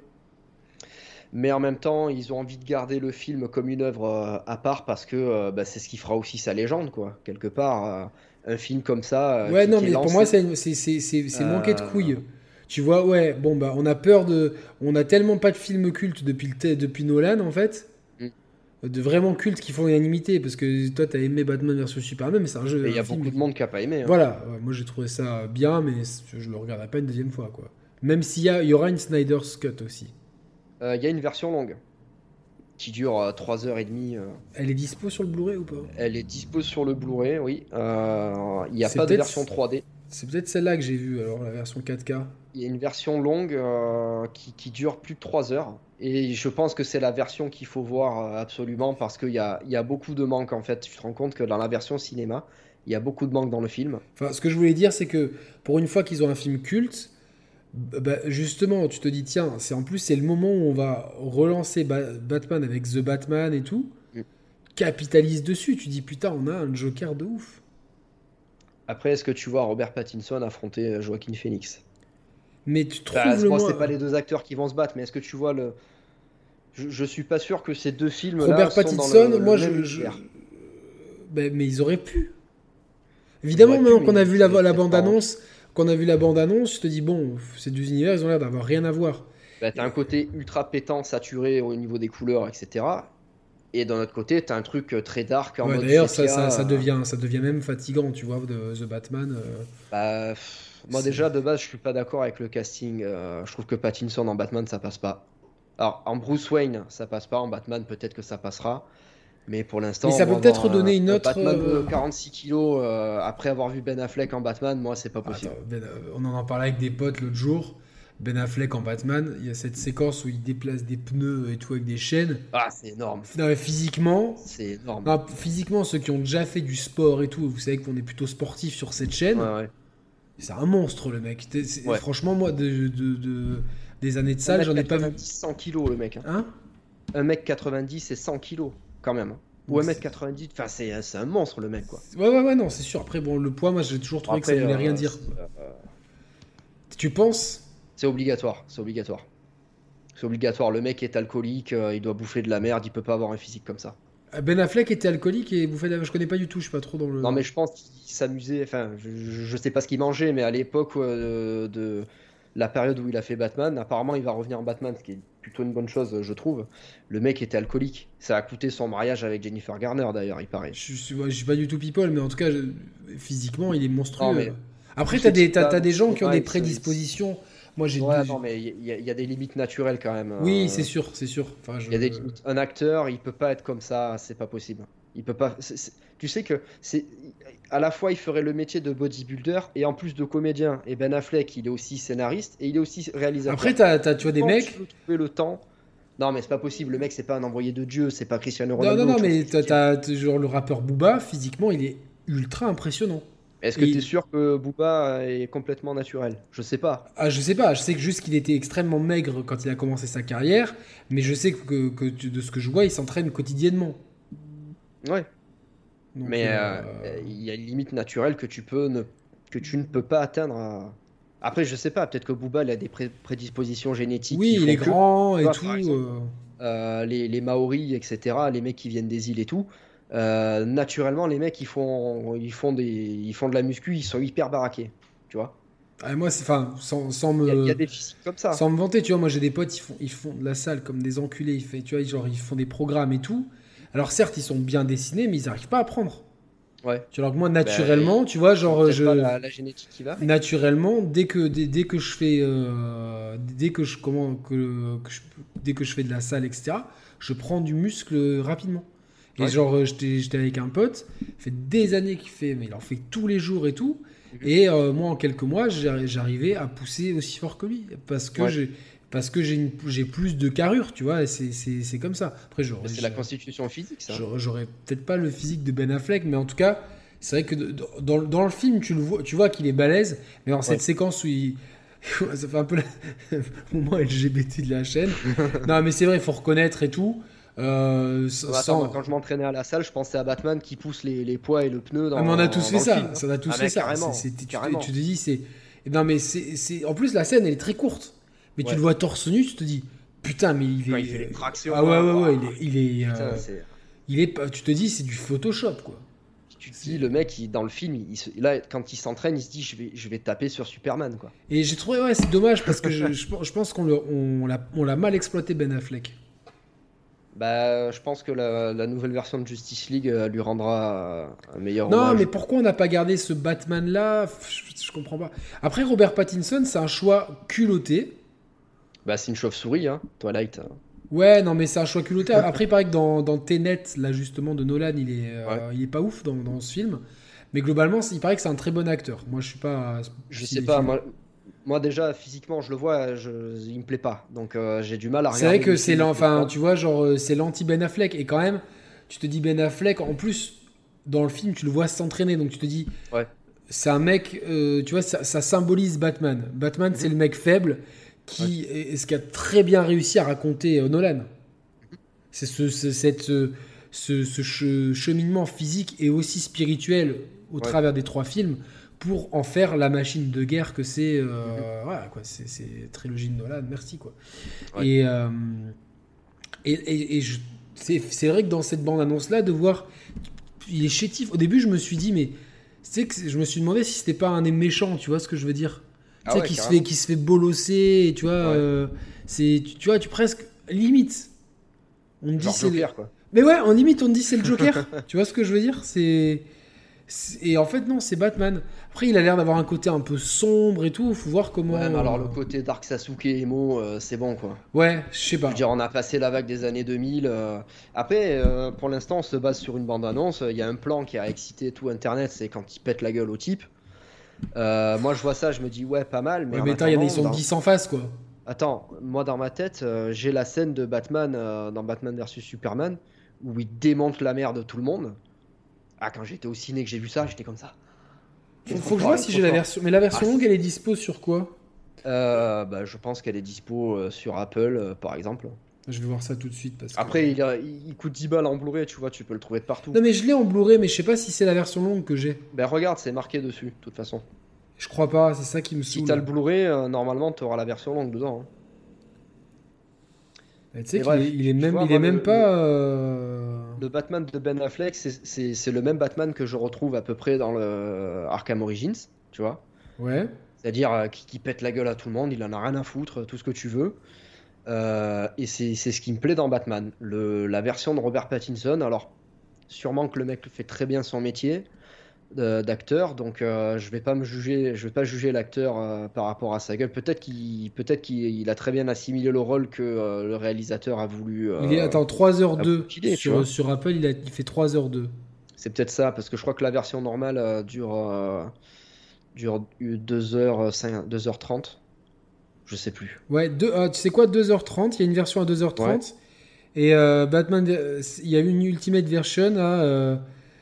Mais en même temps, ils ont envie de garder le film comme une œuvre à part parce que c'est ce qui fera aussi sa légende, quoi. Quelque part, un film comme ça ouais, non, qui est mais pour moi, lancé. c'est manquer de euh, couilles. Tu vois, ouais, bon, bah, on a peur de. On a tellement pas de films cultes depuis Nolan, en fait, mm. de vraiment cultes qui font l'unanimité. Parce que toi, t'as aimé Batman versus Superman, mais c'est Et il y un a film. beaucoup de monde qui a pas aimé, hein. Voilà, ouais, moi j'ai trouvé ça bien, mais je le regarderai pas une deuxième fois, quoi. Même il y aura une Snyder's Cut aussi. Il y a une version longue qui dure 3h30. Elle est dispo sur le Blu-ray ou pas? Elle est dispo sur le Blu-ray, oui. Il n'y a C'est pas de peut-être. version 3D. C'est peut-être celle-là que j'ai vue, alors, la version 4K. Il y a une version longue qui dure plus de 3 heures. Et je pense que c'est la version qu'il faut voir absolument parce il y a beaucoup de manques en fait. Tu te rends compte que dans la version cinéma, il y a beaucoup de manques dans le film. Enfin, ce que je voulais dire, c'est que pour une fois qu'ils ont un film culte, bah, justement, tu te dis, tiens, c'est le moment où on va relancer Batman avec The Batman et tout. Mm. Capitalise dessus. Tu dis, putain, on a un Joker de ouf. Après, est-ce que tu vois Robert Pattinson affronter Joaquin Phoenix? Mais tu Bah, trouves le bon, c'est moins. pas les deux acteurs qui vont se battre, mais est-ce que tu vois le. Je suis pas sûr que ces deux films-là Robert sont dans Pattinson, le moi, même univers. Ben, mais ils auraient pu. Ils Évidemment, auraient pu, maintenant qu'on a mais vu c'est la peut-être pas rendu. bande-annonce, je te dis, bon, ces deux univers, ils ont l'air d'avoir rien à voir. Bah, t'as un côté ultra pétant, saturé au niveau des couleurs, etc. Et d'un autre côté, t'as un truc très dark en Ouais, mode d'ailleurs, sépia. ça devient même fatigant, tu vois, de The Batman. Moi C'est- déjà de base, je suis pas d'accord avec le casting. Je trouve que Pattinson en Batman, ça passe pas. Alors en Bruce Wayne, ça passe pas. En Batman, peut-être que ça passera. Mais pour Mais l'instant, ça peut moi, peut-être avoir donner une un autre. Batman de 46 kilos après avoir vu Ben Affleck en Batman, moi, c'est pas Attends, possible. On en parlait avec des potes l'autre jour. Ben Affleck en Batman, il y a cette séquence où il déplace des pneus et tout avec des chaînes. Ah, c'est énorme. Non, mais physiquement, C'est énorme. non, physiquement, ceux qui ont déjà fait du sport et tout, vous savez qu'on est plutôt sportif sur cette chaîne. Ouais, ouais. C'est un monstre, le mec. Ouais. Franchement, moi, des années de salle, j'en ai pas vu. 100 kilos, le mec. Hein? 1m90 et 100 kilos, quand même. Ou 1m90, enfin, c'est un monstre, le mec, quoi. Ouais, non, c'est sûr. Après, bon, le poids, moi, j'ai toujours trouvé que ça voulait rien dire. Tu penses? C'est obligatoire, c'est obligatoire. C'est obligatoire. Le mec est alcoolique, il doit bouffer de la merde, il peut pas avoir un physique comme ça. Ben Affleck était alcoolique et bouffait de la... Je connais pas du tout, je suis pas trop dans le... Non, mais je pense qu'il s'amusait, enfin, je sais pas ce qu'il mangeait, mais à l'époque de la période où il a fait Batman, apparemment il va revenir en Batman, ce qui est plutôt une bonne chose, je trouve. Le mec était alcoolique. Ça a coûté son mariage avec Jennifer Garner, d'ailleurs, il paraît. Je suis pas du tout people, mais en tout cas, physiquement, il est monstrueux. Non, mais Après, tous ces t'as des gens qui ont des types-là, prédispositions. Moi, j'ai ouais, non, mais il y a des limites naturelles quand même. Oui, c'est sûr. Enfin, Il y a des limites. Un acteur, il peut pas être comme ça, c'est pas possible. Il peut pas. Tu sais que c'est à la fois il ferait le métier de bodybuilder et en plus de comédien. Et Ben Affleck, il est aussi scénariste et il est aussi réalisateur. Après, tu vois des Comment mecs. tu peux trouver le temps. Non, mais c'est pas possible. Le mec, c'est pas un envoyé de Dieu, c'est pas Cristiano Ronaldo. Non, mais genre le rappeur Booba, physiquement, il est ultra impressionnant. Est-ce que tu es sûr que Booba est complètement naturel? Je sais pas. Ah, je sais pas, je sais que juste qu'il était extrêmement maigre quand il a commencé sa carrière, mais je sais de ce que je vois, il s'entraîne quotidiennement. Ouais. Donc, Mais il y a une limite naturelle que que tu ne peux pas atteindre. Après, je sais pas, peut-être que Booba il a des prédispositions génétiques. oui, il est grand et vois, tout. par exemple, les Maoris, etc., les mecs qui viennent des îles et tout, naturellement, les mecs, ils font de la muscu, ils sont hyper baraqués. Tu vois? Moi, enfin, Il y a des physiques comme ça. sans me vanter, tu vois, moi j'ai des potes, ils font de la salle comme des enculés, tu vois, genre ils font des programmes et tout. Alors certes, ils sont bien dessinés, mais ils n'arrivent pas à apprendre. Ouais. Tu vois, alors que moi, naturellement, tu vois, genre, Peut-être pas la génétique qui va. naturellement, dès que je fais, dès que je fais de la salle, etc., je prends du muscle rapidement. Et Ouais. genre, j'étais avec un pote, il fait des années qu'il fait, mais il en fait tous les jours et tout. Mhm. Et moi, en quelques mois, j'arrivais à pousser aussi fort que lui. Ouais. Parce que j'ai plus de carrure, tu vois, et c'est comme ça. Après, Mais c'est la constitution physique, ça. j'aurais peut-être pas le physique de Ben Affleck, mais en tout cas, c'est vrai que dans le film, tu vois qu'il est balèze, mais dans cette Ouais. séquence où il. Ça fait un peu le moment LGBT de la chaîne. Non, mais c'est vrai, il faut reconnaître et tout. Attends, moi, quand je m'entraînais à la salle, je pensais à Batman qui pousse les poids et le pneu Ah, mais on a tous dans fait le ça. film, hein. Ça, on a tous Ah, fait mais ça. carrément, carrément. Tu te dis, c'est. Non, mais en plus, la scène, elle est très courte. Mais tu Ouais. le vois torse nu, tu te dis, putain, mais il Quand est. il fait les tractions, Ah ouais, waouh. il est. Putain, Tu te dis, c'est du Photoshop, quoi. tu te dis, le mec, dans le film, là, quand il s'entraîne, il se dit, je vais taper sur Superman, quoi. Et j'ai trouvé, ouais, c'est dommage parce que je pense on l'a mal exploité, Ben Affleck. Bah, je pense que la nouvelle version de Justice League lui rendra un meilleur Non, hommage. mais pourquoi on n'a pas gardé ce Batman-là? Je comprends pas. Après, Robert Pattinson, c'est un choix culotté. Bah, c'est une chauve-souris, hein, Twilight. Ouais, non, mais c'est un choix culotté. Après, il paraît que dans Tenet, là, justement, de Nolan, Ouais. il est pas ouf dans ce film. Mais globalement, il paraît que c'est un très bon acteur. Moi, je suis pas. Je sais pas, moi déjà, physiquement, je le vois, il me plaît pas. Donc, j'ai du mal à C'est vrai regarder que le c'est film, enfin, tu vois, genre, c'est l'anti-Ben Affleck. Et quand même, tu te dis Ben Affleck, en plus, dans le film, tu le vois s'entraîner. Donc, tu te dis, Ouais. c'est un mec, tu vois, ça symbolise Batman. Batman, c'est le mec faible qui est ce qui a très bien réussi à raconter Nolan. C'est ce cheminement physique et aussi spirituel au travers des trois films pour en faire la machine de guerre que c'est. Voilà, quoi, c'est trilogie de Nolan, merci, quoi. Ouais. C'est vrai que dans cette bande-annonce-là, de voir. Il est chétif. Au début, je me suis dit, mais. Tu sais que je me suis demandé si c'était pas un des méchants, tu vois ce que je veux dire? Ah Tu sais, ouais, qui carrément. se fait bolosser, et tu vois. Ouais. Tu vois, tu presque. Limite. On te dit Genre c'est le... Joker, quoi. Mais ouais, en limite, on te dit c'est le Joker. Tu vois ce que je veux dire? Et en fait, non, c'est Batman. Après, il a l'air d'avoir un côté un peu sombre et tout. Faut voir comment. Ouais, mais alors le côté Dark Sasuke emo, c'est bon, quoi. Ouais, je sais Je pas. veux dire, on a passé la vague des années 2000. Après, pour l'instant, on se base sur une bande-annonce. Il y a un plan qui a excité tout Internet, c'est quand il pète la gueule au type. Moi, je vois ça, je me dis, ouais, pas mal. Mais Ouais, en mais attends, il y en a, ils sont attendant, 10 en face, quoi. Attends, moi, dans ma tête, j'ai la scène de Batman dans Batman versus Superman où il démonte la mère de tout le monde. Ah, quand j'étais au ciné que j'ai vu ça, j'étais comme ça. Faut que je vois si j'ai la version. Mais la version longue, elle est dispo sur quoi? Je pense qu'elle est dispo sur Apple, par exemple. Je vais voir ça tout de suite parce que. Après, il coûte 10 balles en Blu-ray, tu vois, tu peux le trouver de partout. Non, mais je l'ai en Blu-ray, mais je sais pas si c'est la version longue que j'ai. Ben regarde, c'est marqué dessus, de toute façon. Je crois pas, c'est ça qui me Si saoule. t'as le Blu-ray, normalement, t'auras la version longue dedans, hein. Mais tu sais Mais qu'il bref, est, il est tu même, vois, il est moi, même pas. le Batman de Ben Affleck, c'est le même Batman que je retrouve à peu près dans le Arkham Origins, tu vois. Ouais. C'est-à-dire qui pète la gueule à tout le monde, il en a rien à foutre, tout ce que tu veux. Et c'est ce qui me plaît dans Batman. La version de Robert Pattinson, alors sûrement que le mec fait très bien son métier d'acteur, donc je vais pas juger l'acteur par rapport à sa gueule. Peut-être qu'il a très bien assimilé le rôle que le réalisateur a voulu. Attends, 3h02 filer, tu vois. sur Apple, il fait 3h02. C'est peut-être ça, parce que je crois que la version normale dure 2h5, 2h30. Je sais plus. Ouais, tu sais quoi, 2h30, il y a une version à 2h30. Et Batman, il y a une Ultimate version à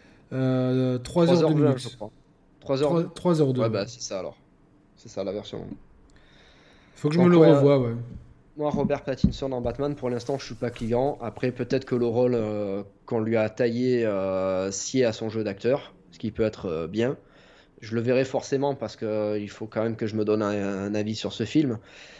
3h02 3h20, je minutes. crois. 3h. 3h02. Ouais, Ouais. bah c'est ça alors. C'est ça la version. Faut que je me Donc, le ouais, revoie, ouais. moi, Robert Pattinson en Batman, pour l'instant, je suis pas client. Après, peut-être que le rôle qu'on lui a taillé sied à son jeu d'acteur, ce qui peut être bien. Je le verrai forcément parce que il faut quand même que je me donne un avis sur ce film.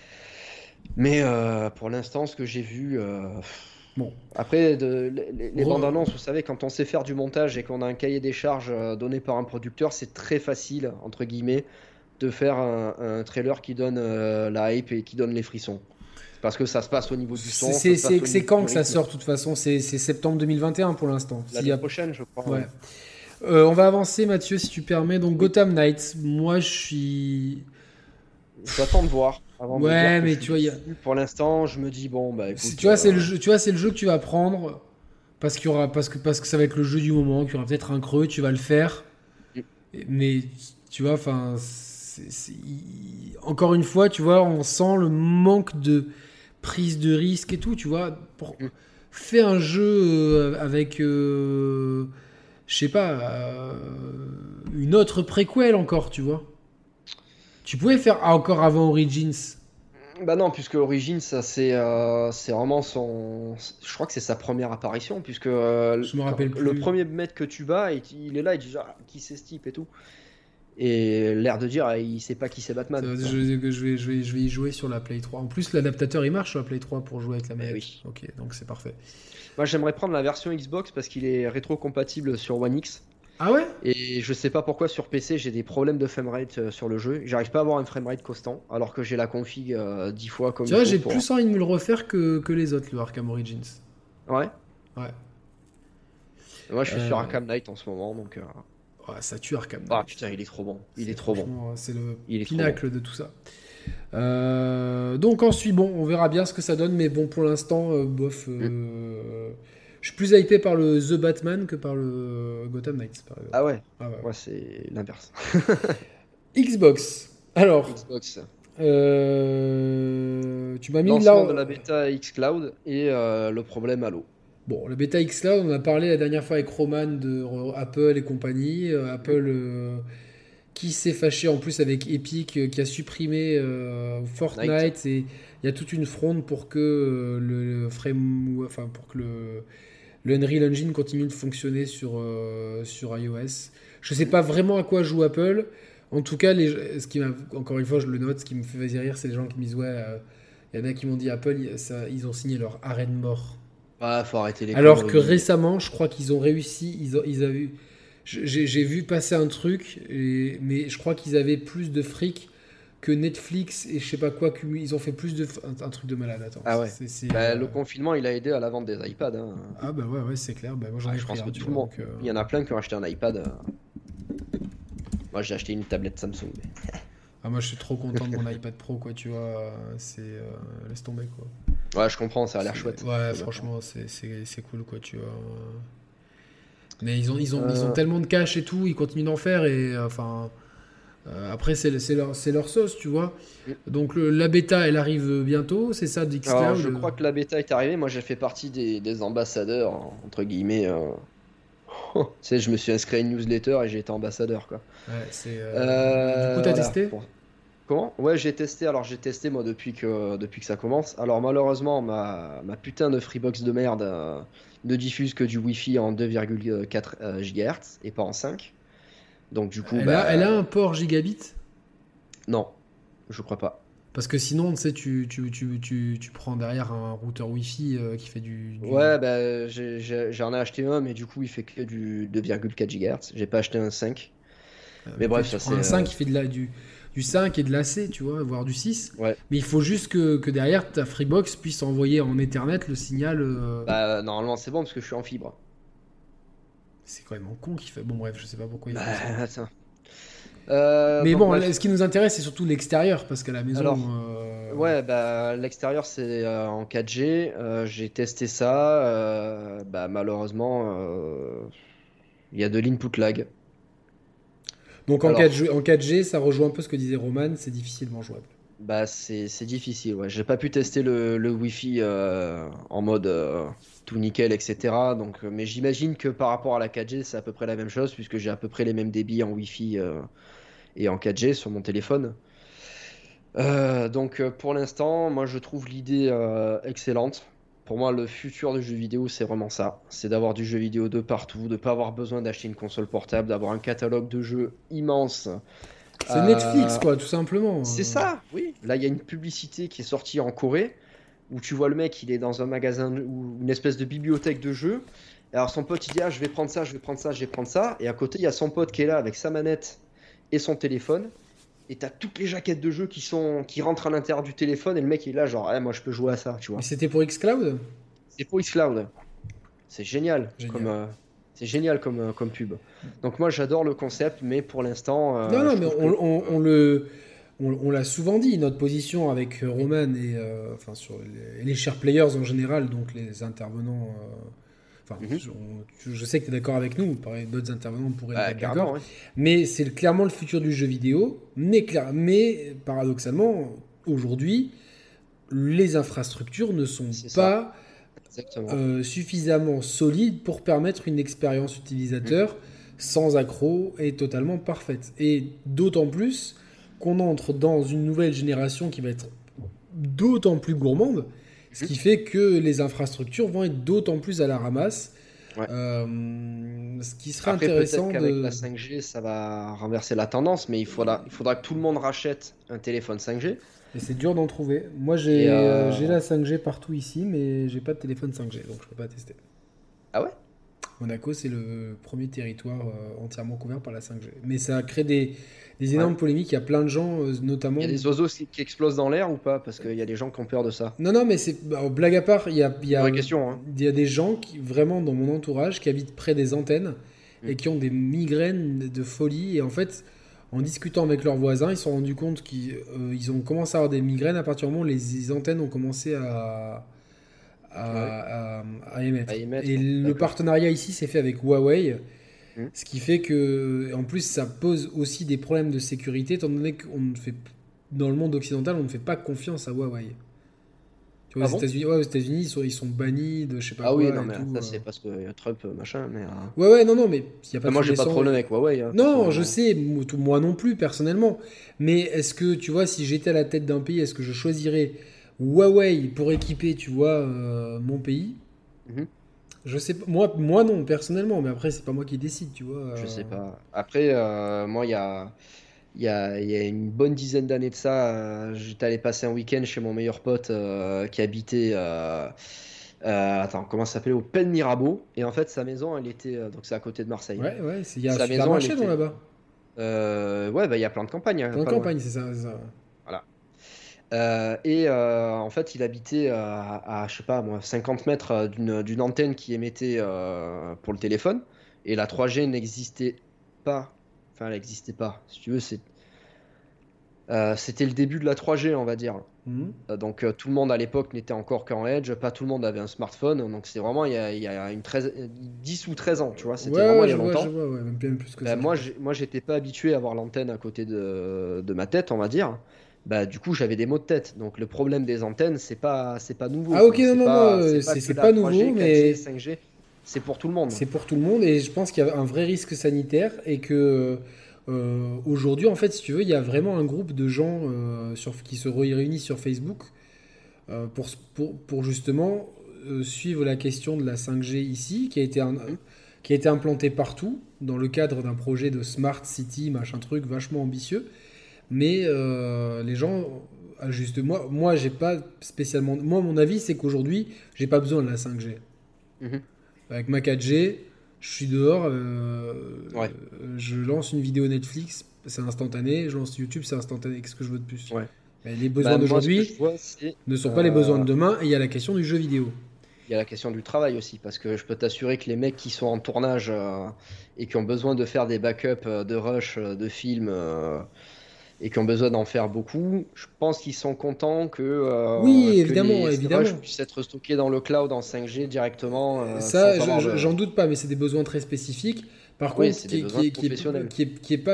Mais pour l'instant, ce que j'ai vu. Bon. Après, les bandes annonces, vous savez, quand on sait faire du montage et qu'on a un cahier des charges donné par un producteur, c'est très facile, entre guillemets, de faire un trailer qui donne la hype et qui donne les frissons. Parce que ça se passe au niveau du son. C'est quand que ça sort, de toute façon? C'est septembre 2021 pour l'instant. L'année prochaine, je crois. Ouais. On va avancer, Mathieu, si tu permets. Donc, Gotham Knights, moi, je suis. J'attends de voir. Avant de Ouais, dire que mais je tu suis vois, déçu. Pour l'instant, je me dis, bon, bah écoute. tu vois, c'est le jeu, c'est le jeu que tu vas prendre parce qu'il y aura, parce que ça va être le jeu du moment, qu'il y aura peut-être un creux, tu vas le faire. Mais tu vois, enfin, encore une fois, tu vois, on sent le manque de prise de risque et tout, tu vois. Fais un jeu avec, je sais pas, une autre préquelle encore, tu vois. Tu pouvais faire encore avant Origins. Bah non, puisque Origins, ça c'est vraiment son. Je crois que c'est sa première apparition, puisque Je me rappelle plus. le premier mec que tu bats, il est là, il dit genre, qui c'est ce type et tout. Et l'air de dire, il sait pas qui c'est Batman. Je vais y jouer sur la Play 3. En plus, l'adaptateur il marche sur la Play 3 pour jouer avec la manette. Oui. Ok, donc c'est parfait. Moi, j'aimerais prendre la version Xbox parce qu'il est rétro-compatible sur One X. Ah ouais? Et je sais pas pourquoi sur PC j'ai des problèmes de framerate sur le jeu. J'arrive pas à avoir un framerate constant alors que j'ai la config 10 fois comme Tu vois, il faut j'ai plus envie de me le refaire que les autres, le Arkham Origins. Ouais. Ouais. Moi je suis sur Arkham Knight en ce moment donc. Ouais, ça tue Arkham Knight. Ah putain, il est trop bon. Il est trop bon. C'est le Il est pinacle de tout ça. Donc ensuite, bon, on verra bien ce que ça donne, mais bon, pour l'instant, bof. Je suis plus hypé par le The Batman que par le Gotham Knights, par exemple. Ah ouais. Ah ouais. Moi c'est l'inverse. Xbox. Alors, Xbox. tu m'as mis Lancement là. de la bêta xCloud et le problème Halo. Bon, la bêta xCloud, on a parlé la dernière fois avec Roman de Apple et compagnie. Apple qui s'est fâché en plus avec Epic, qui a supprimé Fortnite, et il y a toute une fronde pour que pour que le Unreal Engine continue de fonctionner sur iOS. Je sais pas vraiment à quoi joue Apple. En tout cas, encore une fois, je le note, ce qui me fait rire, c'est les gens qui me disent ouais, il y en a qui m'ont dit Apple, ils ont signé leur arrêt de mort. Ah, faut arrêter les Alors que conneries. récemment, je crois qu'ils ont réussi. Ils avaient, j'ai vu passer un truc, mais je crois qu'ils avaient plus de fric que Netflix et je sais pas quoi. Ils ont fait plus de un truc de malade. Attends. Ah ouais. Le confinement, il a aidé à la vente des iPads. Hein. Ah bah ouais, c'est clair. Bah, moi j'en ai je pris pense que un, tout le monde. donc, Il y en a plein qui ont acheté un iPad. Moi, j'ai acheté une tablette Samsung. Ah, moi je suis trop content de mon iPad Pro, quoi. Tu vois, laisse tomber, quoi. Ouais, je comprends, ça a l'air chouette. Ouais, franchement, c'est cool, quoi, tu vois. Mais ils ont tellement de cash et tout, ils continuent d'en faire, et enfin. Après, c'est leur sauce, tu vois. Donc, la bêta, elle arrive bientôt, c'est ça, d'Xcloud. Alors, je crois que la bêta est arrivée. Moi, j'ai fait partie des ambassadeurs, entre guillemets. Tu sais, je me suis inscrit à une newsletter et j'ai été ambassadeur, quoi. Ouais, du coup, t'as Voilà. testé? Comment? Ouais, j'ai testé. Alors, j'ai testé, moi, depuis que ça commence. Alors, malheureusement, ma putain de Freebox de merde ne diffuse que du Wi-Fi en 2,4 GHz et pas en 5. Donc, du coup, Elle a bah, un port gigabit? non, je crois pas. Parce que sinon, tu sais, tu prends derrière un routeur Wi-Fi qui fait Ouais, bah, j'en ai acheté un, mais du coup, il fait que du 2,4 GHz. J'ai pas acheté un 5. Mais peut-être bref, tu ça, prends un 5 qui fait du 5 et de l'AC, tu vois, voire du 6. Ouais. Mais il faut juste que derrière ta Freebox puisse envoyer en Ethernet le signal. Bah, normalement, c'est bon parce que je suis en fibre. C'est quand même un con qui fait. Bon, bref, je sais pas pourquoi ils Bah, font ça. attends. Mais Donc, bon, bref. ce qui nous intéresse, c'est surtout l'extérieur, parce qu'à la maison. Alors, ouais, bah, l'extérieur, c'est en 4G. J'ai testé ça. Bah, malheureusement, il y a de l'input lag. Donc Alors, en 4G, ça rejoint un peu ce que disait Roman, c'est difficilement jouable. bah, c'est difficile. Ouais. J'ai pas pu tester le Wi-Fi en mode tout nickel, etc. Donc, mais j'imagine que par rapport à la 4G, c'est à peu près la même chose, puisque j'ai à peu près les mêmes débits en Wi-Fi et en 4G sur mon téléphone. Donc, pour l'instant, moi je trouve l'idée excellente. Pour moi, le futur du jeu vidéo, c'est vraiment ça. C'est d'avoir du jeu vidéo de partout, de pas avoir besoin d'acheter une console portable, d'avoir un catalogue de jeux immense. C'est Netflix, Euh, quoi, tout simplement. c'est ça, oui. Là, il y a une publicité qui est sortie en Corée où tu vois le mec, il est dans un magasin ou une espèce de bibliothèque de jeux. Alors son pote, il dit, ah, je vais prendre ça, je vais prendre ça, je vais prendre ça. Et à côté, il y a son pote qui est là avec sa manette et son téléphone. Et t'as toutes les jaquettes de jeux qui rentrent à l'intérieur du téléphone. Et le mec, il est là, genre, moi, je peux jouer à ça, tu Mais vois. c'était pour xCloud? C'est pour xCloud. C'est génial, Génial. c'est génial comme pub. Donc moi, j'adore le concept, mais pour l'instant, Non, non, je mais trouve que... on l'a souvent dit, notre position avec Roman et enfin, sur les share players en général, donc les intervenants. Enfin, Mhm. je sais que tu es d'accord avec nous, pareil, d'autres intervenants pourraient ne pas Bah, être carrément, d'accord, ouais. mais c'est clairement le futur du jeu vidéo, mais paradoxalement, aujourd'hui, les infrastructures ne sont C'est ça, pas exactement. suffisamment solides pour permettre une expérience Mhm. utilisateur sans accroc et totalement parfaite. Et d'autant plus qu'on entre dans une nouvelle génération qui va être d'autant plus gourmande, ce Mhm. qui fait que les infrastructures vont être d'autant plus à la ramasse. Ouais. Ce qui serait Après, peut-être intéressant qu'avec la de... 5G, ça va renverser la tendance, mais il faudra que tout le monde rachète un téléphone 5G. Et c'est dur d'en trouver. Moi, Et j'ai la 5G partout ici, mais j'ai pas de téléphone 5G, donc je peux pas tester. ah ouais? Monaco, c'est le premier territoire entièrement couvert par la 5G. Mais ça crée des Ouais. énormes polémiques. Il y a plein de gens, Il notamment. y a des oiseaux qui explosent dans l'air ou pas? Parce qu'il y a des gens qui ont peur de ça. Non, non, mais c'est. Bah, blague à part, C'est une vraie question, hein. il y a des gens qui, vraiment dans mon entourage, qui habitent près des antennes Mm. et qui ont des migraines de folie. Et en fait, en discutant avec leurs voisins, ils se sont rendus compte qu'ils ont commencé à avoir des migraines à partir du moment où les antennes ont commencé Ouais. à émettre. À Et émettre, le d'accord. partenariat ici s'est fait avec Huawei. Mm. Ce qui fait que, en plus, ça pose aussi des problèmes de sécurité, étant donné qu'on ne fait, dans le monde occidental, on ne fait pas confiance à Huawei. Tu vois, Ah bon? Aux États-Unis, ils sont bannis de je sais pas Ah oui, quoi non, et mais tout. ça, c'est parce que y a Trump, machin, mais... Ouais, ouais, non, non, mais il n'y a pas Enfin, de moi, fait j'ai pas de descendre. problème avec Huawei, hein, Non, je personnellement. sais, moi non plus, personnellement. Mais est-ce que, tu vois, si j'étais à la tête d'un pays, est-ce que je choisirais Huawei pour équiper, tu vois, mon pays? Mhm. Je sais pas. Moi non, personnellement, mais après, c'est pas moi qui décide, tu vois. Je sais pas. Après, moi, il y a une bonne dizaine d'années de ça, j'étais allé passer un week-end chez mon meilleur pote qui habitait, attends, comment ça s'appelait? Au Pen Mirabeau. Et en fait, sa maison, elle était, donc c'est à côté de Marseille. Ouais, ouais, il y a un Sa maison, elle supermarché dans était, là-bas. ouais, bah, il y a plein de campagnes, hein, Dans la pas loin. campagne, c'est ça, c'est ça. Voilà. Et en fait, il habitait je sais pas moi, 50 mètres d'une antenne qui émettait pour le téléphone. Et la 3G n'existait pas. Enfin, elle n'existait pas. Si tu veux, c'était le début de la 3G, on va dire. Mhm. Donc, tout le monde à l'époque n'était encore qu'en Edge. Pas tout le monde avait un smartphone. Donc, c'est vraiment il y a 10 ou 13 ans, tu vois. C'était Ouais, vraiment ouais, il y a je longtemps. vois, ouais, même bien plus que Ben, ça, je moi, pense. j'étais pas habitué à avoir l'antenne à côté de ma tête, on va dire. Bah, du coup, j'avais des maux de tête. Donc, le problème des antennes, c'est pas nouveau, Ah, ok, quoi. non, C'est non, non, pas, c'est pas que c'est la pas nouveau, 3G, 4G, mais 5G. c'est pour tout le monde. C'est pour tout le monde et je pense qu'il y a un vrai risque sanitaire et que aujourd'hui, en fait, si tu veux, il y a vraiment un groupe de gens qui se réunissent sur Facebook pour justement suivre la question de la 5G ici, Mhm. qui a été implantée partout dans le cadre d'un projet de Smart City, machin truc vachement ambitieux. Mais les gens, juste moi, j'ai pas spécialement. Moi, mon avis, c'est qu'aujourd'hui, j'ai pas besoin de la 5G. Mhm. Avec ma 4G, je suis dehors, Ouais, je lance une vidéo Netflix, c'est instantané, je lance YouTube, c'est instantané. Qu'est-ce que je veux de plus? ouais. Mais les Bah, besoins moi, ce que je d'aujourd'hui vois, c'est ne sont pas les besoins de demain, et il y a la question du jeu vidéo. il y a la question du travail aussi, parce que je peux t'assurer que les mecs qui sont en tournage et qui ont besoin de faire des backups de rush de films et qui ont besoin d'en faire beaucoup, je pense qu'ils sont contents Oui, que évidemment, les rushs évidemment. puissent être stockés dans le cloud en 5G directement Ça, sans avoir de... j'en doute pas, mais c'est des besoins très spécifiques. Par Oui, contre, c'est des besoins professionnels. qui est pas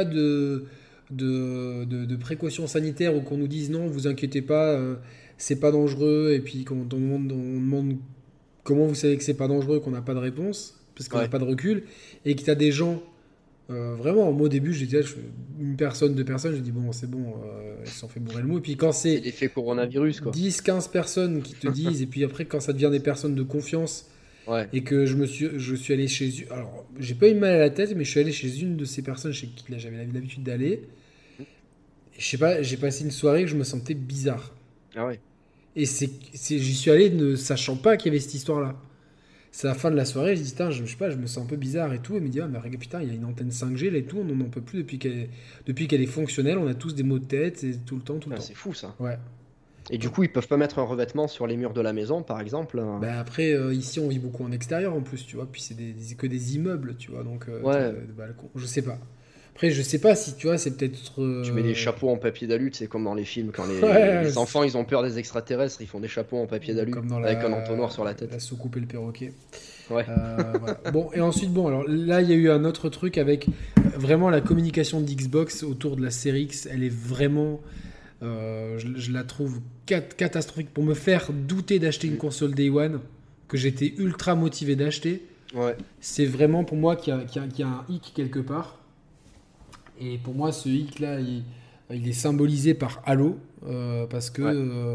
de précautions sanitaires ou qu'on nous dise non, vous inquiétez pas, c'est pas dangereux, et puis quand on demande comment vous savez que c'est pas dangereux, qu'on n'a pas de réponse, parce qu'on n'a Ouais, pas de recul, et que tu as des gens, vraiment, moi au début, j'étais là, une personne, deux personnes, je dis bon, c'est bon, ils se sont fait bourrer le mot. Et puis quand c'est c'est l'effet coronavirus, quoi. 10 15 personnes qui te disent, et puis après, quand ça devient des personnes de confiance, Ouais, et que je suis allé chez... Alors, j'ai pas eu mal à la tête, mais je suis allé chez une de ces personnes chez qui là, j'avais l'habitude d'aller. Et je sais pas, j'ai passé une soirée que je me sentais bizarre. ah ouais. Et j'y suis allé ne sachant pas qu'il y avait cette histoire-là. C'est à la fin de la soirée, je dis, putain, je sais pas, je me sens un peu bizarre et tout. Elle me dit, ah, mais regarde, putain, il y a une antenne 5G là et tout, on n'en peut plus depuis qu'elle est fonctionnelle, on a tous des maux de tête, et tout le temps, tout le Ah, temps. c'est fou ça. Ouais. Et du coup, ils peuvent pas mettre un revêtement sur les murs de la maison, par exemple. Bah après, ici, on vit beaucoup en extérieur en plus, tu vois, puis c'est que des immeubles, tu vois, donc Ouais, des balcons, je sais pas. Après, je sais pas si, tu vois, c'est peut-être... tu mets des chapeaux en papier d'alu, c'est comme dans les films, quand Ouais, les enfants ils ont peur des extraterrestres, ils font des chapeaux en papier ou d'alu comme dans avec un entonnoir sur la la tête. soucoupe et le perroquet. Ouais. Voilà. Bon, et ensuite, bon, alors là, il y a eu un autre truc avec vraiment la communication d'Xbox autour de la série X. Elle est vraiment, je la trouve catastrophique pour me faire douter d'acheter une Mhm. console Day One que j'étais ultra motivé d'acheter. Ouais. C'est vraiment pour moi qu'il y a un hic quelque part. Et pour moi, ce hic là, il est symbolisé par Halo parce que Ouais.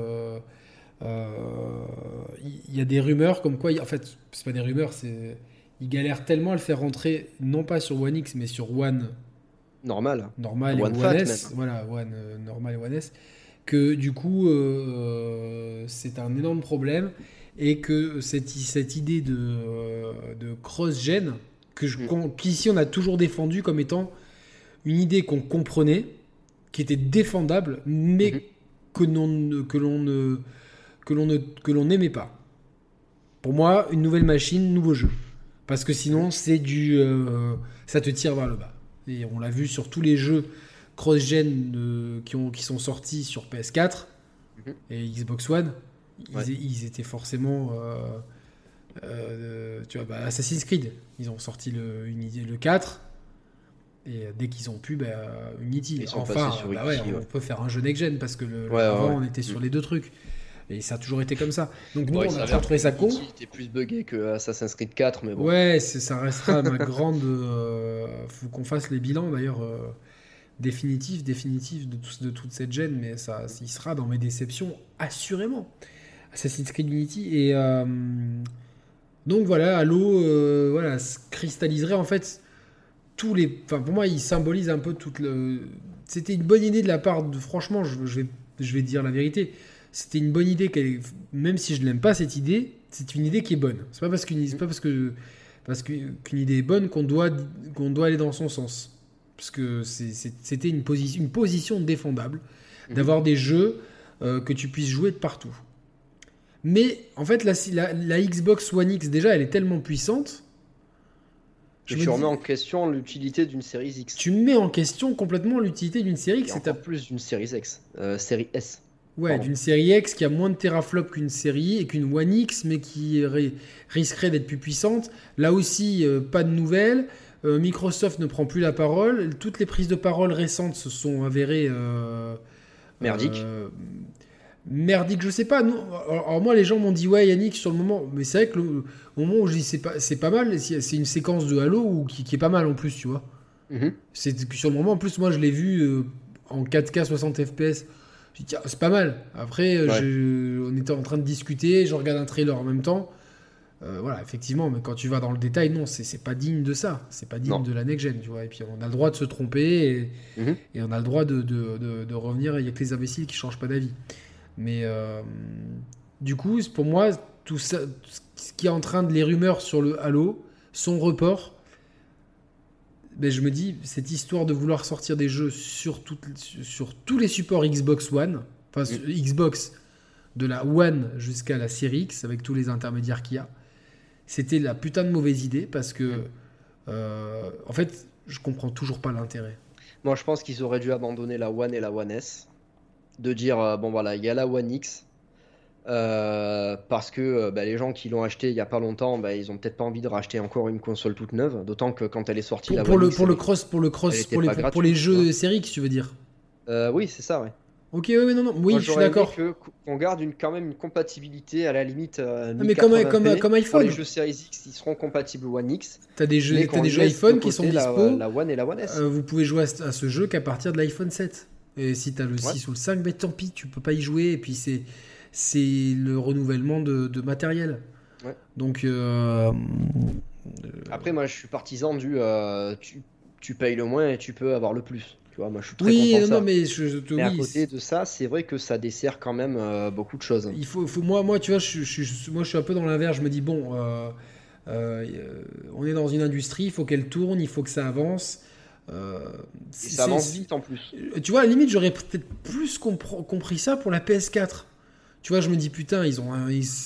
il y a des rumeurs comme quoi, en fait, c'est pas des rumeurs, ils galèrent tellement à le faire rentrer, non pas sur One X, mais sur One Normal. normal et One One Fat même. S, voilà, One normal et One S, que du coup, c'est un énorme problème et que cette idée de cross-gen, Mhm. qu'ici on a toujours défendu comme étant une idée qu'on comprenait, qui était défendable, Mhm. mais que l'on ne, que l'on ne, que l'on n'aimait pas. Pour moi, une nouvelle machine, nouveau jeu. Parce que Mhm. sinon, ça te tire vers le bas. Et on l'a vu sur tous les jeux cross-gen qui sont sortis sur PS4 Mhm. et Xbox One. Ouais. Ils étaient forcément. Tu vois, Assassin's Creed, ils ont sorti le 4. Et dès qu'ils ont pu, Unity. Ils sont Enfin, passés sur ouais, Unity. on Ouais. peut faire un jeu next-gen parce que Ouais, ouais, avant ouais. on était sur Mhm. les deux trucs. Et ça a toujours été comme ça. Donc nous, Bon, il on a s'avère toujours trouvé que ça con. Unity était plus buggé que Assassin's Creed 4, mais bon. Ouais, ça restera ma grande. Faut qu'on fasse les bilans d'ailleurs définitifs de toute cette gêne, mais ça, il sera dans mes déceptions assurément. Assassin's Creed Unity et donc voilà, Halo, voilà, se cristalliserait en fait enfin pour moi, il symbolise un peu toute le. C'était une bonne idée de la part de. Franchement, je vais dire la vérité. C'était une bonne idée même si je l'aime pas cette idée, c'est une idée qui est bonne. C'est pas qu'une idée est bonne qu'on doit aller dans son sens. Parce que c'était une position défendable Mhm. d'avoir des jeux que tu puisses jouer de partout. Mais en fait, la Xbox One X, déjà, elle est tellement puissante. Et Je me tu remets dis, en question l'utilité d'une série X. tu mets en question complètement l'utilité d'une série Et encore plus d'une série X. Série S. ouais, Pardon. d'une série X qui a moins de teraflops qu'une série et qu'une One X, mais qui risquerait d'être plus puissante. Là aussi, pas de nouvelles. Microsoft ne prend plus la parole. Toutes les prises de parole récentes se sont avérées Merdique. euh, Merdique, je sais pas. Alors moi, les gens m'ont dit ouais, Yannick, sur le moment. Mais c'est vrai que au moment où je dis c'est pas mal, c'est une séquence de Halo qui est pas mal en plus, tu vois. Mhm. C'est que sur le moment, en plus, moi, je l'ai vu en 4K 60 FPS. J'ai dit, tiens, c'est pas mal. Après, Ouais. on était en train de discuter, je regarde un trailer en même temps. Voilà, effectivement, mais quand tu vas dans le détail, non, c'est pas digne de ça. C'est pas digne Non. de la next-gen, tu vois. Et puis, on a le droit de se tromper Mhm. et on a le droit de revenir. Il y a que les imbéciles qui changent pas d'avis. Mais du coup, pour moi, tout ça, ce qui est en train de les rumeurs sur le Halo, son report, ben, je me dis, cette histoire de vouloir sortir des jeux sur tous les supports Xbox One, enfin Mhm. Xbox, de la One jusqu'à la Series X, avec tous les intermédiaires qu'il y a, c'était la putain de mauvaise idée parce que, Mhm. en fait, je comprends toujours pas l'intérêt. Moi, je pense qu'ils auraient dû abandonner la One et la One S. De dire, bon voilà, il y a la One X. Parce que bah, les gens qui l'ont acheté il y a pas longtemps, bah, ils ont peut-être pas envie de racheter encore une console toute neuve. D'autant que quand elle est sortie, la One X, elle était pas Pour les gratuite, tu vois. jeux Series X, tu veux dire? Oui, c'est ça, ouais. Ok, ouais, mais non, non, Moi, oui, je suis j'aurais aimé d'accord. qu'on garde quand même une compatibilité à la limite Non, mais comme 1080p. Pour les iPhone, jeux Series X, ils seront compatibles One X, mais t'as qu'on des jeux laisse de iPhone qui sont côté dispo. la One et la One S. Vous pouvez jouer à ce jeu qu'à partir de l'iPhone 7. Et si t'as le Ouais. 6 ou le 5, ben tant pis, tu peux pas y jouer. Et puis c'est le renouvellement de matériel. Ouais. Donc, Après, moi, je suis partisan tu payes le moins et tu peux avoir le plus. Tu vois, moi, je suis très oui, content de non, non, ça. mais Mais à oui, côté de ça, c'est vrai que ça dessert quand même beaucoup de choses. moi, tu vois, moi, je suis un peu dans l'inverse. Je me dis, bon, euh, on est dans une industrie, il faut qu'elle tourne, il faut que ça avance. Euh, Et ça avance vite en plus. Tu vois, à la limite, j'aurais peut-être plus compris ça pour la PS4. Tu vois, je me dis, putain, ils ont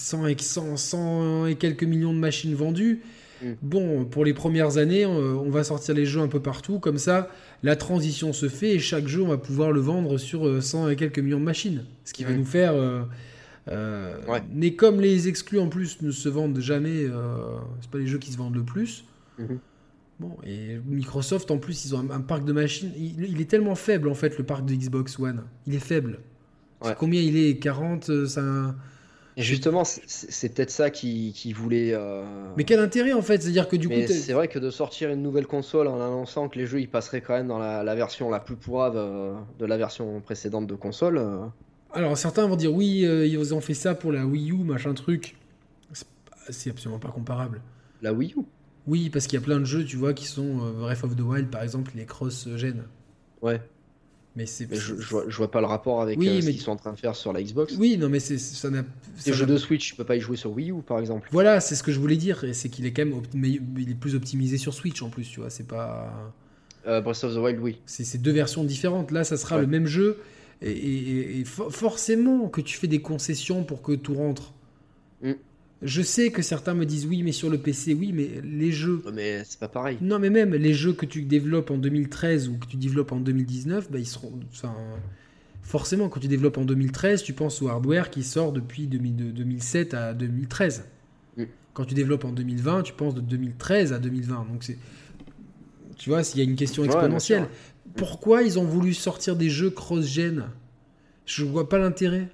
100 et quelques millions de machines vendues. Mm. Bon, pour les premières années, on va sortir les jeux un peu partout. Comme ça, la transition se fait et chaque jeu, on va pouvoir le vendre sur 100 et quelques millions de machines. Ce qui va Mm. nous faire... Ouais. mais comme les exclus en plus ne se vendent jamais, c'est pas les jeux qui se vendent le plus. Mhm. Bon, et Microsoft en plus, ils ont un parc de machines. Il est tellement faible en fait, le parc de Xbox One. Il est faible. Ouais. Combien il est? 40 ça... Et justement, c'est peut-être ça qui voulait. Mais quel intérêt en fait? C'est-à-dire que du coup, Mais c'est vrai que de sortir une nouvelle console en annonçant que les jeux ils passeraient quand même dans la version la plus pourrave de la version précédente de console. alors certains vont dire oui, ils ont fait ça pour la Wii U, machin truc. C'est absolument pas comparable. La Wii U. Oui, parce qu'il y a plein de jeux, tu vois, qui sont Breath of the Wild par exemple, les cross-gen. Ouais. Mais c'est. Mais je vois pas le rapport avec Oui, ce mais. qu'ils sont en train de faire sur la Xbox. Oui, non, mais ça Les n'a jeux de Switch, tu peux pas y jouer sur Wii U par exemple. Voilà, c'est ce que je voulais dire, et c'est qu'il est quand même il est plus optimisé sur Switch en plus, tu vois, c'est pas Breath of the Wild, oui. c'est deux versions différentes. Là, ça sera Ouais. le même jeu et forcément que tu fais des concessions pour que tout rentre. Mm. Je sais que certains me disent oui, mais sur le PC, oui, mais les jeux Mais c'est pas pareil. non, mais même les jeux que tu développes en 2013 ou que tu développes en 2019, bah, ils seront enfin forcément quand tu développes en 2013, tu penses au hardware qui sort depuis 2007 à 2013. Mm. Quand tu développes en 2020, tu penses de 2013 à 2020. Donc c'est, tu vois, s'il y a une question Ouais, bien exponentielle. sûr. Pourquoi ils ont voulu sortir des jeux cross-gen? Je vois pas l'intérêt.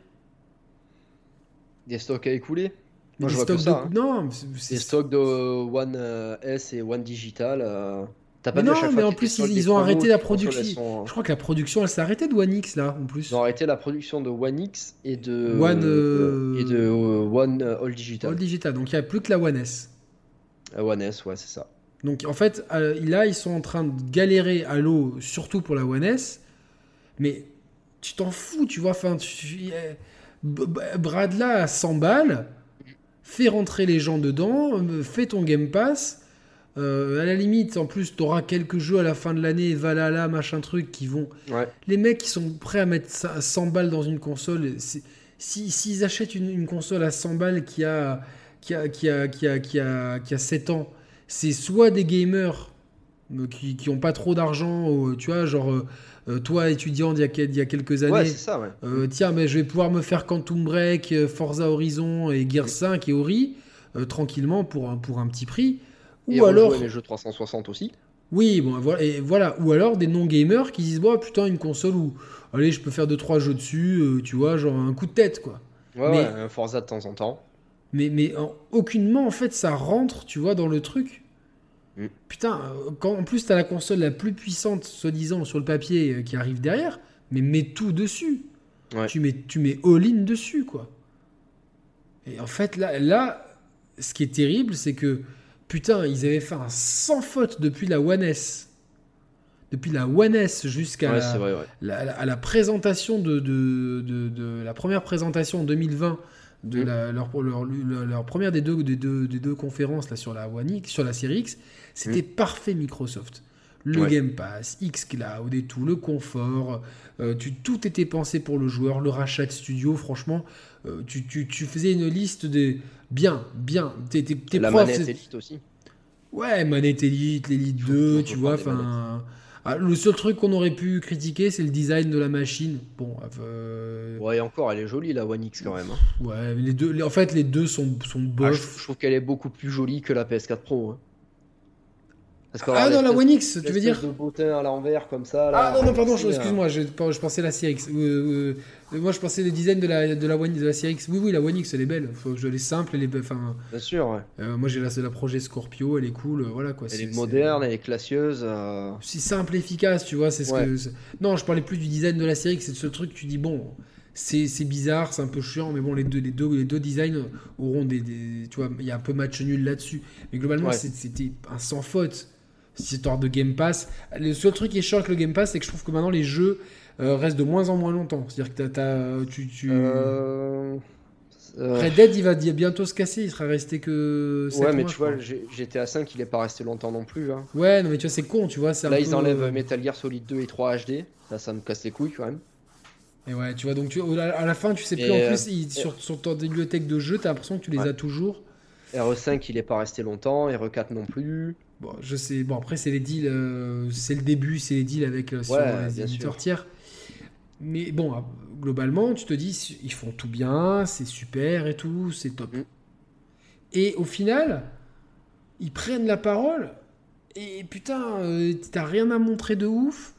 Des stocks à écouler. Mais Moi, des je vois que stocks ça. Hein. non, Des stocks de One S et One Digital. T'as mais pas vu à chaque non, mais fois en qu'il y a des plus soldes, des ils ont promos, arrêté la les consoles, elles production. sont- Je crois que la production elle s'est arrêtée de One X là en Ils plus. ont arrêté la production de One X et One de One All All Digital. Digital. Donc il y a plus que la One S. One S, ouais, c'est ça. Donc en fait là ils sont en train de galérer à l'eau surtout pour la One S. Mais tu t'en fous, tu vois. Enfin, brade là à 100 balles. Fais rentrer les gens dedans, fais ton Game Pass. À la limite, en plus, t'auras quelques jeux à la fin de l'année, Valhalla, machin truc, qui vont. Ouais. Les mecs qui sont prêts à mettre 100 balles dans une console, s'ils achètent une console à 100 balles qui a 7 ans, c'est soit des gamers qui ont pas trop d'argent, tu vois, genre toi étudiant il y a quelques Ouais, années, c'est ça, ouais. tiens, mais je vais pouvoir me faire Quantum Break, Forza Horizon et Gears 5 et Ori tranquillement pour un petit prix. Et Ou alors, rejouer les jeux 360 aussi. Oui, bon, voilà, et voilà. Ou alors des non-gamers qui disent, bon, putain, une console où, allez, je peux faire 2-3 jeux dessus, tu vois, genre un coup de tête, quoi. Ouais, Mais, un Forza de temps en temps. aucunement, en fait, ça rentre, tu vois, dans le truc. Mm. Putain, quand en plus t'as la console la plus puissante, soi-disant, sur le papier qui arrive derrière, mais mets tout dessus. Ouais. Tu mets all-in dessus, quoi. Et en fait, là, ce qui est terrible, c'est que, putain, ils avaient fait un sans faute depuis la One S. Depuis la One S jusqu'à Ouais, c'est vrai, ouais. à la présentation de la première présentation en 2020 de leur première des deux conférences là, sur la One X, sur la série X, c'était parfait Microsoft. Le Ouais. Game Pass, xCloud et tout, le confort, tout était pensé pour le joueur, le rachat de studio, franchement, tu faisais une liste de bien, t'es La prof, manette Elite aussi. ouais, manette Elite, l'Elite Il 2, faut tu vois, prendre des enfin... le seul truc qu'on aurait pu critiquer, c'est le design de la machine. Bon, Ouais, et encore, elle est jolie la One X quand même. Hein. ouais, mais en fait, les deux sont Ah, bof. je trouve qu'elle est beaucoup plus jolie que la PS4 Pro. Hein. Parce qu'on a Ah non, la l'espèce One X, tu veux l'espèce dire? de bottin à l'envers comme ça. Ah Là, non, pardon, c'est, excuse-moi, je pensais la Series X. Moi, je pensais le design de la Series X. Oui, la One X, elle est belle. Elle est simple, elle est belle. Enfin, bien sûr, ouais. moi, j'ai la Projet Scorpio, elle est cool, voilà quoi. Elle est moderne, elle est classieuse. C'est simple, efficace, tu vois. C'est ce Ouais. que. Non, je parlais plus du design de la série, que c'est ce truc. Tu dis bon, c'est bizarre, c'est un peu chiant, mais bon, les deux designs auront tu vois, il y a un peu match nul là-dessus. Mais globalement, Ouais. c'était un sans faute. Cette histoire de Game Pass. Le seul truc qui est chiant avec le Game Pass, c'est que je trouve que maintenant les jeux restent de moins en moins longtemps. C'est-à-dire que Euh, euh, Red Dead, il va bientôt se casser. Il sera resté que 7 Ouais, mais mois, tu je vois, crois. GTA 5, il est pas resté longtemps non plus. Hein. Ouais, non, mais tu vois, c'est con, tu vois. C'est Là, un ils peu, enlèvent Metal Gear Solid 2 et 3 HD. Ça me casse les couilles quand même. Et ouais, tu vois, donc à la fin, tu sais plus. Et En plus, sur ton bibliothèque de jeux, t'as l'impression que tu les ouais. as toujours. RE5, il est pas resté longtemps. RE4 non plus. Bon, je sais. Bon, après, c'est les deals. C'est le début, c'est les deals avec souvent Ouais, les bien éditeurs sûr. tiers. Mais bon, globalement, tu te dis, ils font tout bien, c'est super et tout, c'est top. Mm. Et au final, ils prennent la parole. Et putain, t'as rien à montrer de ouf.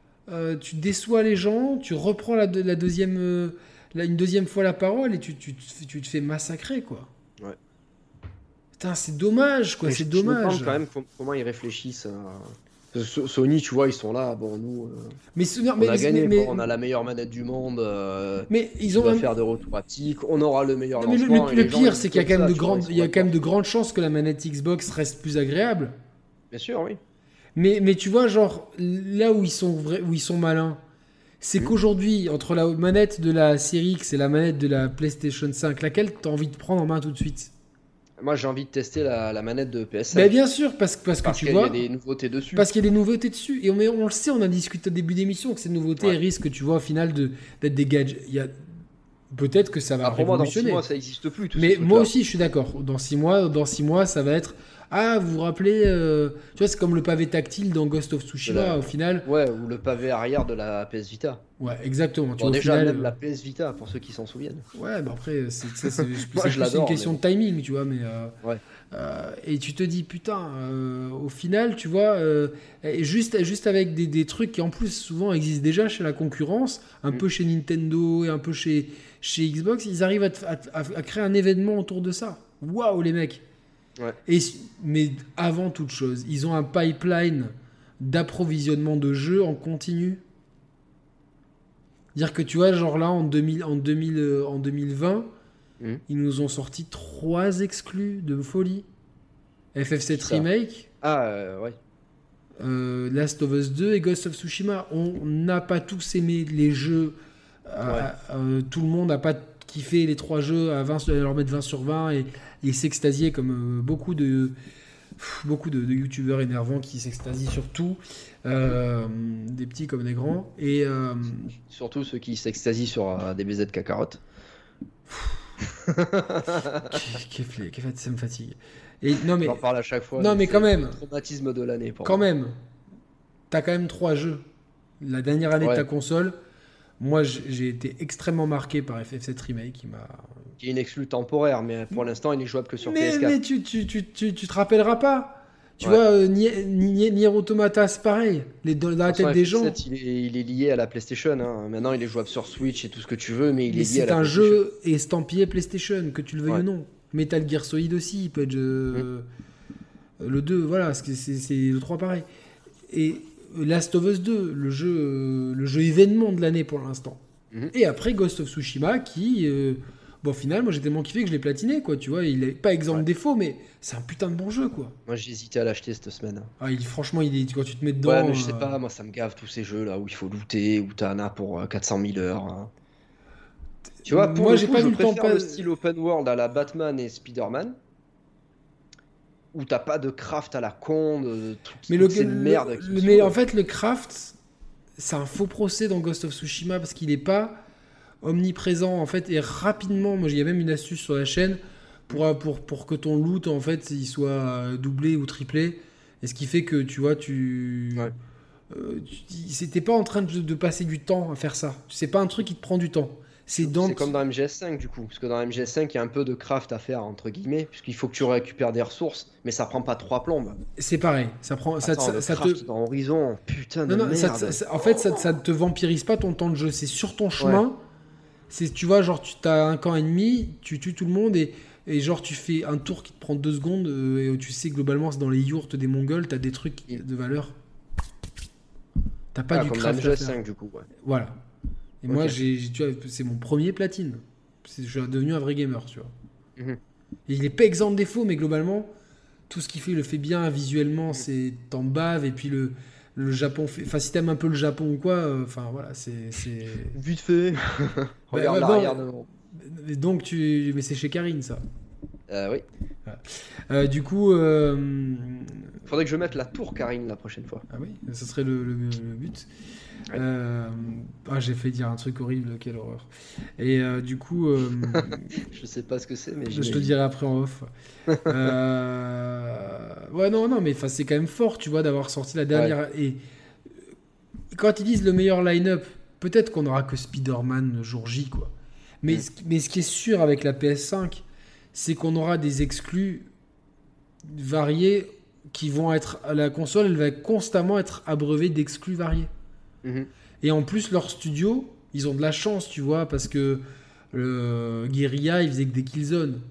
Tu déçois les gens, tu reprends la deuxième, une deuxième fois la parole et tu te fais massacrer, quoi. Ouais. Putain, c'est dommage, quoi, Et c'est je me demande dommage. quand même comment ils réfléchissent. Parce que Sony, tu vois, ils sont là. Bon, nous, Mais, on a gagné. Bon, on a la meilleure manette du monde. mais ils Qui ont va faire de retour haptique. On aura le meilleur non, mais lancement. Et le les gens, pire, ils c'est disent qu'il y a quand même ça, de tu vois, grandes, ils sont il y a quand même d'accord. de grandes chances que la manette Xbox reste plus agréable. Bien sûr, oui. Mais tu vois, genre, là où où ils sont malins, c'est Mm. qu'aujourd'hui, entre la manette de la Series X et la manette de la PlayStation 5, laquelle t'as envie de prendre en main tout de suite? Moi, j'ai envie de tester la manette de PS5. Ben bien sûr, parce que Parce tu qu'il y a vois, des nouveautés dessus. parce qu'il y a des nouveautés dessus. Et on le sait, on a discuté au début d'émission que ces nouveautés Ouais. elles risquent, tu vois, au final, d'être des gadgets. Peut-être que ça va Ah, pour moi, dans 6 révolutionner. mois, ça n'existe plus, tous ces Mais moi trucs-là. aussi, je suis d'accord. Dans 6 mois, ça va être. Ah, vous vous rappelez, tu vois, c'est comme le pavé tactile dans Ghost of Tsushima, au final. Ouais, ou le pavé arrière de la PS Vita. Ouais, exactement. Tu Bon, vois, au déjà, final, même la PS Vita, pour ceux qui s'en souviennent. ouais, bah après, c'est Moi, je plus une l'adore, question mais de timing, tu vois, mais. Ouais. Et tu te dis, putain, au final, tu vois, et juste avec des trucs qui en plus souvent existent déjà chez la concurrence, un peu chez Nintendo et un peu chez Xbox, ils arrivent à créer un événement autour de ça. Waouh, les mecs! Ouais. Mais avant toute chose, ils ont un pipeline d'approvisionnement de jeux en continu. Dire que tu vois, genre là, en 2020, Mm. ils nous ont sorti 3 exclus de folie. FF7 Ça. Remake, Ah, ouais. Last of Us 2 et Ghost of Tsushima. On n'a pas tous aimé les jeux. Tout le monde n'a pas kiffé les 3 jeux à leur mettre 20 sur 20 et s'extasier comme beaucoup de youtubeurs énervants qui s'extasient sur tout, des petits comme des grands. Et Surtout ceux qui s'extasient sur des BZ cacarottes. ça me fatigue. Et non mais J'en parle à chaque fois. non mais c'est quand même, le traumatisme de l'année pour quand moi. même, t'as quand même 3 jeux. La dernière année de Ouais. ta console, moi j'ai été extrêmement marqué par FF7 Remake qui m'a. Qui est une exclue temporaire, mais pour l'instant, il est jouable que sur Mais PS4. tu te rappelleras pas. Tu vois, Nier Automata, c'est pareil. Dans la tête des gens. Il est lié à la PlayStation. Hein. Maintenant, il est jouable sur Switch et tout ce que tu veux, mais il est lié c'est à la un PlayStation. jeu estampillé PlayStation, que tu le veuilles ou non. Metal Gear Solid aussi, il peut être le 2, voilà, c'est le 3 pareil. Et Last of Us 2, le jeu événement de l'année pour l'instant. Et après Ghost of Tsushima qui... Bon, au final, moi j'ai tellement kiffé que je l'ai platiné, quoi. Tu vois, il est pas exempt de défaut, mais c'est un putain de bon jeu, quoi. Moi j'ai hésité à l'acheter cette semaine. Ah, franchement, quand tu te mets dedans. Ouais, mais je sais pas, moi ça me gave tous ces jeux là où il faut looter, où t'en as pour 400 000 heures. Hein. Tu vois, pour moi, le j'ai coup, pas je vu le temps préfère le style open world à la Batman et Spider-Man, où t'as pas de craft à la con, de toutes ces merdes. Mais en fait, le craft, c'est un faux procès dans Ghost of Tsushima parce qu'il est pas omniprésent en fait et rapidement. Moi, il y a même une astuce sur la chaîne pour que ton loot en fait il soit doublé ou triplé, et ce qui fait que tu vois c'était pas en train de passer du temps à faire ça. C'est pas un truc qui te prend du temps. C'est comme dans MGS5 du coup, parce que dans MGS5 il y a un peu de craft à faire entre guillemets, puisqu'il faut que tu récupères des ressources, mais ça prend pas 3 plombes. C'est pareil, ça prend. Attends, ça te dans Horizon, putain de merde. En fait, ça ne te vampirise pas ton temps de jeu. C'est sur ton chemin. Tu vois, genre tu as un camp ennemi, tu tues tout le monde et genre tu fais un tour qui te prend 2 secondes et tu sais globalement c'est dans les yourtes des Mongols, t'as des trucs de valeur. T'as pas du craft à faire. du coup. Ouais. Voilà. Et moi, tu vois, c'est mon premier platine. Je suis devenu un vrai gamer, tu vois. Et il est pas exempt de défauts, mais globalement, tout ce qu'il fait, il le fait bien visuellement. C'est t'en baves et puis le Japon fait... Enfin, si t'aimes un peu le Japon ou quoi, enfin voilà, c'est... Vite fait. Regarde l'arrière devant. Donc mais c'est chez Karine, ça. Oui. Voilà. Du coup... Faudrait que je mette la tour Karine la prochaine fois. Ah oui, ça serait le but. Ouais. J'ai fait dire un truc horrible, quelle horreur. Et du coup... je sais pas ce que c'est, mais je te dirai après en off. Ouais, non, mais c'est quand même fort, tu vois, d'avoir sorti la dernière... Et quand ils disent le meilleur line-up, peut-être qu'on n'aura que Spider-Man le jour J, quoi. Mais ce qui est sûr avec la PS5, c'est qu'on aura des exclus variés qui vont être... La console, elle va constamment être abreuvée d'exclus variés. Et en plus, leur studio, ils ont de la chance, tu vois, parce que Guerrilla, il faisait que des Killzone.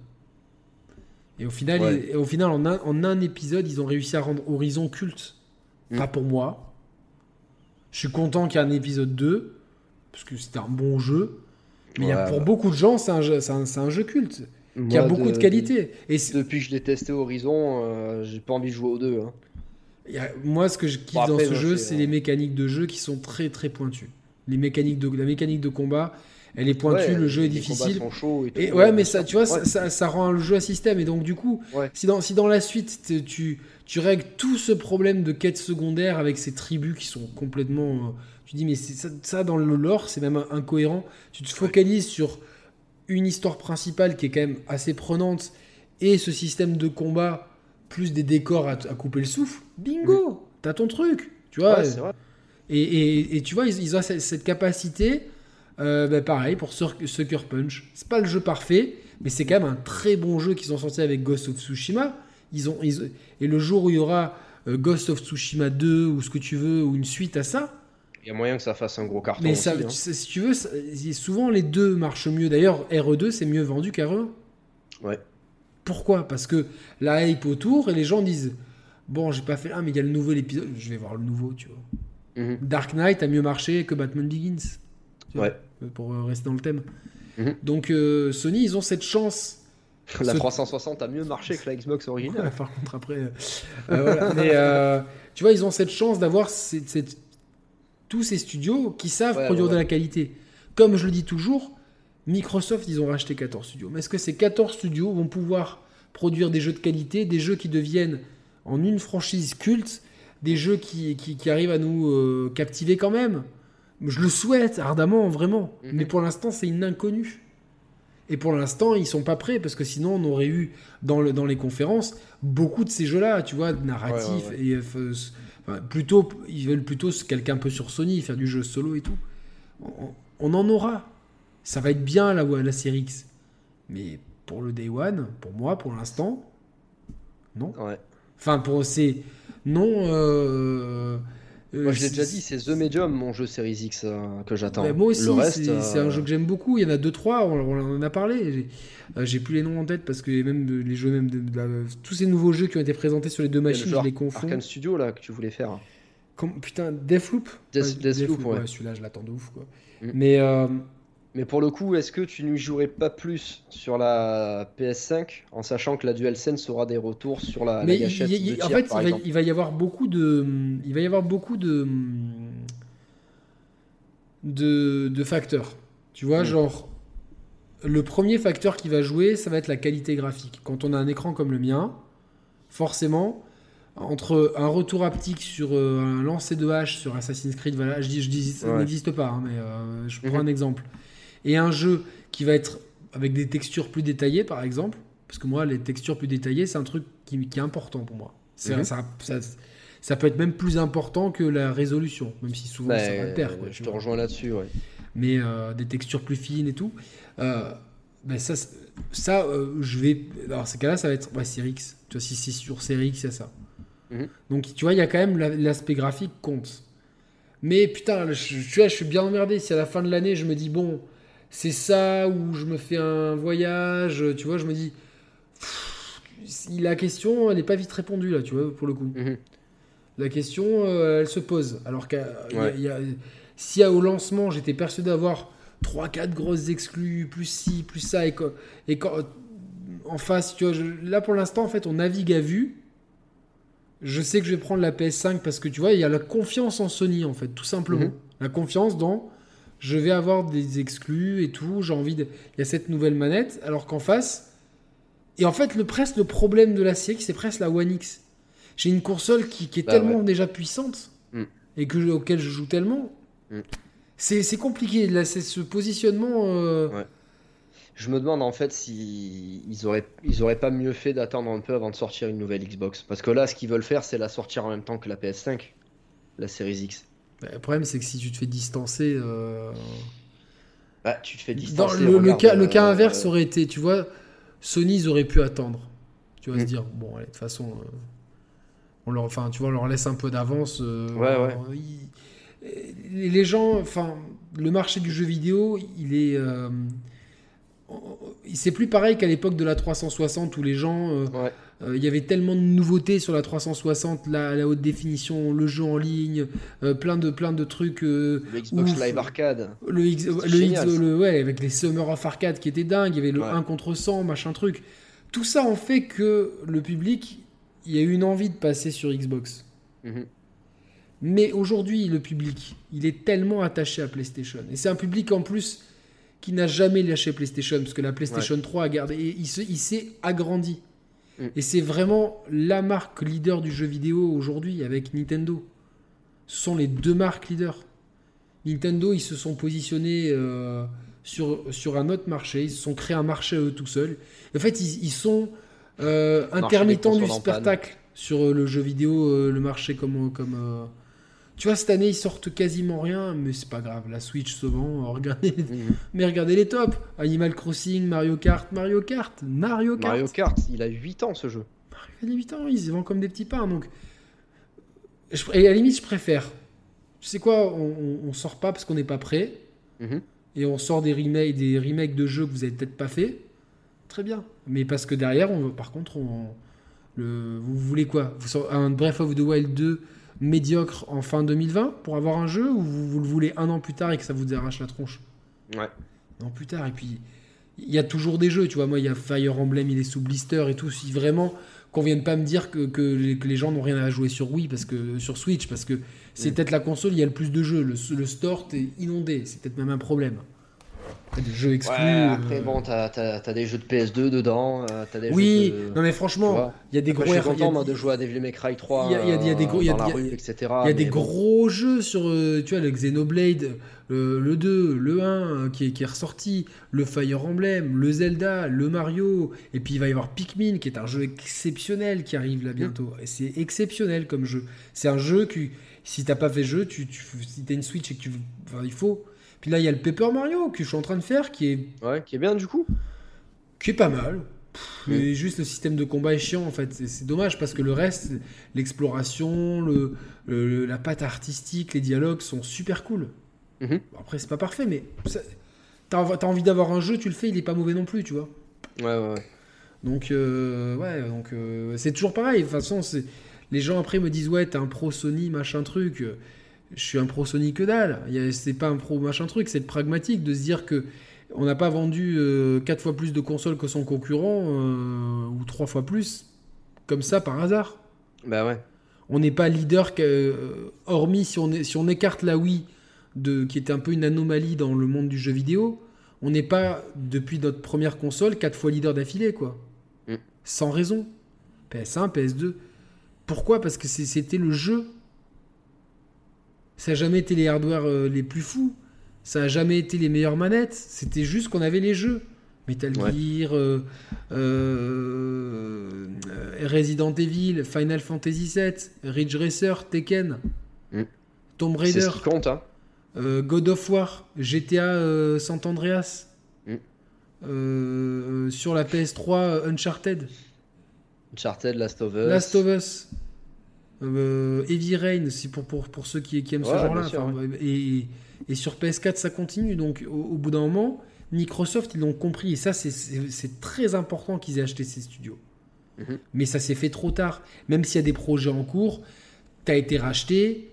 Et au final, en un épisode, ils ont réussi à rendre Horizon culte. Pas pour moi. Je suis content qu'il y ait un épisode 2, parce que c'était un bon jeu. Mais pour beaucoup de gens, c'est un jeu culte. Qui a beaucoup de qualité. Depuis que je l'ai testé Horizon, j'ai pas envie de jouer aux deux. Hein. Moi, ce que je kiffe dans ce jeu, c'est les mécaniques de jeu qui sont très très pointues. La mécanique de combat, elle est pointue, le jeu est difficile. Les combats sont chauds et tout, mais ça, tu vois, ça rend le jeu à système. Et donc, du coup, si dans la suite, tu règles tout ce problème de quête secondaire avec ces tribus qui sont complètement... tu dis, mais ça, dans le lore, c'est même incohérent. Tu te focalises sur une histoire principale qui est quand même assez prenante et ce système de combat plus des décors à couper le souffle, bingo, t'as ton truc, tu vois. C'est vrai. Et tu vois, ils ont cette capacité, pareil pour Sucker Punch. C'est pas le jeu parfait, mais c'est quand même un très bon jeu qu'ils ont sorti avec Ghost of Tsushima. Et le jour où il y aura Ghost of Tsushima 2 ou ce que tu veux, ou une suite à ça, il y a moyen que ça fasse un gros carton. Mais aussi, si tu veux, souvent les deux marchent mieux. D'ailleurs, RE2 c'est mieux vendu qu'RE1. Ouais. Pourquoi ? Parce que la hype autour et les gens disent bon, j'ai pas fait mais il y a le nouvel épisode, je vais voir le nouveau, tu vois. Dark Knight a mieux marché que Batman Begins. Pour rester dans le thème. Donc Sony, ils ont cette chance. La 360 a mieux marché que la Xbox originale. Ouais, par contre, après. Voilà. Mais tu vois, ils ont cette chance d'avoir tous ces studios qui savent produire de la qualité. Comme je le dis toujours, Microsoft, ils ont racheté 14 studios. Mais est-ce que ces 14 studios vont pouvoir produire des jeux de qualité, des jeux qui deviennent en une franchise culte, des jeux qui arrivent à nous captiver quand même ? Je le souhaite ardemment, vraiment. Mais pour l'instant, c'est une inconnue. Et pour l'instant, ils sont pas prêts, parce que sinon, on aurait eu, dans les conférences, beaucoup de ces jeux-là, tu vois, narratifs. Et plutôt, ils veulent plutôt quelqu'un un peu sur Sony, faire du jeu solo et tout. On en aura. Ça va être bien la série X. Mais pour le Day One, pour moi, pour l'instant, non. Ouais. Enfin, non. Moi, je l'ai déjà dit, c'est The Medium, mon jeu Series X que j'attends. Bah, moi aussi, Le reste, c'est un jeu que j'aime beaucoup. Il y en a 2-3, on en a parlé. J'ai plus les noms en tête parce que même les jeux, tous ces nouveaux jeux qui ont été présentés sur les deux il y a machines, le jeu je les confonds. Arkane Studio là que tu voulais faire. Putain, Deathloop. Deathloop, ouais. Celui-là, je l'attends de ouf, quoi. Mm. Mais Mais pour le coup, est-ce que tu n'y jouerais pas plus sur la PS5 en sachant que la DualSense aura des retours sur la gâchette de tir, en fait, par exemple. il va y avoir beaucoup de, de facteurs. Tu vois, genre, le premier facteur qui va jouer, ça va être la qualité graphique. Quand on a un écran comme le mien, forcément, entre un retour haptique sur un lancer de hache sur Assassin's Creed, voilà, je dis ça n'existe pas, hein, mais je prends un exemple. Et un jeu qui va être avec des textures plus détaillées, par exemple, parce que moi, les textures plus détaillées, c'est un truc qui est important pour moi. Ça peut être même plus important que la résolution, même si souvent ça va de pair. Je te rejoins là-dessus, ouais. Mais des textures plus fines et tout, je vais. Alors, ces cas-là, ça va être Series X. Tu vois, si c'est sur Series X, il y a ça. Donc, tu vois, il y a quand même l'aspect graphique compte. Mais putain, je suis bien emmerdé. Si à la fin de l'année, je me dis, bon, c'est ça, ou je me fais un voyage, tu vois, je me dis. La question, elle n'est pas vite répondue, là, tu vois, pour le coup. La question, elle se pose. Alors si au lancement, j'étais persuadé d'avoir 3-4 grosses exclus, plus ci, plus ça, et quand, en face, tu vois, là pour l'instant, en fait, on navigue à vue. Je sais que je vais prendre la PS5 parce que tu vois, il y a la confiance en Sony, en fait, tout simplement. La confiance dans je vais avoir des exclus et tout, il y a cette nouvelle manette, alors qu'en face, et en fait, le problème de la série, c'est presque la One X. J'ai une console qui est tellement déjà puissante et auquel je joue tellement. C'est compliqué, là, c'est ce positionnement. Je me demande en fait si ils auraient pas mieux fait d'attendre un peu avant de sortir une nouvelle Xbox. Parce que là, ce qu'ils veulent faire, c'est la sortir en même temps que la PS5, la Series X. Le problème, c'est que si tu te fais distancer. Tu te fais distancer. Le cas inverse aurait été, tu vois, Sony, ils auraient pu attendre. Tu vas se dire, bon, allez, de toute façon, on leur laisse un peu d'avance. Les gens, le marché du jeu vidéo, c'est plus pareil qu'à l'époque de la 360 où les gens, il y avait tellement de nouveautés sur la 360, la haute définition, le jeu en ligne, plein de trucs. Le Xbox Live Arcade. Avec les Summer of Arcade qui étaient dingues, il y avait le 1 contre 100, machin truc. Tout ça en fait que le public, il y a eu une envie de passer sur Xbox. Mais aujourd'hui, le public, il est tellement attaché à PlayStation. Et c'est un public en plus qui n'a jamais lâché PlayStation, parce que la PlayStation 3 a gardé, et il s'est agrandi. Et c'est vraiment la marque leader du jeu vidéo aujourd'hui avec Nintendo. Ce sont les deux marques leaders. Nintendo, ils se sont positionnés sur un autre marché, ils se sont créés un marché eux tout seuls. En fait, ils sont intermittents du spectacle sur le jeu vidéo, le marché comme tu vois, cette année, ils sortent quasiment rien, mais c'est pas grave. La Switch se vend. Regardez les tops. Animal Crossing, Mario Kart, il a 8 ans, ce jeu. Il a 8 ans, ils se vendent comme des petits pains. Donc, et à la limite, je préfère. Tu sais quoi, on sort pas parce qu'on n'est pas prêt. Et on sort des remakes de jeux que vous avez peut-être pas fait. Très bien. Mais parce que derrière, par contre, vous voulez quoi? Un Breath of the Wild 2 médiocre en fin 2020 pour avoir un jeu, ou vous le voulez un an plus tard et que ça vous arrache la tronche? Un an plus tard. Et puis il y a toujours des jeux, tu vois, moi il y a Fire Emblem, il est sous blister et tout. Si vraiment qu'on vienne pas me dire que les gens n'ont rien à jouer sur sur Switch, parce que c'est peut-être la console, il y a le plus de jeux, le store est inondé, c'est peut-être même un problème. Des jeux exclus. Après, bon, t'as des jeux de PS2 dedans. T'as des jeux non mais franchement, il y a des gros. Je suis content de jouer à Devil May Cry 3 dans la rue, etc. Il y a des gros jeux sur, tu vois, le Xenoblade, le 2, le 1 qui est ressorti, le Fire Emblem, le Zelda, le Mario, et puis il va y avoir Pikmin qui est un jeu exceptionnel qui arrive là bientôt. Et c'est exceptionnel comme jeu. C'est un jeu que si t'as pas fait jeu, si t'as une Switch et que il faut. Puis là, il y a le Paper Mario que je suis en train de faire qui est bien du coup. Qui est pas mal. Mais juste le système de combat est chiant en fait. C'est dommage parce que le reste, l'exploration, la patte artistique, les dialogues sont super cool. Bon, après, c'est pas parfait, mais t'as envie d'avoir un jeu, tu le fais, il est pas mauvais non plus, tu vois. Ouais. Donc, c'est toujours pareil. De toute façon, les gens après me disent ouais, t'es un pro Sony, machin truc. Je suis un pro Sony que dalle. C'est pas un pro machin truc, c'est pragmatique de se dire que on n'a pas vendu 4 fois plus de consoles que son concurrent ou 3 fois plus, comme ça par hasard. Bah ouais. On n'est pas leader, hormis si on écarte la Wii, qui était un peu une anomalie dans le monde du jeu vidéo, on n'est pas, depuis notre première console, 4 fois leader d'affilée, quoi. Sans raison. PS1, PS2. Pourquoi ? Parce que c'était le jeu. Ça n'a jamais été les hardware les plus fous. Ça n'a jamais été les meilleures manettes. C'était juste qu'on avait les jeux. Metal Gear, Resident Evil, Final Fantasy VII, Ridge Racer, Tekken, Tomb Raider. C'est ce qui compte, hein. God of War, GTA San Andreas. Sur la PS3, Uncharted, Last of Us. Heavy Rain, c'est pour ceux qui aiment ce genre-là. Et sur PS4, ça continue. Donc, au bout d'un moment, Microsoft, ils l'ont compris. Et ça, c'est très important qu'ils aient acheté ces studios. Mais ça s'est fait trop tard. Même s'il y a des projets en cours, tu as été racheté.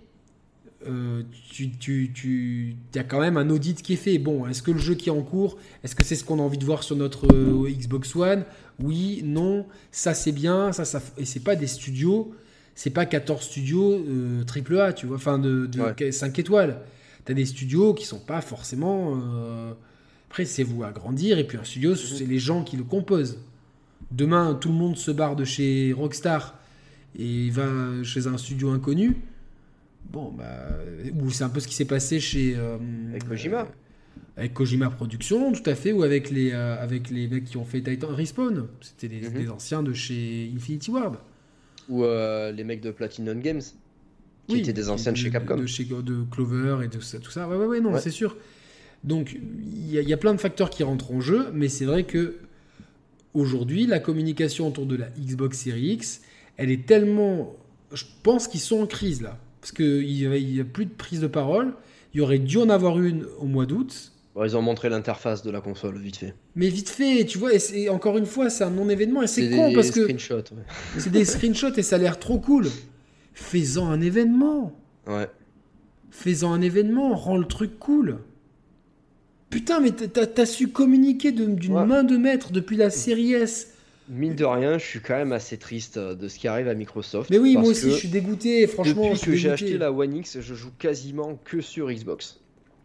Il y a quand même un audit qui est fait. Bon, est-ce que le jeu qui est en cours, est-ce que c'est ce qu'on a envie de voir sur notre Xbox One ? Oui, non, ça c'est bien, ça et c'est pas des studios, c'est pas 14 studios AAA, tu vois, enfin de 5 étoiles. T'as des studios qui sont pas forcément. Après, c'est vous à grandir, et puis un studio, c'est les gens qui le composent. Demain, tout le monde se barre de chez Rockstar et va chez un studio inconnu. Bon, ou c'est un peu ce qui s'est passé chez... avec Kojima. Avec Kojima Productions, tout à fait, ou avec les mecs qui ont fait Titan Respawn. C'était des anciens de chez Infinity Ward. Ou les mecs de Platinum Games, qui étaient des anciens de chez Capcom. De Clover et de tout ça. Ouais, non, c'est sûr. Donc, il y a plein de facteurs qui rentrent en jeu, mais c'est vrai que aujourd'hui, la communication autour de la Xbox Series X, elle est tellement... Je pense qu'ils sont en crise, là. Parce qu'il n'y a plus de prise de parole. Il y aurait dû en avoir une au mois d'août. Ils ont montré l'interface de la console, vite fait. Mais vite fait, tu vois, et encore une fois, c'est un non-événement. Et c'est con parce que... C'est des screenshots et ça a l'air trop cool. Fais-en un événement. Ouais. Fais-en un événement, rends le truc cool. Putain, mais t'as su communiquer d'une main de maître depuis la série S. Mine de rien, je suis quand même assez triste de ce qui arrive à Microsoft. Mais oui, moi aussi, je suis dégoûté. Franchement, depuis que j'ai acheté la One X, je joue quasiment que sur Xbox.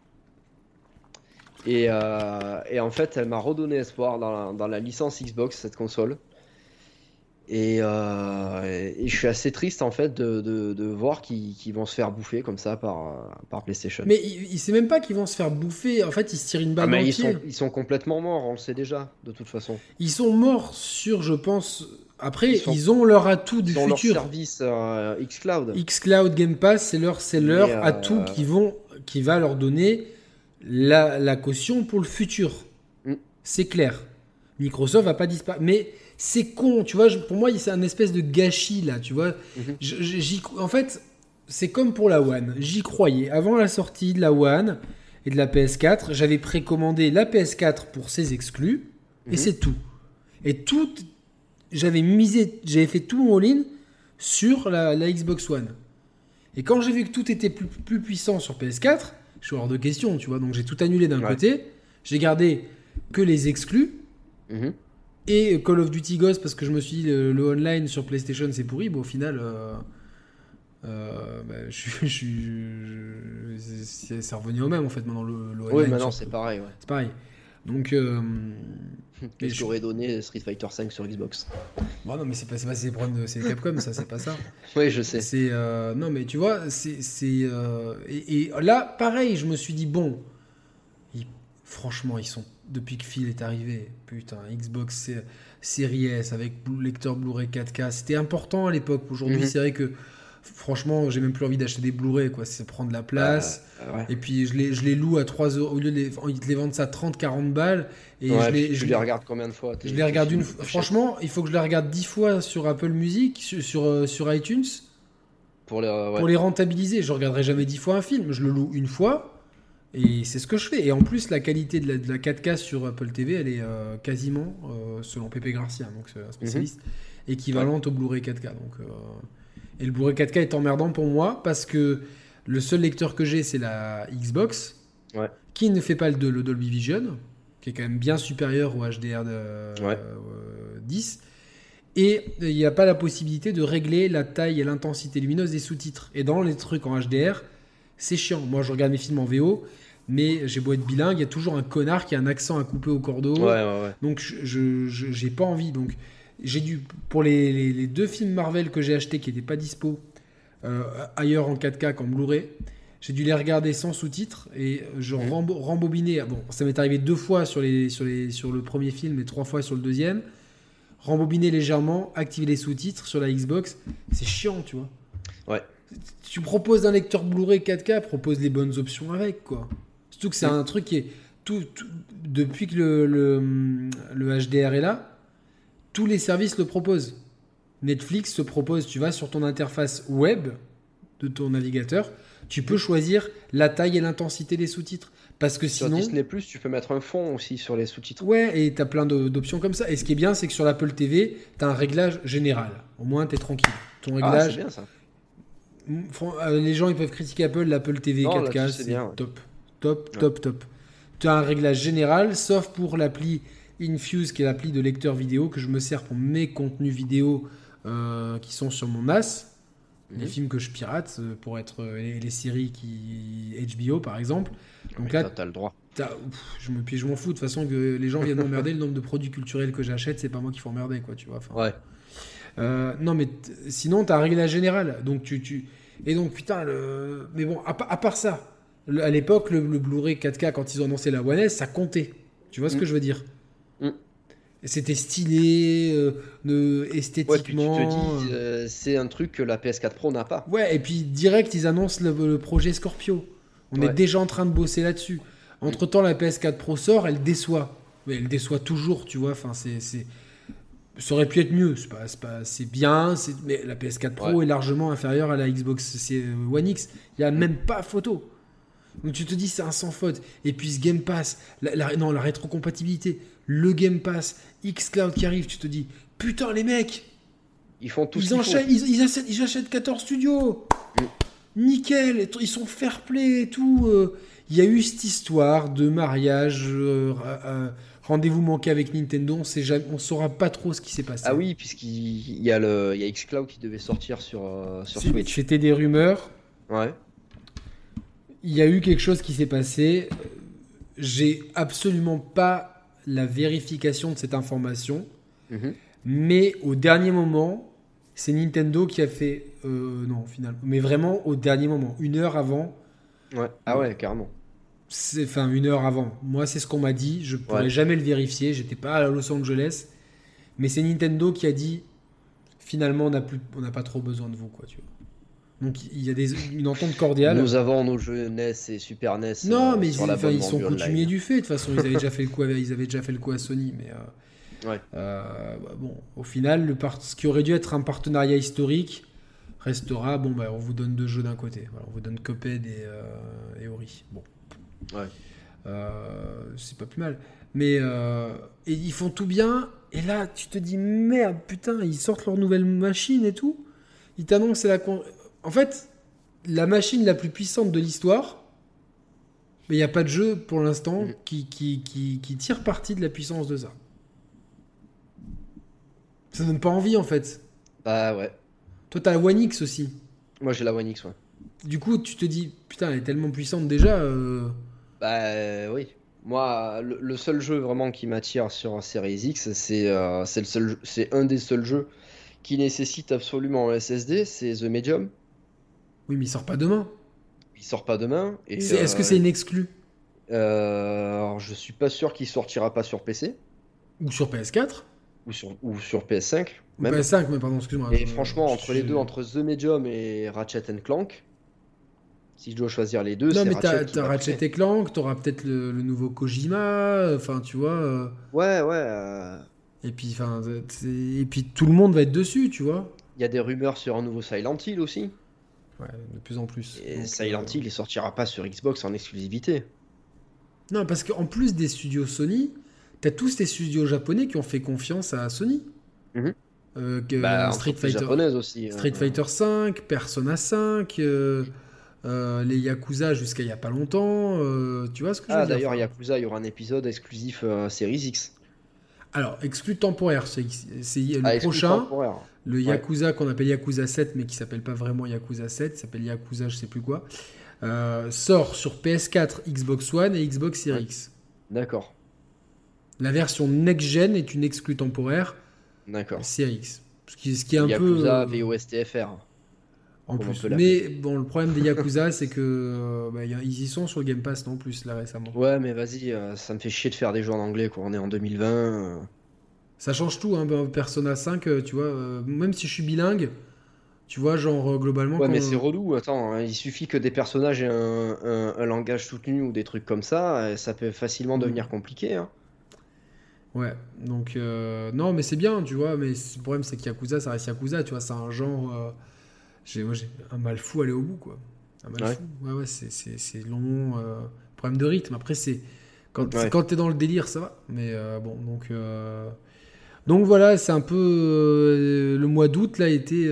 Et en fait, elle m'a redonné espoir dans la licence Xbox, cette console. Et je suis assez triste en fait de voir qu'ils vont se faire bouffer comme ça par PlayStation. Mais il sait même pas qu'ils vont se faire bouffer. En fait, ils se tirent une balle dans le pied. Ils sont complètement morts, on le sait déjà, de toute façon. Ils sont morts sur, je pense... Après, ils ont leur atout du futur. Leur service xCloud. xCloud Game Pass, c'est leur atout qui va leur donner la caution pour le futur. C'est clair. Microsoft va pas disparaître. Mais c'est con, tu vois. Pour moi, c'est un espèce de gâchis, là, tu vois. En fait, c'est comme pour la One. J'y croyais. Avant la sortie de la One et de la PS4, j'avais précommandé la PS4 pour ses exclus. Et c'est tout. Et tout... J'avais fait tout mon all-in sur la Xbox One. Et quand j'ai vu que tout était plus puissant sur PS4, je suis hors de question, tu vois. Donc j'ai tout annulé d'un côté. J'ai gardé que les exclus. Et Call of Duty Ghost, parce que je me suis dit, le online sur PlayStation, c'est pourri. Bon, au final, c'est revenu au même, en fait, maintenant, le online. Oui, maintenant, c'est pareil. Ouais. C'est pareil. Donc... Qu'est-ce qu'aurait donné Street Fighter 5 sur Xbox? Bon, non, mais c'est les problèmes c'est Capcom, ça, c'est pas ça. Oui, je sais. Non, mais tu vois, et là, pareil, je me suis dit, bon, franchement, ils sont... Depuis que Phil est arrivé, putain, Xbox Series S avec lecteur Blu-ray 4K, c'était important à l'époque. Aujourd'hui, c'est vrai que Franchement, j'ai même plus envie d'acheter des Blu-ray, quoi. Ça prend de la place. Ouais. Et puis, je les loue à 3 euros. Au lieu ils te les vendent ça 30-40 balles. Et je les regarde combien de fois? Je les regarde une fois. Franchement, il faut que je les regarde 10 fois sur Apple Music, sur iTunes, pour les rentabiliser. Je regarderai jamais 10 fois un film. Je le loue une fois. Et c'est ce que je fais. Et en plus, la qualité de la 4K sur Apple TV, elle est quasiment, selon Pépé Garcia, donc c'est un spécialiste, équivalente au Blu-ray 4K. Donc, et le Blu-ray 4K est emmerdant pour moi parce que le seul lecteur que j'ai, c'est la Xbox, qui ne fait pas le Dolby Vision, qui est quand même bien supérieur au HDR 10. Et il n'y a pas la possibilité de régler la taille et l'intensité lumineuse des sous-titres. Et dans les trucs en HDR, c'est chiant. Moi, je regarde mes films en VO, mais j'ai beau être bilingue, il y a toujours un connard qui a un accent à couper au cordeau. Donc, j'ai pas envie. Donc, j'ai dû, pour les 2 films Marvel que j'ai achetés qui n'étaient pas dispo ailleurs en 4K qu'en Blu-ray, j'ai dû les regarder sans sous-titres et je rembobinais. Bon, ça m'est arrivé 2 fois sur le premier film et 3 fois sur le deuxième. Rembobiner légèrement, activer les sous-titres sur la Xbox, c'est chiant, tu vois. Ouais. Tu proposes un lecteur Blu-ray 4K, propose les bonnes options avec, quoi. Surtout que c'est un truc qui est tout depuis que le HDR est là, tous les services le proposent. Netflix te propose, tu vas sur ton interface web de ton navigateur, tu peux choisir la taille et l'intensité des sous-titres. Parce que sinon... Sur Disney+, tu peux mettre un fond aussi sur les sous-titres. Ouais, et t'as plein d'options comme ça. Et ce qui est bien, c'est que sur l'Apple TV, t'as un réglage général. Au moins, t'es tranquille. Ton réglage... c'est bien ça. Les gens, ils peuvent critiquer Apple, l'Apple TV 4K, c'est bien, top. Tu as un réglage général, sauf pour l'appli Infuse, qui est l'appli de lecteur vidéo, que je me sers pour mes contenus vidéo qui sont sur mon NAS. Les films que je pirate pour être les séries HBO par exemple. Donc là, t'as le droit. Je m'en fous de toute façon que les gens viennent m'emmerder. Le nombre de produits culturels que j'achète, c'est pas moi qu'il faut emmerder, quoi, tu vois. Enfin, non, mais sinon t'as un réglage général. Donc et donc putain mais bon, à part ça, à l'époque le Blu-ray 4K quand ils ont annoncé la One S, ça comptait. Tu vois ce que je veux dire? C'était stylé, esthétiquement. Ouais, puis tu te dis, c'est un truc que la PS4 Pro n'a pas. Ouais, et puis direct, ils annoncent le projet Scorpio. On est déjà en train de bosser là-dessus. Entre-temps, la PS4 Pro sort, elle déçoit. Mais elle déçoit toujours, tu vois. Enfin, ça aurait pu être mieux. C'est bien, mais la PS4 Pro est largement inférieure à la Xbox One X. Il n'y a même pas photo. Donc tu te dis, c'est un sans faute. Et puis ce Game Pass, la rétrocompatibilité, le Game Pass, xCloud qui arrive, tu te dis, putain les mecs, ils font tout ils achètent 14 studios. Nickel, ils sont fair play et tout. Il y a eu cette histoire de mariage, rendez-vous manqué avec Nintendo, on saura pas trop ce qui s'est passé. Ah oui, puisqu'il y a xCloud qui devait sortir sur Switch. C'était des rumeurs. Ouais. Il y a eu quelque chose qui s'est passé. J'ai absolument pas la vérification de cette information. Mais au dernier moment, c'est Nintendo qui a fait... non, finalement. Mais vraiment au dernier moment. 1 heure avant. Ouais. Ah ouais, carrément. Enfin, 1 heure avant. Moi, c'est ce qu'on m'a dit. Je pourrais jamais le vérifier. J'étais pas à Los Angeles. Mais c'est Nintendo qui a dit, finalement, on n'a pas trop besoin de vous, quoi, tu vois. Donc il y a une entente cordiale. Nous avons nos jeux NES et Super NES. Non, mais ils sont coutumiers du fait. De toute façon, ils avaient déjà fait le coup à Sony. Mais bon, au final, ce qui aurait dû être un partenariat historique restera. Bon, on vous donne 2 jeux d'un côté. Voilà, on vous donne Cuphead et Ori. Bon. C'est pas plus mal. Mais et ils font tout bien. Et là, tu te dis merde, putain, ils sortent leur nouvelle machine et tout. Ils t'annoncent en fait, la machine la plus puissante de l'histoire, mais il n'y a pas de jeu pour l'instant qui tire parti de la puissance de ça. Ça donne pas envie en fait. Bah ouais. Toi, t'as la One X aussi. Moi, j'ai la One X, ouais. Du coup, tu te dis, putain, elle est tellement puissante déjà. Bah oui. Moi, le seul jeu vraiment qui m'attire sur Series X, c'est un des seuls jeux qui nécessite absolument un SSD, c'est The Medium. Oui, mais il sort pas demain. Il sort pas demain. Est-ce que c'est une exclue? Alors, je suis pas sûr qu'il sortira pas sur PC. Ou sur PS4? ou sur PS5 Ou même. PS5, mais pardon, excuse-moi. Et franchement, entre les deux, entre The Medium et Ratchet Clank, si je dois choisir les deux, Non, c'est mais Ratchet qui t'as va Ratchet primer. et Clank, t'auras peut-être le nouveau Kojima, enfin, tu vois. Ouais, ouais. Et puis, enfin, et puis tout le monde va être dessus, tu vois. Il y a des rumeurs sur un nouveau Silent Hill aussi. Ouais, de plus en plus. Et Donc, Silent Hill, il sortira pas sur Xbox en exclusivité. non, parce qu'en plus des studios Sony, t'as tous ces studios japonais qui ont fait confiance à Sony. Mhm. Que Bah, Street entreprise Fighter, japonaise aussi. Street Fighter 5, Persona 5, les Yakuza jusqu'à il y a pas longtemps. Tu vois ce que je veux Ah, dire? d'ailleurs, Enfin, Yakuza, il y aura un épisode exclusif Series X. alors, exclu temporaire, c'est le Ah, exclu prochain. temporaire. Le Ouais, Yakuza qu'on appelle Yakuza 7, mais qui s'appelle pas vraiment Yakuza 7, s'appelle Yakuza je sais plus quoi, sort sur PS4, Xbox One et Xbox Series ouais, X. d'accord. La version next-gen est une exclue temporaire D'accord. Series X. Ce qui est un peu Yakuza VOSTFR, en comme on plus. peut l'appeler. Mais bon, le problème des Yakuza, c'est que ils y sont sur le Game Pass non plus là récemment. Ouais, mais vas-y, ça me fait chier de faire des jeux en anglais, quoi. On est en 2020. Ça change tout, hein, Persona 5, tu vois, même si je suis bilingue, tu vois, genre globalement Ouais, quand. mais c'est relou, attends, hein, il suffit que des personnages aient un langage soutenu ou des trucs comme ça, et ça peut facilement Hmm. devenir compliqué, hein. Ouais, donc non, mais c'est bien, tu vois, mais le problème c'est que Yakuza, ça reste Yakuza, tu vois, c'est un genre. Moi, j'ai un mal fou à aller au bout, quoi. Un mal Ouais, fou. Ouais, ouais, c'est long. Problème de rythme. Après, c'est. ouais. Quand t'es dans le délire, ça va. Mais bon, donc. Donc voilà, c'est un peu. Le mois d'août, là, était.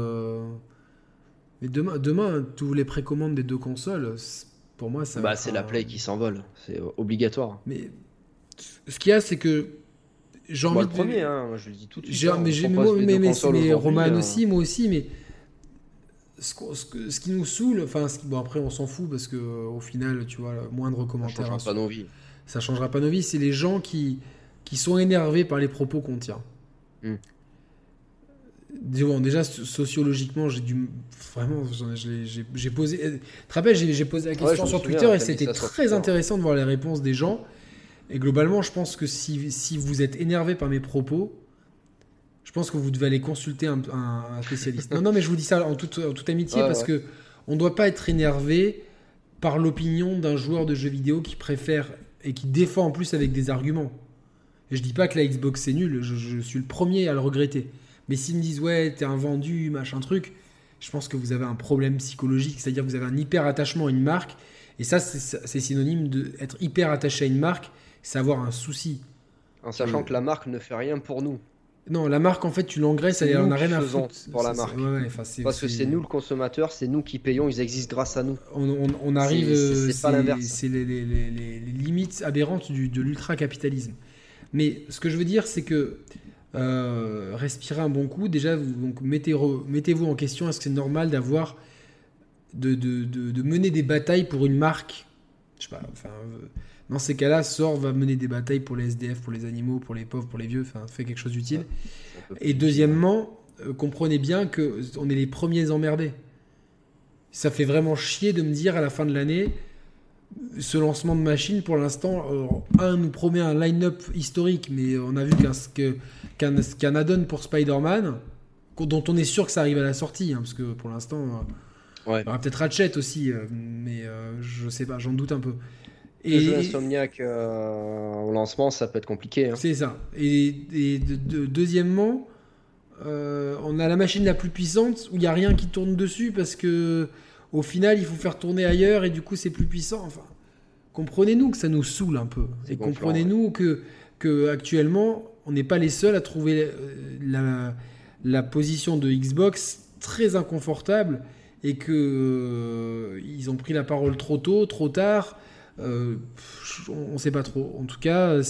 Mais demain, tous les précommandes des deux consoles, pour moi, ça va Bah, être c'est la un. Play qui s'envole, c'est obligatoire. Mais ce qu'il y a, c'est que j'ai Moi, envie le premier, de. hein, moi, je le dis tout de suite, hein, Mais on j'ai, propose les deux consoles mais aujourd'hui. Roman aussi, moi aussi, mais ce qui nous saoule, enfin, bon après on s'en fout parce que au final, tu vois, le moindre Ça commentaire, changera pas nos vies. ça changera pas nos vies. C'est les gens qui sont énervés par les propos qu'on tient. Hmm. Bon, déjà sociologiquement, j'ai dû vraiment, j'ai posé. Tu te rappelles, j'ai posé la Ouais, je question me sur souviens, Twitter et t'as mis c'était ça sur très Twitter. intéressant de voir les réponses des gens. Et globalement, je pense que si vous êtes énervé par mes propos, je pense que vous devez aller consulter un spécialiste. Non, non, mais je vous dis ça en toute amitié Ouais, parce ouais. que on ne doit pas être énervé par l'opinion d'un joueur de jeux vidéo qui préfère et qui défend en plus avec des arguments. Et je dis pas que la Xbox c'est nul, je suis le premier à le regretter. Mais s'ils me disent ouais, t'es un vendu, machin truc, je pense que vous avez un problème psychologique, c'est-à-dire que vous avez un hyper attachement à une marque. Et ça, c'est synonyme d'être hyper attaché à une marque, c'est avoir un souci. En Tu vois. sachant que la marque ne fait rien pour nous. Non, la marque, en fait, tu l'engraisses, C'est elle en nous a qui rien à faisons foutre. pour la marque. Ouais, ouais, enfin, Parce que c'est nous le consommateur, c'est nous qui payons, ils existent grâce à nous. on arrive, C'est pas l'inverse. c'est les limites aberrantes de l'ultra-capitalisme. Mais ce que je veux dire, c'est que respirez un bon coup. Déjà, donc, mettez-vous en question. Est-ce que c'est normal de mener des batailles pour une marque? Je sais pas. Enfin, dans ces cas-là, va mener des batailles pour les SDF, pour les animaux, pour les pauvres, pour les vieux. Enfin, fait quelque chose d'utile. C'est un peu Et plus utile, ouais. deuxièmement, comprenez bien que on est les premiers emmerdés. Ça fait vraiment chier de me dire à la fin de l'année, ce lancement de machine, pour l'instant, nous promet un line-up historique, mais on a vu qu'un add-on pour Spider-Man, dont on est sûr que ça arrive à la sortie, hein, parce que pour l'instant, Ouais. il y aura peut-être Ratchet aussi, mais je sais pas, j'en doute un peu. Les jeux Et Insomniac au lancement, ça peut être compliqué, hein. c'est ça. Et deuxièmement, on a la machine la plus puissante où il n'y a rien qui tourne dessus parce que au final il faut faire tourner ailleurs et du coup c'est plus puissant. Enfin, comprenez-nous que ça nous saoule un peu C'est et gonflant, ouais. comprenez-nous que actuellement on n'est pas les seuls à trouver la position de Xbox très inconfortable et que ils ont pris la parole trop tôt, trop tard. On ne sait pas trop. En tout cas,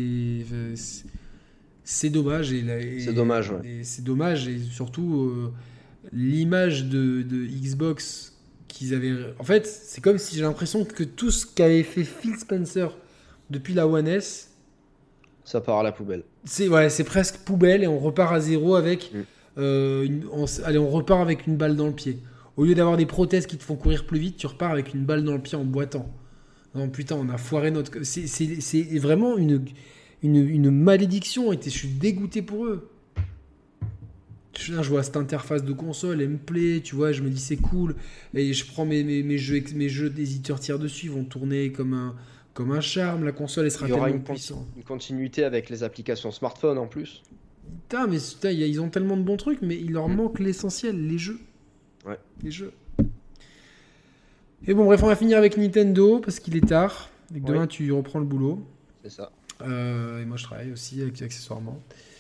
c'est dommage C'est dommage, ouais. et c'est dommage et surtout l'image de Xbox qu'ils avaient. En fait, c'est comme si j'ai l'impression que tout ce qu'avait fait Phil Spencer depuis la One S, Ça part à la poubelle. c'est presque poubelle et on repart à zéro avec. Mm. Allez, on repart avec une balle dans le pied. Au lieu d'avoir des prothèses qui te font courir plus vite, tu repars avec une balle dans le pied en boitant. Non putain, on a foiré notre. C'est vraiment une malédiction. Je suis dégoûté pour eux. Je vois cette interface de console, elle me plaît, tu vois, je me dis c'est cool. Et je prends mes jeux d'éditeurs tiers dessus, ils vont tourner comme un charme. La console, elle sera tellement puissante. Une continuité avec les applications smartphone en plus. Putain, mais putain, ils ont tellement de bons trucs, mais il leur manque l'essentiel, les jeux. Ouais. Les jeux. Et bon, bref, on va finir avec Nintendo, parce qu'il est tard. Et que demain, tu reprends le boulot. C'est ça. Et moi, je travaille aussi, accessoirement.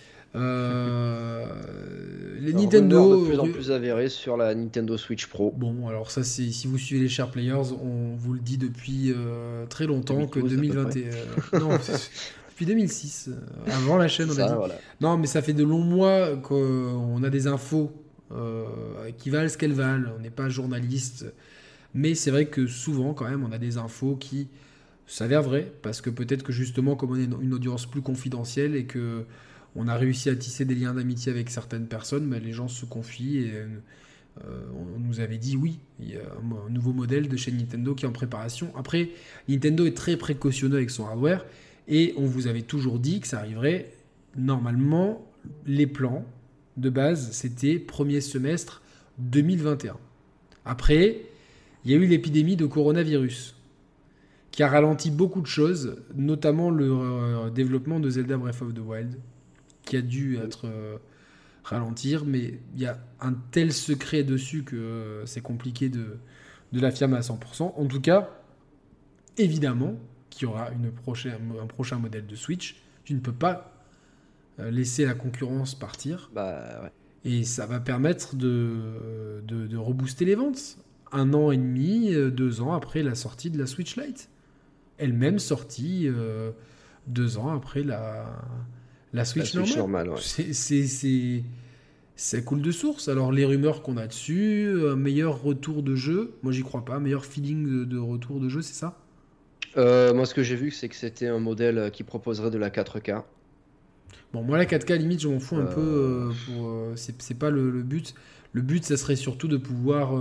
Les Nintendo Nintendo de plus en plus avéré sur la Nintendo Switch Pro. Bon, alors ça, c'est si vous suivez les Share Players, on vous le dit depuis très longtemps 2012, que 2021. Non, depuis 2006, avant la chaîne, on a dit. Voilà. Non, mais ça fait de longs mois qu'on a des infos qui valent ce qu'elles valent. On n'est pas journaliste, mais c'est vrai que souvent, quand même, on a des infos qui s'avèrent vraies parce que peut-être que justement, comme on est une audience plus confidentielle et que on a réussi à tisser des liens d'amitié avec certaines personnes, mais les gens se confient et on nous avait dit oui, il y a un nouveau modèle de chez Nintendo qui est en préparation. Après, Nintendo est très précautionneux avec son hardware et on vous avait toujours dit que ça arriverait normalement. Les plans de base, c'était premier semestre 2021. Après, il y a eu l'épidémie de coronavirus qui a ralenti beaucoup de choses, notamment le développement de Zelda Breath of the Wild, qui a dû être ralentir, mais il y a un tel secret dessus que c'est compliqué de l'affirmer à 100%. En tout cas, évidemment qu'il y aura un prochain modèle de Switch. Tu ne peux pas laisser la concurrence partir. Bah ouais. Et ça va permettre de rebooster les ventes. 1 an et demi, 2 ans après la sortie de la Switch Lite. Elle-même sortie 2 ans après la Switch normale. Ouais. Ça coule de source. Alors les rumeurs qu'on a dessus, un meilleur retour de jeu, moi j'y crois pas, meilleur feeling de retour de jeu, c'est ça? Moi ce que j'ai vu c'est que c'était un modèle qui proposerait de la 4K. Bon, moi la 4K limite je m'en fous un peu, c'est pas le but. Le but ça serait surtout de pouvoir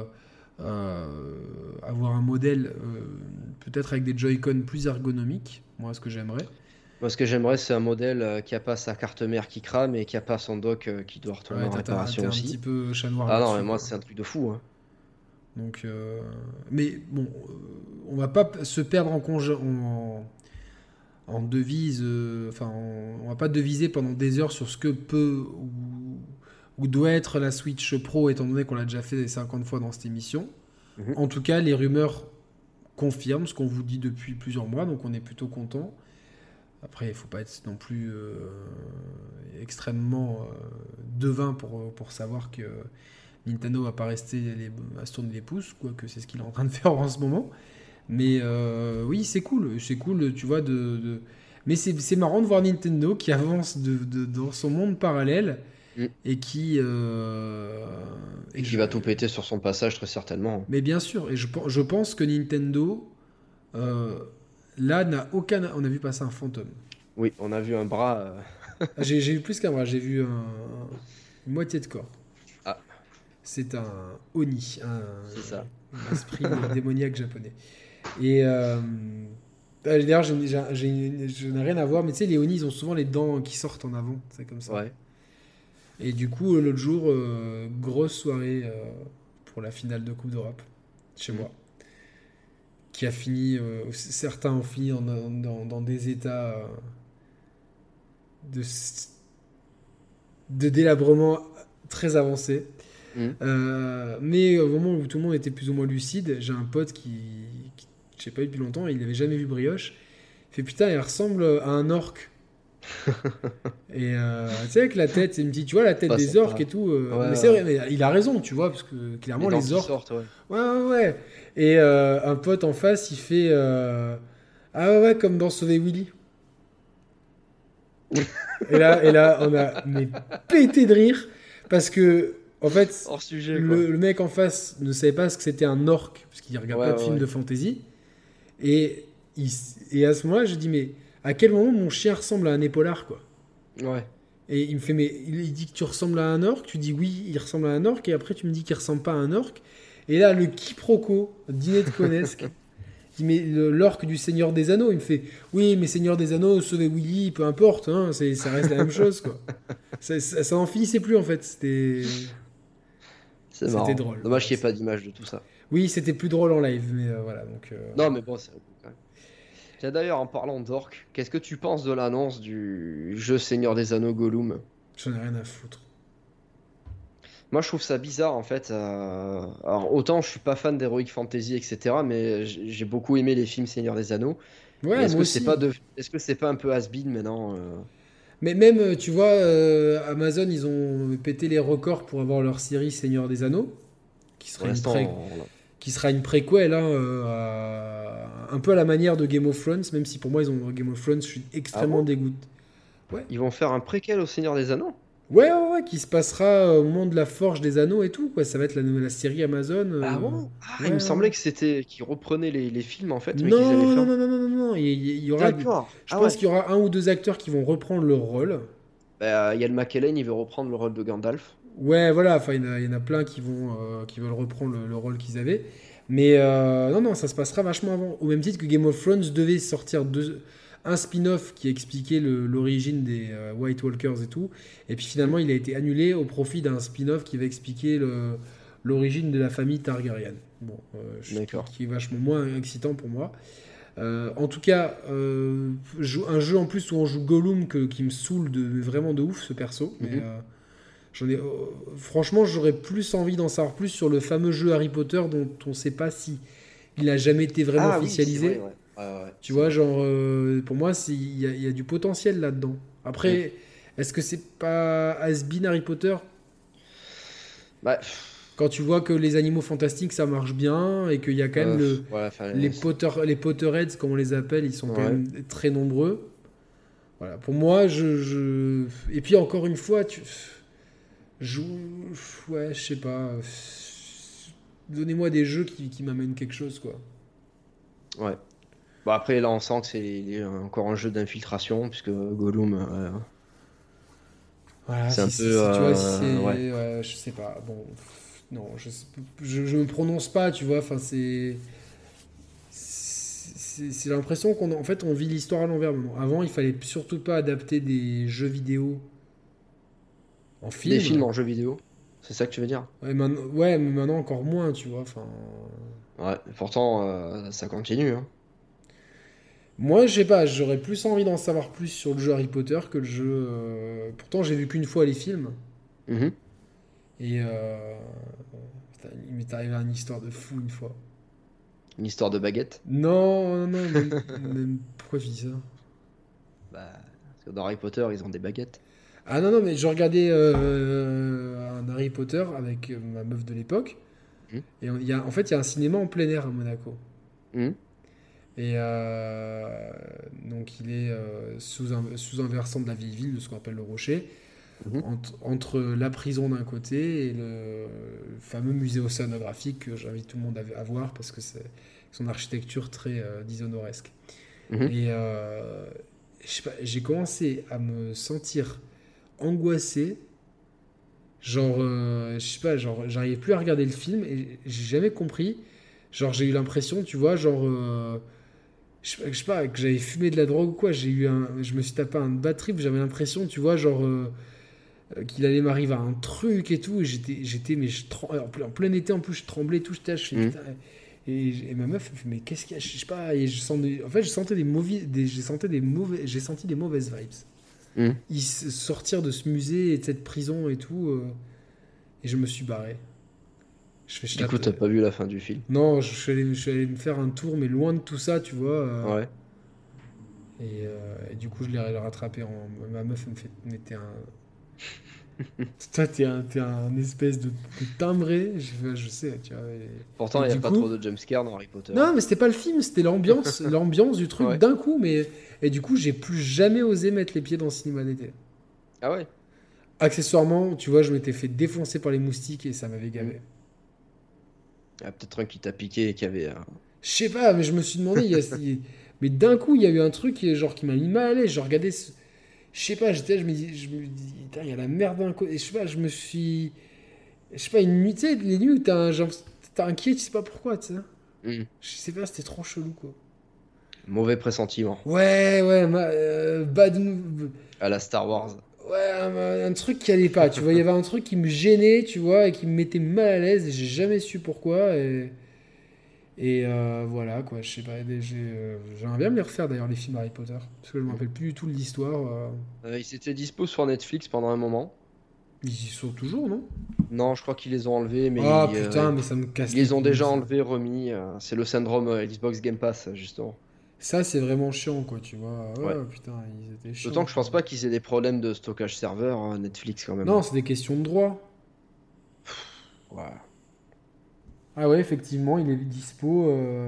avoir un modèle peut-être avec des Joy-Con plus ergonomiques, moi ce que j'aimerais. Moi, ce que j'aimerais, c'est un modèle qui a pas sa carte mère qui crame et qui a pas son dock qui doit retourner en réparation t'es aussi. un petit peu chat noir Ah non, là-dessus, mais moi, quoi. c'est un truc de fou. Hein. Donc, mais bon, on va pas se perdre en devise. On va pas deviser pendant des heures sur ce que peut ou doit être la Switch Pro, étant donné qu'on l'a déjà fait 50 fois dans cette émission. Mhm. En tout cas, les rumeurs confirment ce qu'on vous dit depuis plusieurs mois, donc on est plutôt content. Après, il ne faut pas être non plus extrêmement devin pour savoir que Nintendo ne va pas rester à se tourner les pouces, quoique c'est ce qu'il est en train de faire en ce moment. Mais oui, c'est cool, tu vois. Mais c'est marrant de voir Nintendo qui avance dans son monde parallèle et qui... Et qui va tout péter sur son passage, très certainement. Mais bien sûr, et je pense que Nintendo... là, on a vu passer un fantôme. Oui, on a vu un bras. J'ai vu plus qu'un bras, j'ai vu une moitié de corps. Ah. C'est un Oni, C'est ça. Un esprit démoniaque japonais. Et d'ailleurs, je n'ai rien à voir, mais tu sais, les Oni, ils ont souvent les dents qui sortent en avant, c'est comme ça. Ouais. Et du coup, l'autre jour, grosse soirée pour la finale de Coupe d'Europe, chez moi. Qui a fini, certains ont fini dans des états de délabrement très avancés. Mais au moment où tout le monde était plus ou moins lucide, j'ai un pote qui je sais pas eu depuis longtemps, il n'avait jamais vu Brioche. Il fait putain, il ressemble à un orque. Et tu sais, avec la tête, c'est une petite, tu vois, la tête des orques et tout. Mais c'est vrai, mais il a raison, tu vois, parce que clairement, les orques. Sortent, ouais. Ouais. Et un pote en face, il fait ah ouais, comme dans Sauver Willy. et là, on a pété de rire parce que en fait, hors sujet, le mec en face ne savait pas ce que c'était un orque parce qu'il regarde pas de films de fantasy. Et à ce moment-là, je dis mais à quel moment mon chien ressemble à un épaulard, quoi. Ouais. Et il me fait mais il dit que tu ressembles à un orque, tu dis oui, il ressemble à un orque et après tu me dis qu'il ressemble pas à un orque. Et là, le quiproquo, dîner de Conesque. dis, mais l'orque du Seigneur des Anneaux, il me fait, oui, mais Seigneur des Anneaux, sauver Willy, peu importe, hein, ça reste la même chose, quoi. Ça n'en finissait plus, en fait. C'est C'était marrant. drôle. Dommage Voilà. qu'il n'y ait pas d'image de tout ça. Oui, c'était plus drôle en live, mais voilà, donc... Non, mais bon, c'est cool quand même. Tiens, d'ailleurs, en parlant d'orques, qu'est-ce que tu penses de l'annonce du jeu Seigneur des Anneaux Gollum? j'en ai rien à foutre. Moi, je trouve ça bizarre en fait. Alors, autant je suis pas fan d'Heroic Fantasy, etc., mais j'ai beaucoup aimé les films Seigneur des Anneaux. Mais Ouais, moi aussi. est-ce que c'est pas un peu has-been maintenant Mais même, tu vois, Amazon, ils ont pété les records pour avoir leur série Seigneur des Anneaux, qui pour serait l'instant? qui sera une préquelle, hein, un peu à la manière de Game of Thrones, même si pour moi, Game of Thrones, je suis Ah extrêmement bon? dégoûté. Ouais. Ils vont faire un préquel au Seigneur des Anneaux? Ouais, qui se passera au moment de la Forge des Anneaux et tout, quoi. Ça va être la série Amazon. Ah bon? Ah, il me Ouais. semblait que c'était qu'ils reprenaient les films en fait, mais qu'ils avaient Non, fait non, un. non, non, non, non, non. Il y aura, D'accord. je Ah pense ouais. qu'il y aura un ou deux acteurs qui vont reprendre leur rôle. Bah, Ian McKellen, il veut reprendre le rôle de Gandalf. Ouais, voilà, enfin, il y en a plein qui veulent reprendre le rôle qu'ils avaient. Mais non, ça se passera vachement avant. Au même titre que Game of Thrones devait sortir un spin-off qui expliquait l'origine des White Walkers et tout. Et puis Hmm. finalement, il a été annulé au profit d'un spin-off qui va expliquer l'origine de la famille Targaryen. Bon, D'accord. qui est vachement moins excitant pour moi. En tout cas, un jeu en plus où on joue Gollum qui me saoule vraiment de ouf ce perso. Mais Mhm. franchement, j'aurais plus envie d'en savoir plus sur le fameux jeu Harry Potter dont on ne sait pas si il a jamais été vraiment Ah oui, c'est vrai, officialisé. ouais. Ouais, ouais, Tu c'est vois, vrai. genre, pour moi, il y a du potentiel là-dedans. Hmm. Après, est-ce que c'est pas has-been Harry Potter Bah, quand tu vois que les animaux fantastiques ça marche bien et qu'il y a quand même voilà, enfin, les Potterheads, comme on les appelle, ils sont quand ouais. même très nombreux. Voilà, pour moi, et puis encore une fois, joue, ouais, je sais pas. Donnez-moi des jeux qui m'amènent quelque chose, quoi. Ouais. Bon, après, là, on sent que encore un jeu d'infiltration, puisque Gollum, Voilà, c'est un peu. tu vois, si Ouais. c'est, ouais, je sais pas. Bon, non, je me prononce pas, tu vois. Enfin, c'est l'impression en fait, on vit l'histoire à l'envers maintenant. Avant, il fallait surtout pas adapter des jeux vidéo en Des films film. en jeu vidéo, c'est ça que tu veux dire? Ouais, mais maintenant encore moins, tu vois. Enfin, Ouais, pourtant, ça continue, hein. moi, je sais pas, j'aurais plus envie d'en savoir plus sur le jeu Harry Potter que le jeu. Pourtant, j'ai vu qu'une fois les films. Mhm. Et putain, il m'est arrivé une histoire de fou une fois. Une histoire de baguette. Non, non, pourquoi tu dis ça? Bah, parce que dans Harry Potter, ils ont des baguettes. Ah non, non, mais je regardais un Harry Potter avec ma meuf de l'époque. Mhm. Et en fait, il y a un cinéma en plein air à Monaco. Mhm. Et donc, il est sous un versant de la vieille ville, de ce qu'on appelle le Rocher, Mhm. entre la prison d'un côté et le fameux musée océanographique que j'invite tout le monde à voir parce que c'est son architecture très dishonoresque. Mhm. Et je sais pas, j'ai commencé à me sentir angoissé. Genre, je sais pas, genre, j'arrivais plus à regarder le film et j'ai jamais compris. Genre, j'ai eu l'impression, tu vois, genre, je sais pas, que j'avais fumé de la drogue ou quoi. Je me suis tapé un bad trip. J'avais l'impression, tu vois, genre, qu'il allait m'arriver un truc et tout. Et mais en plein été en plus, je tremblais et tout. Je fais Mhm. putain. Et ma meuf, elle fait, mais qu'est-ce qu'il y a? Je sais pas. Et en fait, je sentais j'ai senti des mauvaises vibes. Mhm. Sortir de ce musée et de cette prison et tout. Et je me suis barré. Je Du coup, tape. t'as pas vu la fin du film. Non, je suis allé me faire un tour, mais loin de tout ça, tu vois. Ouais. Et du coup, je l'ai rattrapé. Ma meuf elle me fait, mais t'es un. Toi, t'es un espèce de timbré. Je sais, tu vois. Pourtant, Et il n'y a du pas coup. trop de jumpscares dans Harry Potter. Non, mais c'était pas le film, c'était l'ambiance du truc Ouais. d'un coup. Et du coup, j'ai plus jamais osé mettre les pieds dans le cinéma d'été. Ah ouais? Accessoirement, tu vois, je m'étais fait défoncer par les moustiques et ça m'avait Mhm. gavé. Il y a peut-être un qui t'a piqué et qui avait. Je sais pas, mais je me suis demandé, mais d'un coup, il y a eu un truc genre, qui m'a mis mal à l'aise. Je regardais, je sais pas, je me dis, putain, il y a la merde d'un côté. Et je sais pas, je sais pas, une nuit, tu sais, les nuits où t'as un kié, tu sais pas pourquoi, tu sais. Hmm. Je sais pas, c'était trop chelou, quoi. Mauvais pressentiment. Ouais, À la Star Wars. ouais, un truc qui allait pas, tu vois. Il y avait un truc qui me gênait, tu vois, et qui me mettait mal à l'aise, et j'ai jamais su pourquoi. Voilà, quoi, je sais pas. J'aimerais bien me les refaire d'ailleurs, les films Harry Potter. Parce que je me rappelle plus du tout de l'histoire. Ils étaient dispo sur Netflix pendant un moment. Ils y sont toujours, non? Non, je crois qu'ils les ont enlevés, mais Ah putain, mais ça me casse ils les les ont couilles, déjà ça. enlevés, remis. C'est le syndrome Xbox Game Pass, justement. Ça, c'est vraiment chiant, quoi, tu vois. Ouais. Ouais, putain, ils étaient D'autant chiants, que je quoi. pense pas qu'ils aient des problèmes de stockage serveur, Netflix quand même. Non, c'est des questions de droit. Ouais. Ah ouais, effectivement, il est dispo.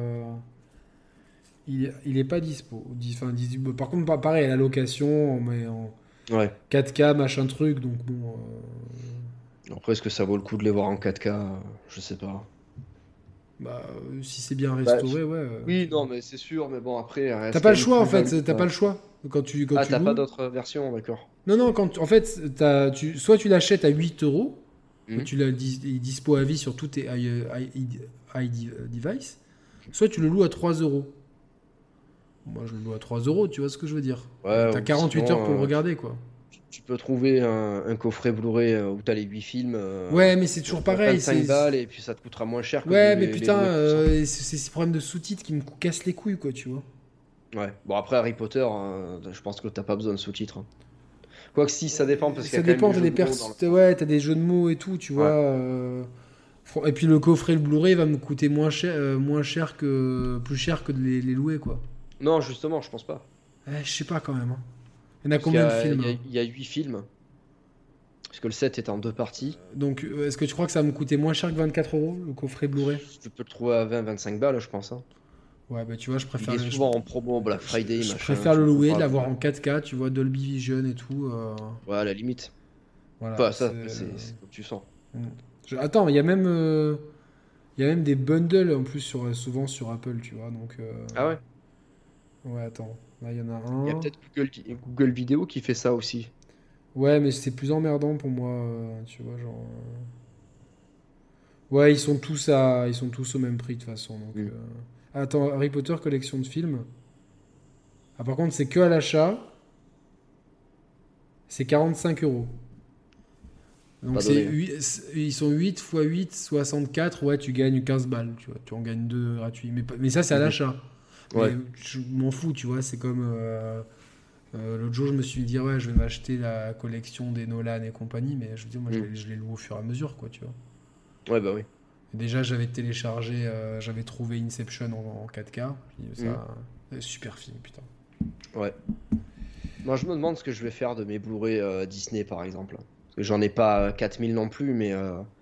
Il est pas dispo. Enfin, par contre, pareil, à la location, mais en Ouais. 4K, machin truc, donc bon. Après, est-ce que ça vaut le coup de les voir en 4K? Je sais pas. Si c'est bien Bah, restauré, ouais. oui, non, mais c'est sûr, mais bon, après, T'as reste pas quand le même une choix, en plus-value. fait. T'as pas le choix. Quand Ah, tu t'as pas loues. d'autres versions, d'accord. Non, non, en fait, soit tu l'achètes à 8 euros, Hmm. tu l'as il est dispo à vie sur tous tes devices, soit tu le loues à 3 euros. Moi, je le loue à 3 euros, tu vois ce que je veux dire. Et Ouais, t'as ou 48 heures pour le sinon, regarder, quoi. tu peux trouver un coffret Blu-ray où t'as les 8 films Ouais, mais c'est toujours pour pareil. 25 balles et puis ça te coûtera moins cher que de Ouais, mais les putain, louer comme ça. c'est ces problèmes de sous-titres qui me cassent les couilles, quoi, tu vois. Ouais. Bon, après, Harry Potter, je pense que t'as pas besoin de sous-titres. Quoique si, ça dépend parce qu'il y Ça a quand même dépend, du jeu de mots dans le film. ouais, t'as des jeux de mots et tout, tu vois. Ouais. Et puis le coffret, le Blu-ray va me coûter plus cher que de les louer, quoi. Non, justement, je pense pas. Je sais pas quand même, hein. Il y en a Parce qu'il y combien de a, films, il y a, hein? il y a 8 films. Parce que le 7 est en deux parties. Donc, est-ce que tu crois que ça va me coûter moins cher que 24 euros, le coffret Blu-ray? Tu peux le trouver à 20-25 balles, je pense, hein. Ouais, bah tu vois, Il est souvent en promo Black Friday, je machin, préfère tu le le louer, trouveras à peu l'avoir près. en 4K, tu vois, Dolby Vision et tout. Ouais, à la limite. Voilà, Enfin, ça, après, c'est comme tu sens. Mm. Attends, il y a même des bundles en plus souvent sur Apple, tu vois. Donc, Ah ouais? ouais, attends. Là, il y en a Il y a un. peut-être Google Vidéo qui fait ça aussi. Ouais, mais c'est plus emmerdant pour moi, tu vois, genre. Ouais, ils sont tous au même prix de toute façon. Donc, Hmm. attends, Harry Potter collection de films. Ah, par contre, c'est que à l'achat, c'est 45 euros. Donc, Pas donné, hein. ils sont 8 x 8, 64. Ouais, tu gagnes 15 balles, tu vois. Tu en gagnes 2 gratuits. Mais ça, c'est à Mhm. l'achat. Mais Ouais. je m'en fous, tu vois. C'est comme. L'autre jour, je me suis dit, ouais, je vais m'acheter la collection des Nolan et compagnie. Mais je veux dire, moi, Hmm. je les loue au fur et à mesure, quoi, tu vois. Ouais, bah oui. Déjà, j'avais téléchargé, j'avais trouvé Inception en 4K. J'ai dit, Hmm. ça, super film, putain. Ouais. Moi, je me demande ce que je vais faire de mes Blu-ray Disney, par exemple. Parce que j'en ai pas 4000 non plus, mais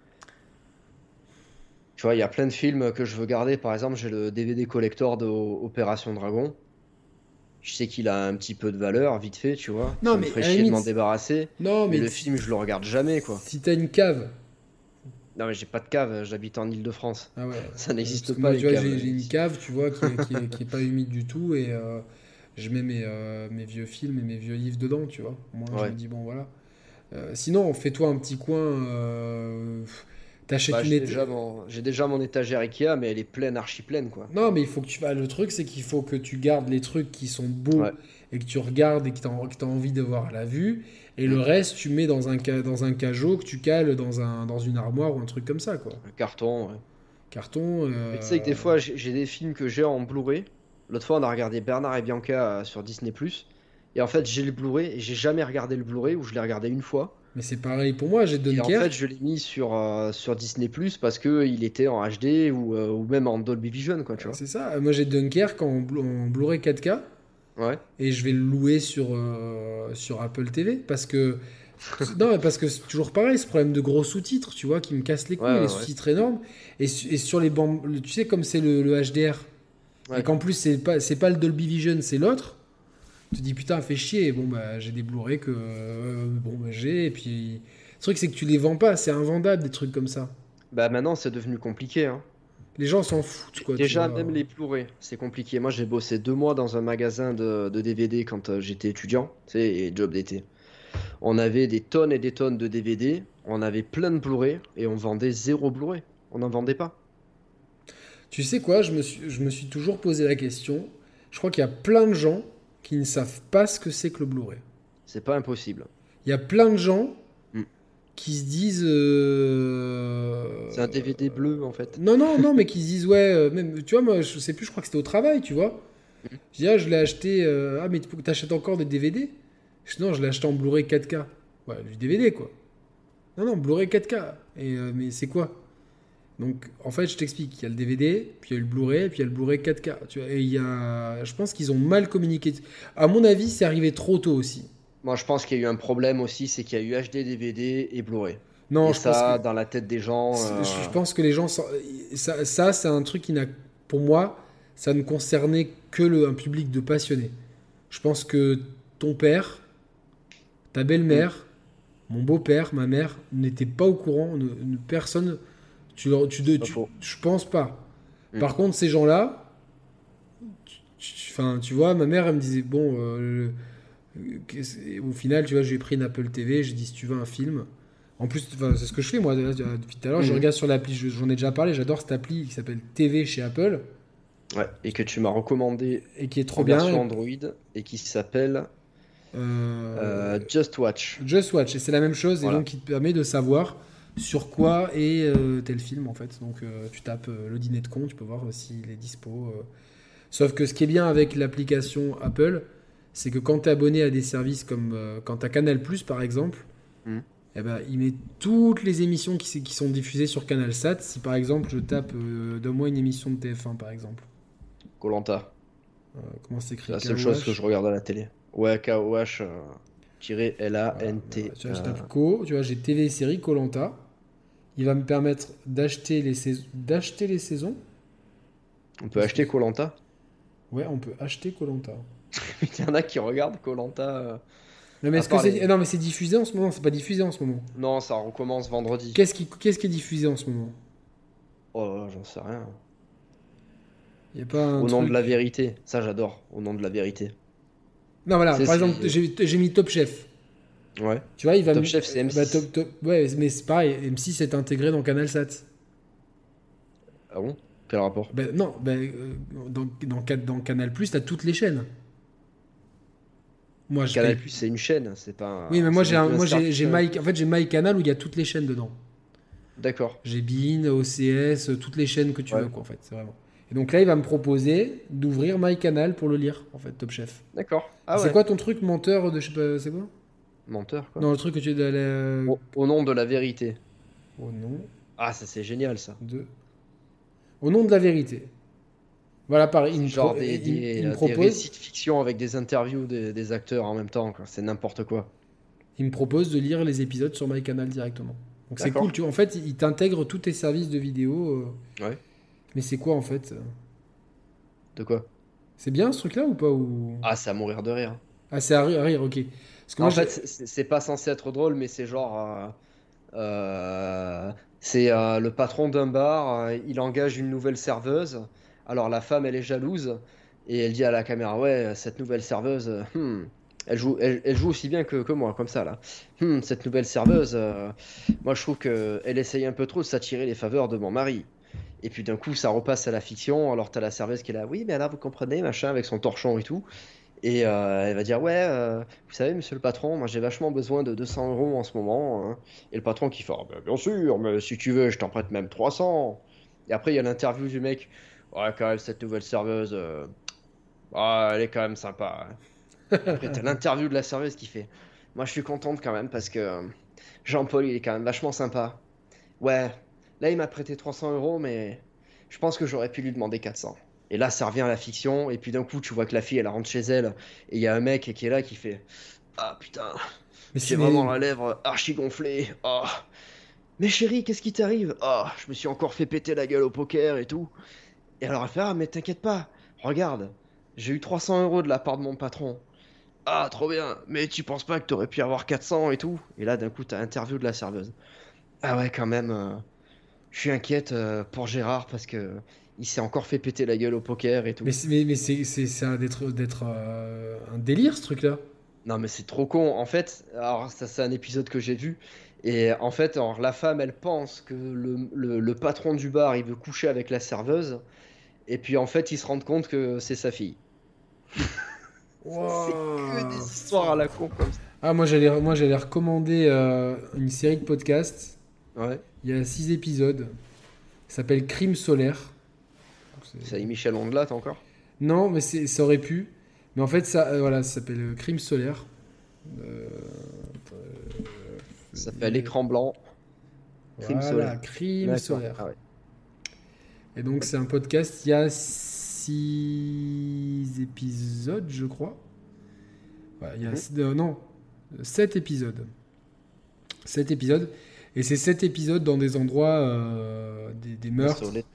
tu vois, il y a plein de films que je veux garder. Par exemple, j'ai le DVD collector de Opération Dragon. Je sais qu'il a un petit peu de valeur, vite fait, tu vois. Non, Ça me mais ferait à la chier de m'en limite, débarrasser. non, Mais mais le film, je le regarde jamais, quoi. si t'as une cave, Non, mais j'ai pas de cave, j'habite en Île-de-France. ah ouais, Ça parce n'existe que pas, moi, les tu vois, caves j'ai une ici. cave, tu vois, qui est pas humide du tout, et je mets mes vieux films et mes vieux livres dedans, tu vois. Moi, je me Ouais. dis, bon, voilà. Sinon, fais-toi un petit coin, Bah, t'achètes une... j'ai déjà mon étagère Ikea, mais elle est pleine, archi pleine, quoi. Non, mais il faut que tu vas. Le truc, c'est qu'il faut que tu gardes les trucs qui sont beaux Ouais. et que tu regardes et que tu as envie de voir à la vue. Et le Mm. reste, tu mets dans un cajot que tu cales dans une armoire ou un truc comme ça, quoi. Un carton, ouais. Carton. Mais tu sais que des fois, j'ai des films que j'ai en Blu-ray. L'autre fois, on a regardé Bernard et Bianca sur Disney+. Et en fait, j'ai le Blu-ray et j'ai jamais regardé le Blu-ray ou je l'ai regardé une fois. Mais c'est pareil pour moi, j'ai Et en fait, Dunkerque. je l'ai mis sur Disney+, parce que il était en HD ou même en Dolby Vision, quoi, tu vois. C'est ça. Moi, j'ai Dunkerque en Blu-ray 4K. Ouais, Et je vais le louer sur Apple TV. Parce que. Non, mais parce que c'est toujours pareil, ce problème de gros sous-titres, tu vois, qui me casse les ouais, couilles, les ouais, ouais. sous-titres énormes. Et sur les bandes. Tu sais, comme c'est le HDR. Et Ouais. qu'en plus, c'est pas le Dolby Vision, c'est l'autre. Tu te dis putain, fait chier. Bon, bah, j'ai des Blu-ray que. Bon, bah, j'ai. Et puis. Le truc, c'est que tu les vends pas. C'est invendable, des trucs comme ça. Bah maintenant, c'est devenu compliqué, hein. Les gens s'en foutent, quoi, tu Déjà, vois. même les Blu-ray, c'est compliqué. Moi, j'ai bossé 2 mois dans un magasin de DVD quand j'étais étudiant, tu sais, et job d'été. On avait des tonnes et des tonnes de DVD, on avait plein de Blu-ray, et on vendait zéro Blu-ray. On n'en vendait pas. Tu sais quoi, je me suis toujours posé la question. Je crois qu'il y a plein de gens qui ne savent pas ce que c'est que le Blu-ray. C'est pas impossible. Il y a plein de gens Mm. qui se disent. C'est un DVD bleu en fait. Non, non, non, mais qui se disent, ouais, même, tu vois, moi, je sais plus, je crois que c'était au travail, tu vois. Mm. Je dis, ah, je l'ai acheté. Ah, mais t'achètes encore des DVD? Je dis, non, je l'ai acheté en Blu-ray 4K. Ouais, du DVD, quoi. Non, non, Blu-ray 4K. Mais c'est quoi? Donc, en fait, je t'explique. Il y a le DVD, puis il y a le Blu-ray, puis il y a le Blu-ray 4K. Tu vois, et il y a. Je pense qu'ils ont mal communiqué. À mon avis, c'est arrivé trop tôt aussi. Moi, je pense qu'il y a eu un problème aussi, c'est qu'il y a eu HD, DVD et Blu-ray. Non, Et je pense que. ça, dans la tête des gens. Je pense que les gens. Ça, c'est un truc qui n'a. Pour moi, ça ne concernait que un public de passionnés. Je pense que ton père, ta belle-mère, mon beau-père, ma mère n'étaient pas au courant. Personne. C'est pas faux. Je pense pas. Mm. Par contre, ces gens-là, enfin, tu vois, ma mère, elle me disait, bon, au final, tu vois, j'ai pris une Apple TV, j'ai dit, si tu veux un film. En plus, enfin, c'est ce que je fais, moi, depuis tout à l'heure, je Mm. regarde sur l'appli, j'en ai déjà parlé, j'adore cette appli qui s'appelle TV chez Apple, Ouais. Et que tu m'as recommandé et qui est trop en version bien. Android et qui s'appelle Euh, Just Watch. Just Watch, et c'est la même chose, et Voilà. donc, il te permet de savoir sur quoi est tel film, en fait. Donc, tu tapes le dîner de con, tu peux voir s'il est dispo. Sauf que ce qui est bien avec l'application Apple, c'est que quand tu es abonné à des services comme quand tu as Canal+, par exemple, Mm. eh ben, il met toutes les émissions qui sont diffusées sur CanalSat. Si par exemple je tape donne-moi une émission de TF1 par exemple. Koh-Lanta. Comment c'est écrit? C'est la seule chose que je regarde à la télé. Ouais, KOH -LANT. Tu vois, je tape Co, tu vois, j'ai TV série Koh-Lanta. Il va me permettre d'acheter les saisons. On peut acheter Koh-Lanta. Ouais, on peut acheter Koh-Lanta. Il y en a qui regardent Koh-Lanta. Non mais À est-ce que part c'est les- non mais c'est diffusé en ce moment, c'est pas diffusé en ce moment. Non, ça recommence vendredi. Qu'est-ce qui est diffusé en ce moment? Oh, j'en sais rien. Il y a pas un Au nom de truc. la vérité. Ça, j'adore. Au nom de la vérité. Non voilà, C'est- par exemple, c'est- j'ai mis Top Chef. Ouais. Tu vois, il va Top me- Chef, c'est bah, M6. ouais, mais c'est pareil, M6 est intégré dans CanalSat. Ah bon? Quel rapport? Ben, non, dans Canal+, t'as toutes les chaînes. Moi, je Canal+, paye. c'est une chaîne, c'est pas Oui, mais moi, c'est même plus un j'ai service. en fait, j'ai MyCanal où il y a toutes les chaînes dedans. D'accord. J'ai Bein, OCS, toutes les chaînes que tu Ouais. veux, quoi, en fait, c'est vraiment. Et donc là, il va me proposer d'ouvrir MyCanal pour le lire, en fait, Top Chef. D'accord. Ah C'est ouais. quoi ton truc, menteur de, je sais pas, c'est quoi? Menteur, quoi. Non, le truc que tu Au nom de la vérité. au nom Ah, ça c'est génial, ça. de... Au nom de la vérité. Voilà, pareil, C'est genre il me des propose... récits de fiction avec des interviews des acteurs en même temps, quoi. C'est n'importe quoi. Il me propose de lire les épisodes sur MyCanal directement. Donc c'est D'accord. cool, tu vois. En fait, il t'intègre tous tes services de vidéo. Ouais. Mais c'est quoi en fait? De quoi? C'est bien ce truc-là ou pas ou... Ah, c'est à mourir de rire. Ah, c'est à rire, ok. Parce que En moi, fait, c'est pas censé être drôle, mais c'est genre. C'est le patron d'un bar, il engage une nouvelle serveuse. Alors la femme, elle est jalouse et elle dit à la caméra, ouais, cette nouvelle serveuse, elle joue aussi bien que moi, comme ça là. Cette nouvelle serveuse, moi je trouve que elle essaye un peu trop de s'attirer les faveurs de mon mari. Et puis d'un coup, ça repasse à la fiction. Alors t'as la serveuse qui est là, oui, mais alors vous comprenez, machin, avec son torchon et tout. Et elle va dire, ouais, vous savez, monsieur le patron, moi j'ai vachement besoin de 200 € en ce moment, hein. Et le patron qui fait, ah, ben, bien sûr, mais si tu veux, je t'en prête même 300. Et après, il y a l'interview du mec, ouais, quand même, cette nouvelle serveuse, elle est quand même sympa, hein. Après, t'as l'interview de la serveuse qui fait, moi je suis contente quand même parce que Jean-Paul, il est quand même vachement sympa. Ouais, là, il m'a prêté 300 €, mais je pense que j'aurais pu lui demander 400. Et là, ça revient à la fiction, et puis d'un coup, tu vois que la fille, elle rentre chez elle, et il y a un mec qui est là qui fait, ah putain, mais j'ai c'est vraiment la lèvre archi gonflée. Oh, mais chérie, qu'est-ce qui t'arrive? Oh, je me suis encore fait péter la gueule au poker et tout. Et alors elle fait, ah mais t'inquiète pas, regarde, j'ai eu 300 € de la part de mon patron. Ah, trop bien, mais tu penses pas que t'aurais pu avoir 400 et tout? Et là, d'un coup, t'as l'interview de la serveuse. Ah ouais, quand même, je suis inquiète pour Gérard parce que il s'est encore fait péter la gueule au poker et tout. mais ça a d'être un délire ce truc-là. Non, mais c'est trop con. En fait, alors ça, c'est un épisode que j'ai vu. Et en fait, alors, la femme, elle pense que le patron du bar, il veut coucher avec la serveuse. Et puis, en fait, ils se rendent compte que c'est sa fille. C'est que Wow. des histoires à la con comme ça. Ah, moi, j'allais recommander une série de podcasts. Ouais. Il y a 6 épisodes. Ça s'appelle Crime solaire. Donc, Ça y est, Michel Ondelat encore. non, mais ça aurait pu. Mais en fait, voilà, ça s'appelle Crime solaire. Euh, Ça s'appelle il- Écran blanc, Crime Voilà, solaire. Crime D'accord. solaire. Ah ouais. Et donc, c'est un podcast. Il y a 6 épisodes, je crois. Ouais, il y a, Mhm. non, 7 épisodes. 7 épisodes. Et c'est 7 épisodes dans des endroits, des meurtres Insolite.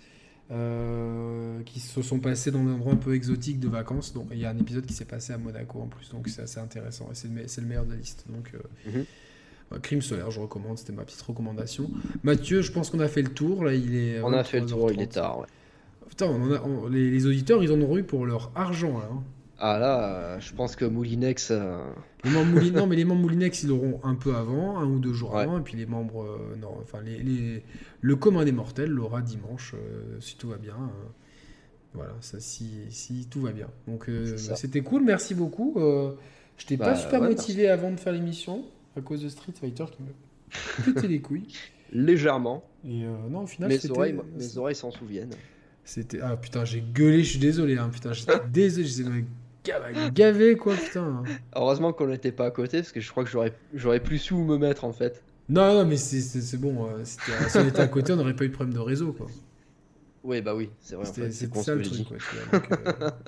qui se sont passés dans des endroits un peu exotiques de vacances. Donc, il y a un épisode qui s'est passé à Monaco en plus, donc c'est assez intéressant. Et c'est le meilleur de la liste. Donc, Mhm. ouais, Crime solaire, je recommande. C'était ma petite recommandation. Mathieu, je pense qu'on a fait le tour. Là, il est On a fait le tour, il est 23h30. tard. Ouais. Putain, les auditeurs, ils en ont eu pour leur argent là, hein. Ah là, je pense que Moulinex. Les membres non, mais les membres Moulinex, ils l'auront un peu avant, 1 ou 2 jours Ouais. avant, et puis les membres, non, enfin le commun des mortels l'aura dimanche, si tout va bien. Voilà, ça, si tout va bien. Donc C'est ça. c'était cool, merci beaucoup. Je n'étais pas Bah super ouais, motivé avant de faire l'émission à cause de Street Fighter qui me pétait les couilles. légèrement. Et non, au final, Mes oreilles s'en souviennent. c'était. Ah putain, j'ai gueulé, je suis désolé, hein, putain, j'étais désolé, j'étais gavé quoi, putain. Heureusement qu'on n'était pas à côté, parce que je crois que j'aurais plus su où me mettre en fait. Non, non, mais c'est bon. Si on était à côté, on n'aurait pas eu de problème de réseau, quoi. Oui, bah oui, c'est vrai en fait, c'est C'était con ce ça que le j'ai truc, dit. quoi. Tu vois, donc,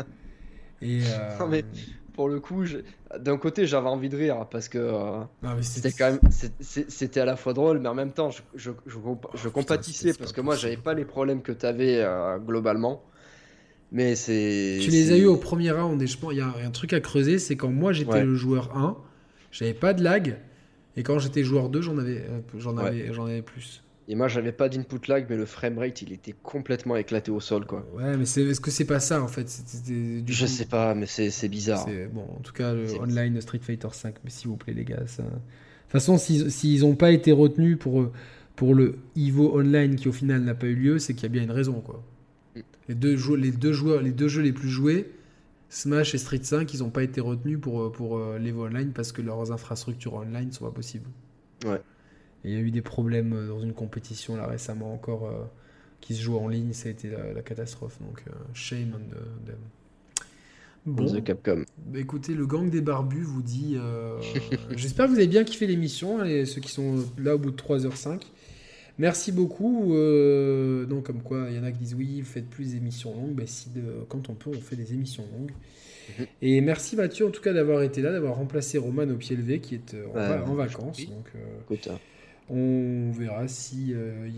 et Non mais pour le coup, d'un côté j'avais envie de rire parce que non, mais c'était quand même, c'était à la fois drôle, mais en même temps je compatissais c'est parce pas que moi j'avais possible. pas les problèmes que t'avais globalement. Mais Tu les as eu au premier round, et je pense il y a un truc à creuser, c'est quand moi j'étais ouais, le joueur 1, j'avais pas de lag, et quand j'étais joueur 2, ouais. j'en avais plus. Et moi j'avais pas d'input lag, mais le framerate il était complètement éclaté au sol quoi. Ouais, mais est-ce que c'est pas ça en fait? Du Je coup, sais pas, mais c'est bizarre. c'est bon. En tout cas, le C'est bizarre. online de Street Fighter 5, mais s'il vous plaît les gars, ça. De toute façon, s'ils ont pas été retenus pour le Evo Online qui au final n'a pas eu lieu, c'est qu'il y a bien une raison quoi. Les deux jeux les plus joués, Smash et Street 5, ils n'ont pas été retenus pour l'Evo Online parce que leurs infrastructures online sont pas possibles. Ouais. Et il y a eu des problèmes dans une compétition là récemment encore qui se joue en ligne, ça a été la catastrophe. Donc shame on them. On the Bon, Capcom. bah, écoutez, le gang des barbus vous dit. J'espère que vous avez bien kiffé l'émission, et ceux qui sont là au bout de 3h05. Merci beaucoup. Donc, comme quoi, il y en a qui disent oui, vous faites plus d'émissions longues. Bah, quand on peut, on fait des émissions longues. Mhm. Et merci Mathieu, en tout cas, d'avoir été là, d'avoir remplacé Roman au pied levé, qui est en Je t'en vacances. prie. Donc, Écoute, on verra si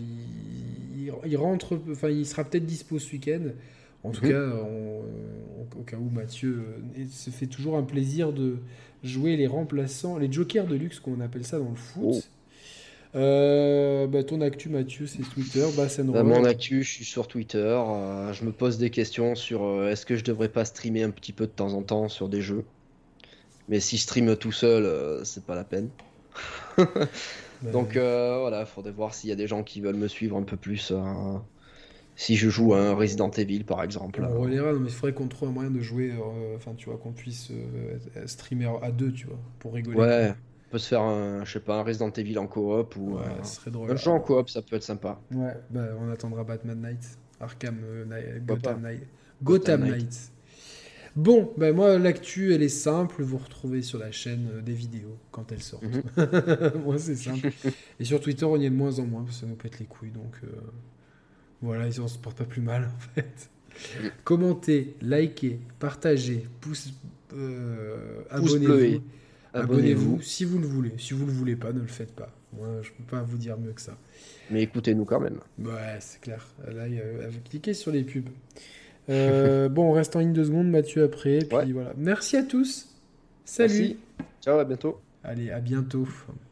il rentre. Enfin, il sera peut-être dispo ce week-end. En tout mhm. cas, au cas où Mathieu se fait toujours un plaisir de jouer les remplaçants, les jokers de luxe, qu'on appelle ça dans le Oh. foot. Bah, ton actu, Mathieu, c'est Twitter, Bass and Bah, Roll. mon actu, je suis sur Twitter. Je me pose des questions sur est-ce que je devrais pas streamer un petit peu de temps en temps sur des jeux. Mais si je stream tout seul, c'est pas la peine. Bah, Donc voilà, faudrait voir s'il y a des gens qui veulent me suivre un peu plus. Si je joue à un Resident Evil par exemple. on relaiera, non, mais il faudrait qu'on trouve un moyen de jouer, enfin, tu vois, qu'on puisse streamer à deux, tu vois, pour rigoler, quoi. Ouais, on peut se faire un, je sais pas, un Resident Evil en coop ou Ouais, ce serait un drôle. jeu en coop, ça peut être sympa. Ouais, bah, on attendra Batman Knight, Arkham Pourquoi Gotham pas? Knight. Gotham Gotham Knight. Knight. Bon, bah, moi, l'actu, elle est simple. Vous retrouvez sur la chaîne des vidéos quand elles sortent. Mhm. Moi, c'est simple. Et sur Twitter, on y est de moins en moins parce que ça nous pète les couilles. Donc, voilà, on se porte pas plus mal, en fait. Mm. Commentez, likez, partagez, Pouce abonnez-vous. bleu. Abonnez-vous Abonnez-vous. si vous le voulez. Si vous le voulez pas, ne le faites pas. Moi, je peux pas vous dire mieux que ça. Mais écoutez-nous quand même. Ouais, c'est clair. Là, vous cliquez sur les pubs. Bon, on reste en ligne 2 secondes, Mathieu après. Ouais, Puis voilà. Merci à tous. Salut. merci. Ciao, à bientôt. Allez, à bientôt.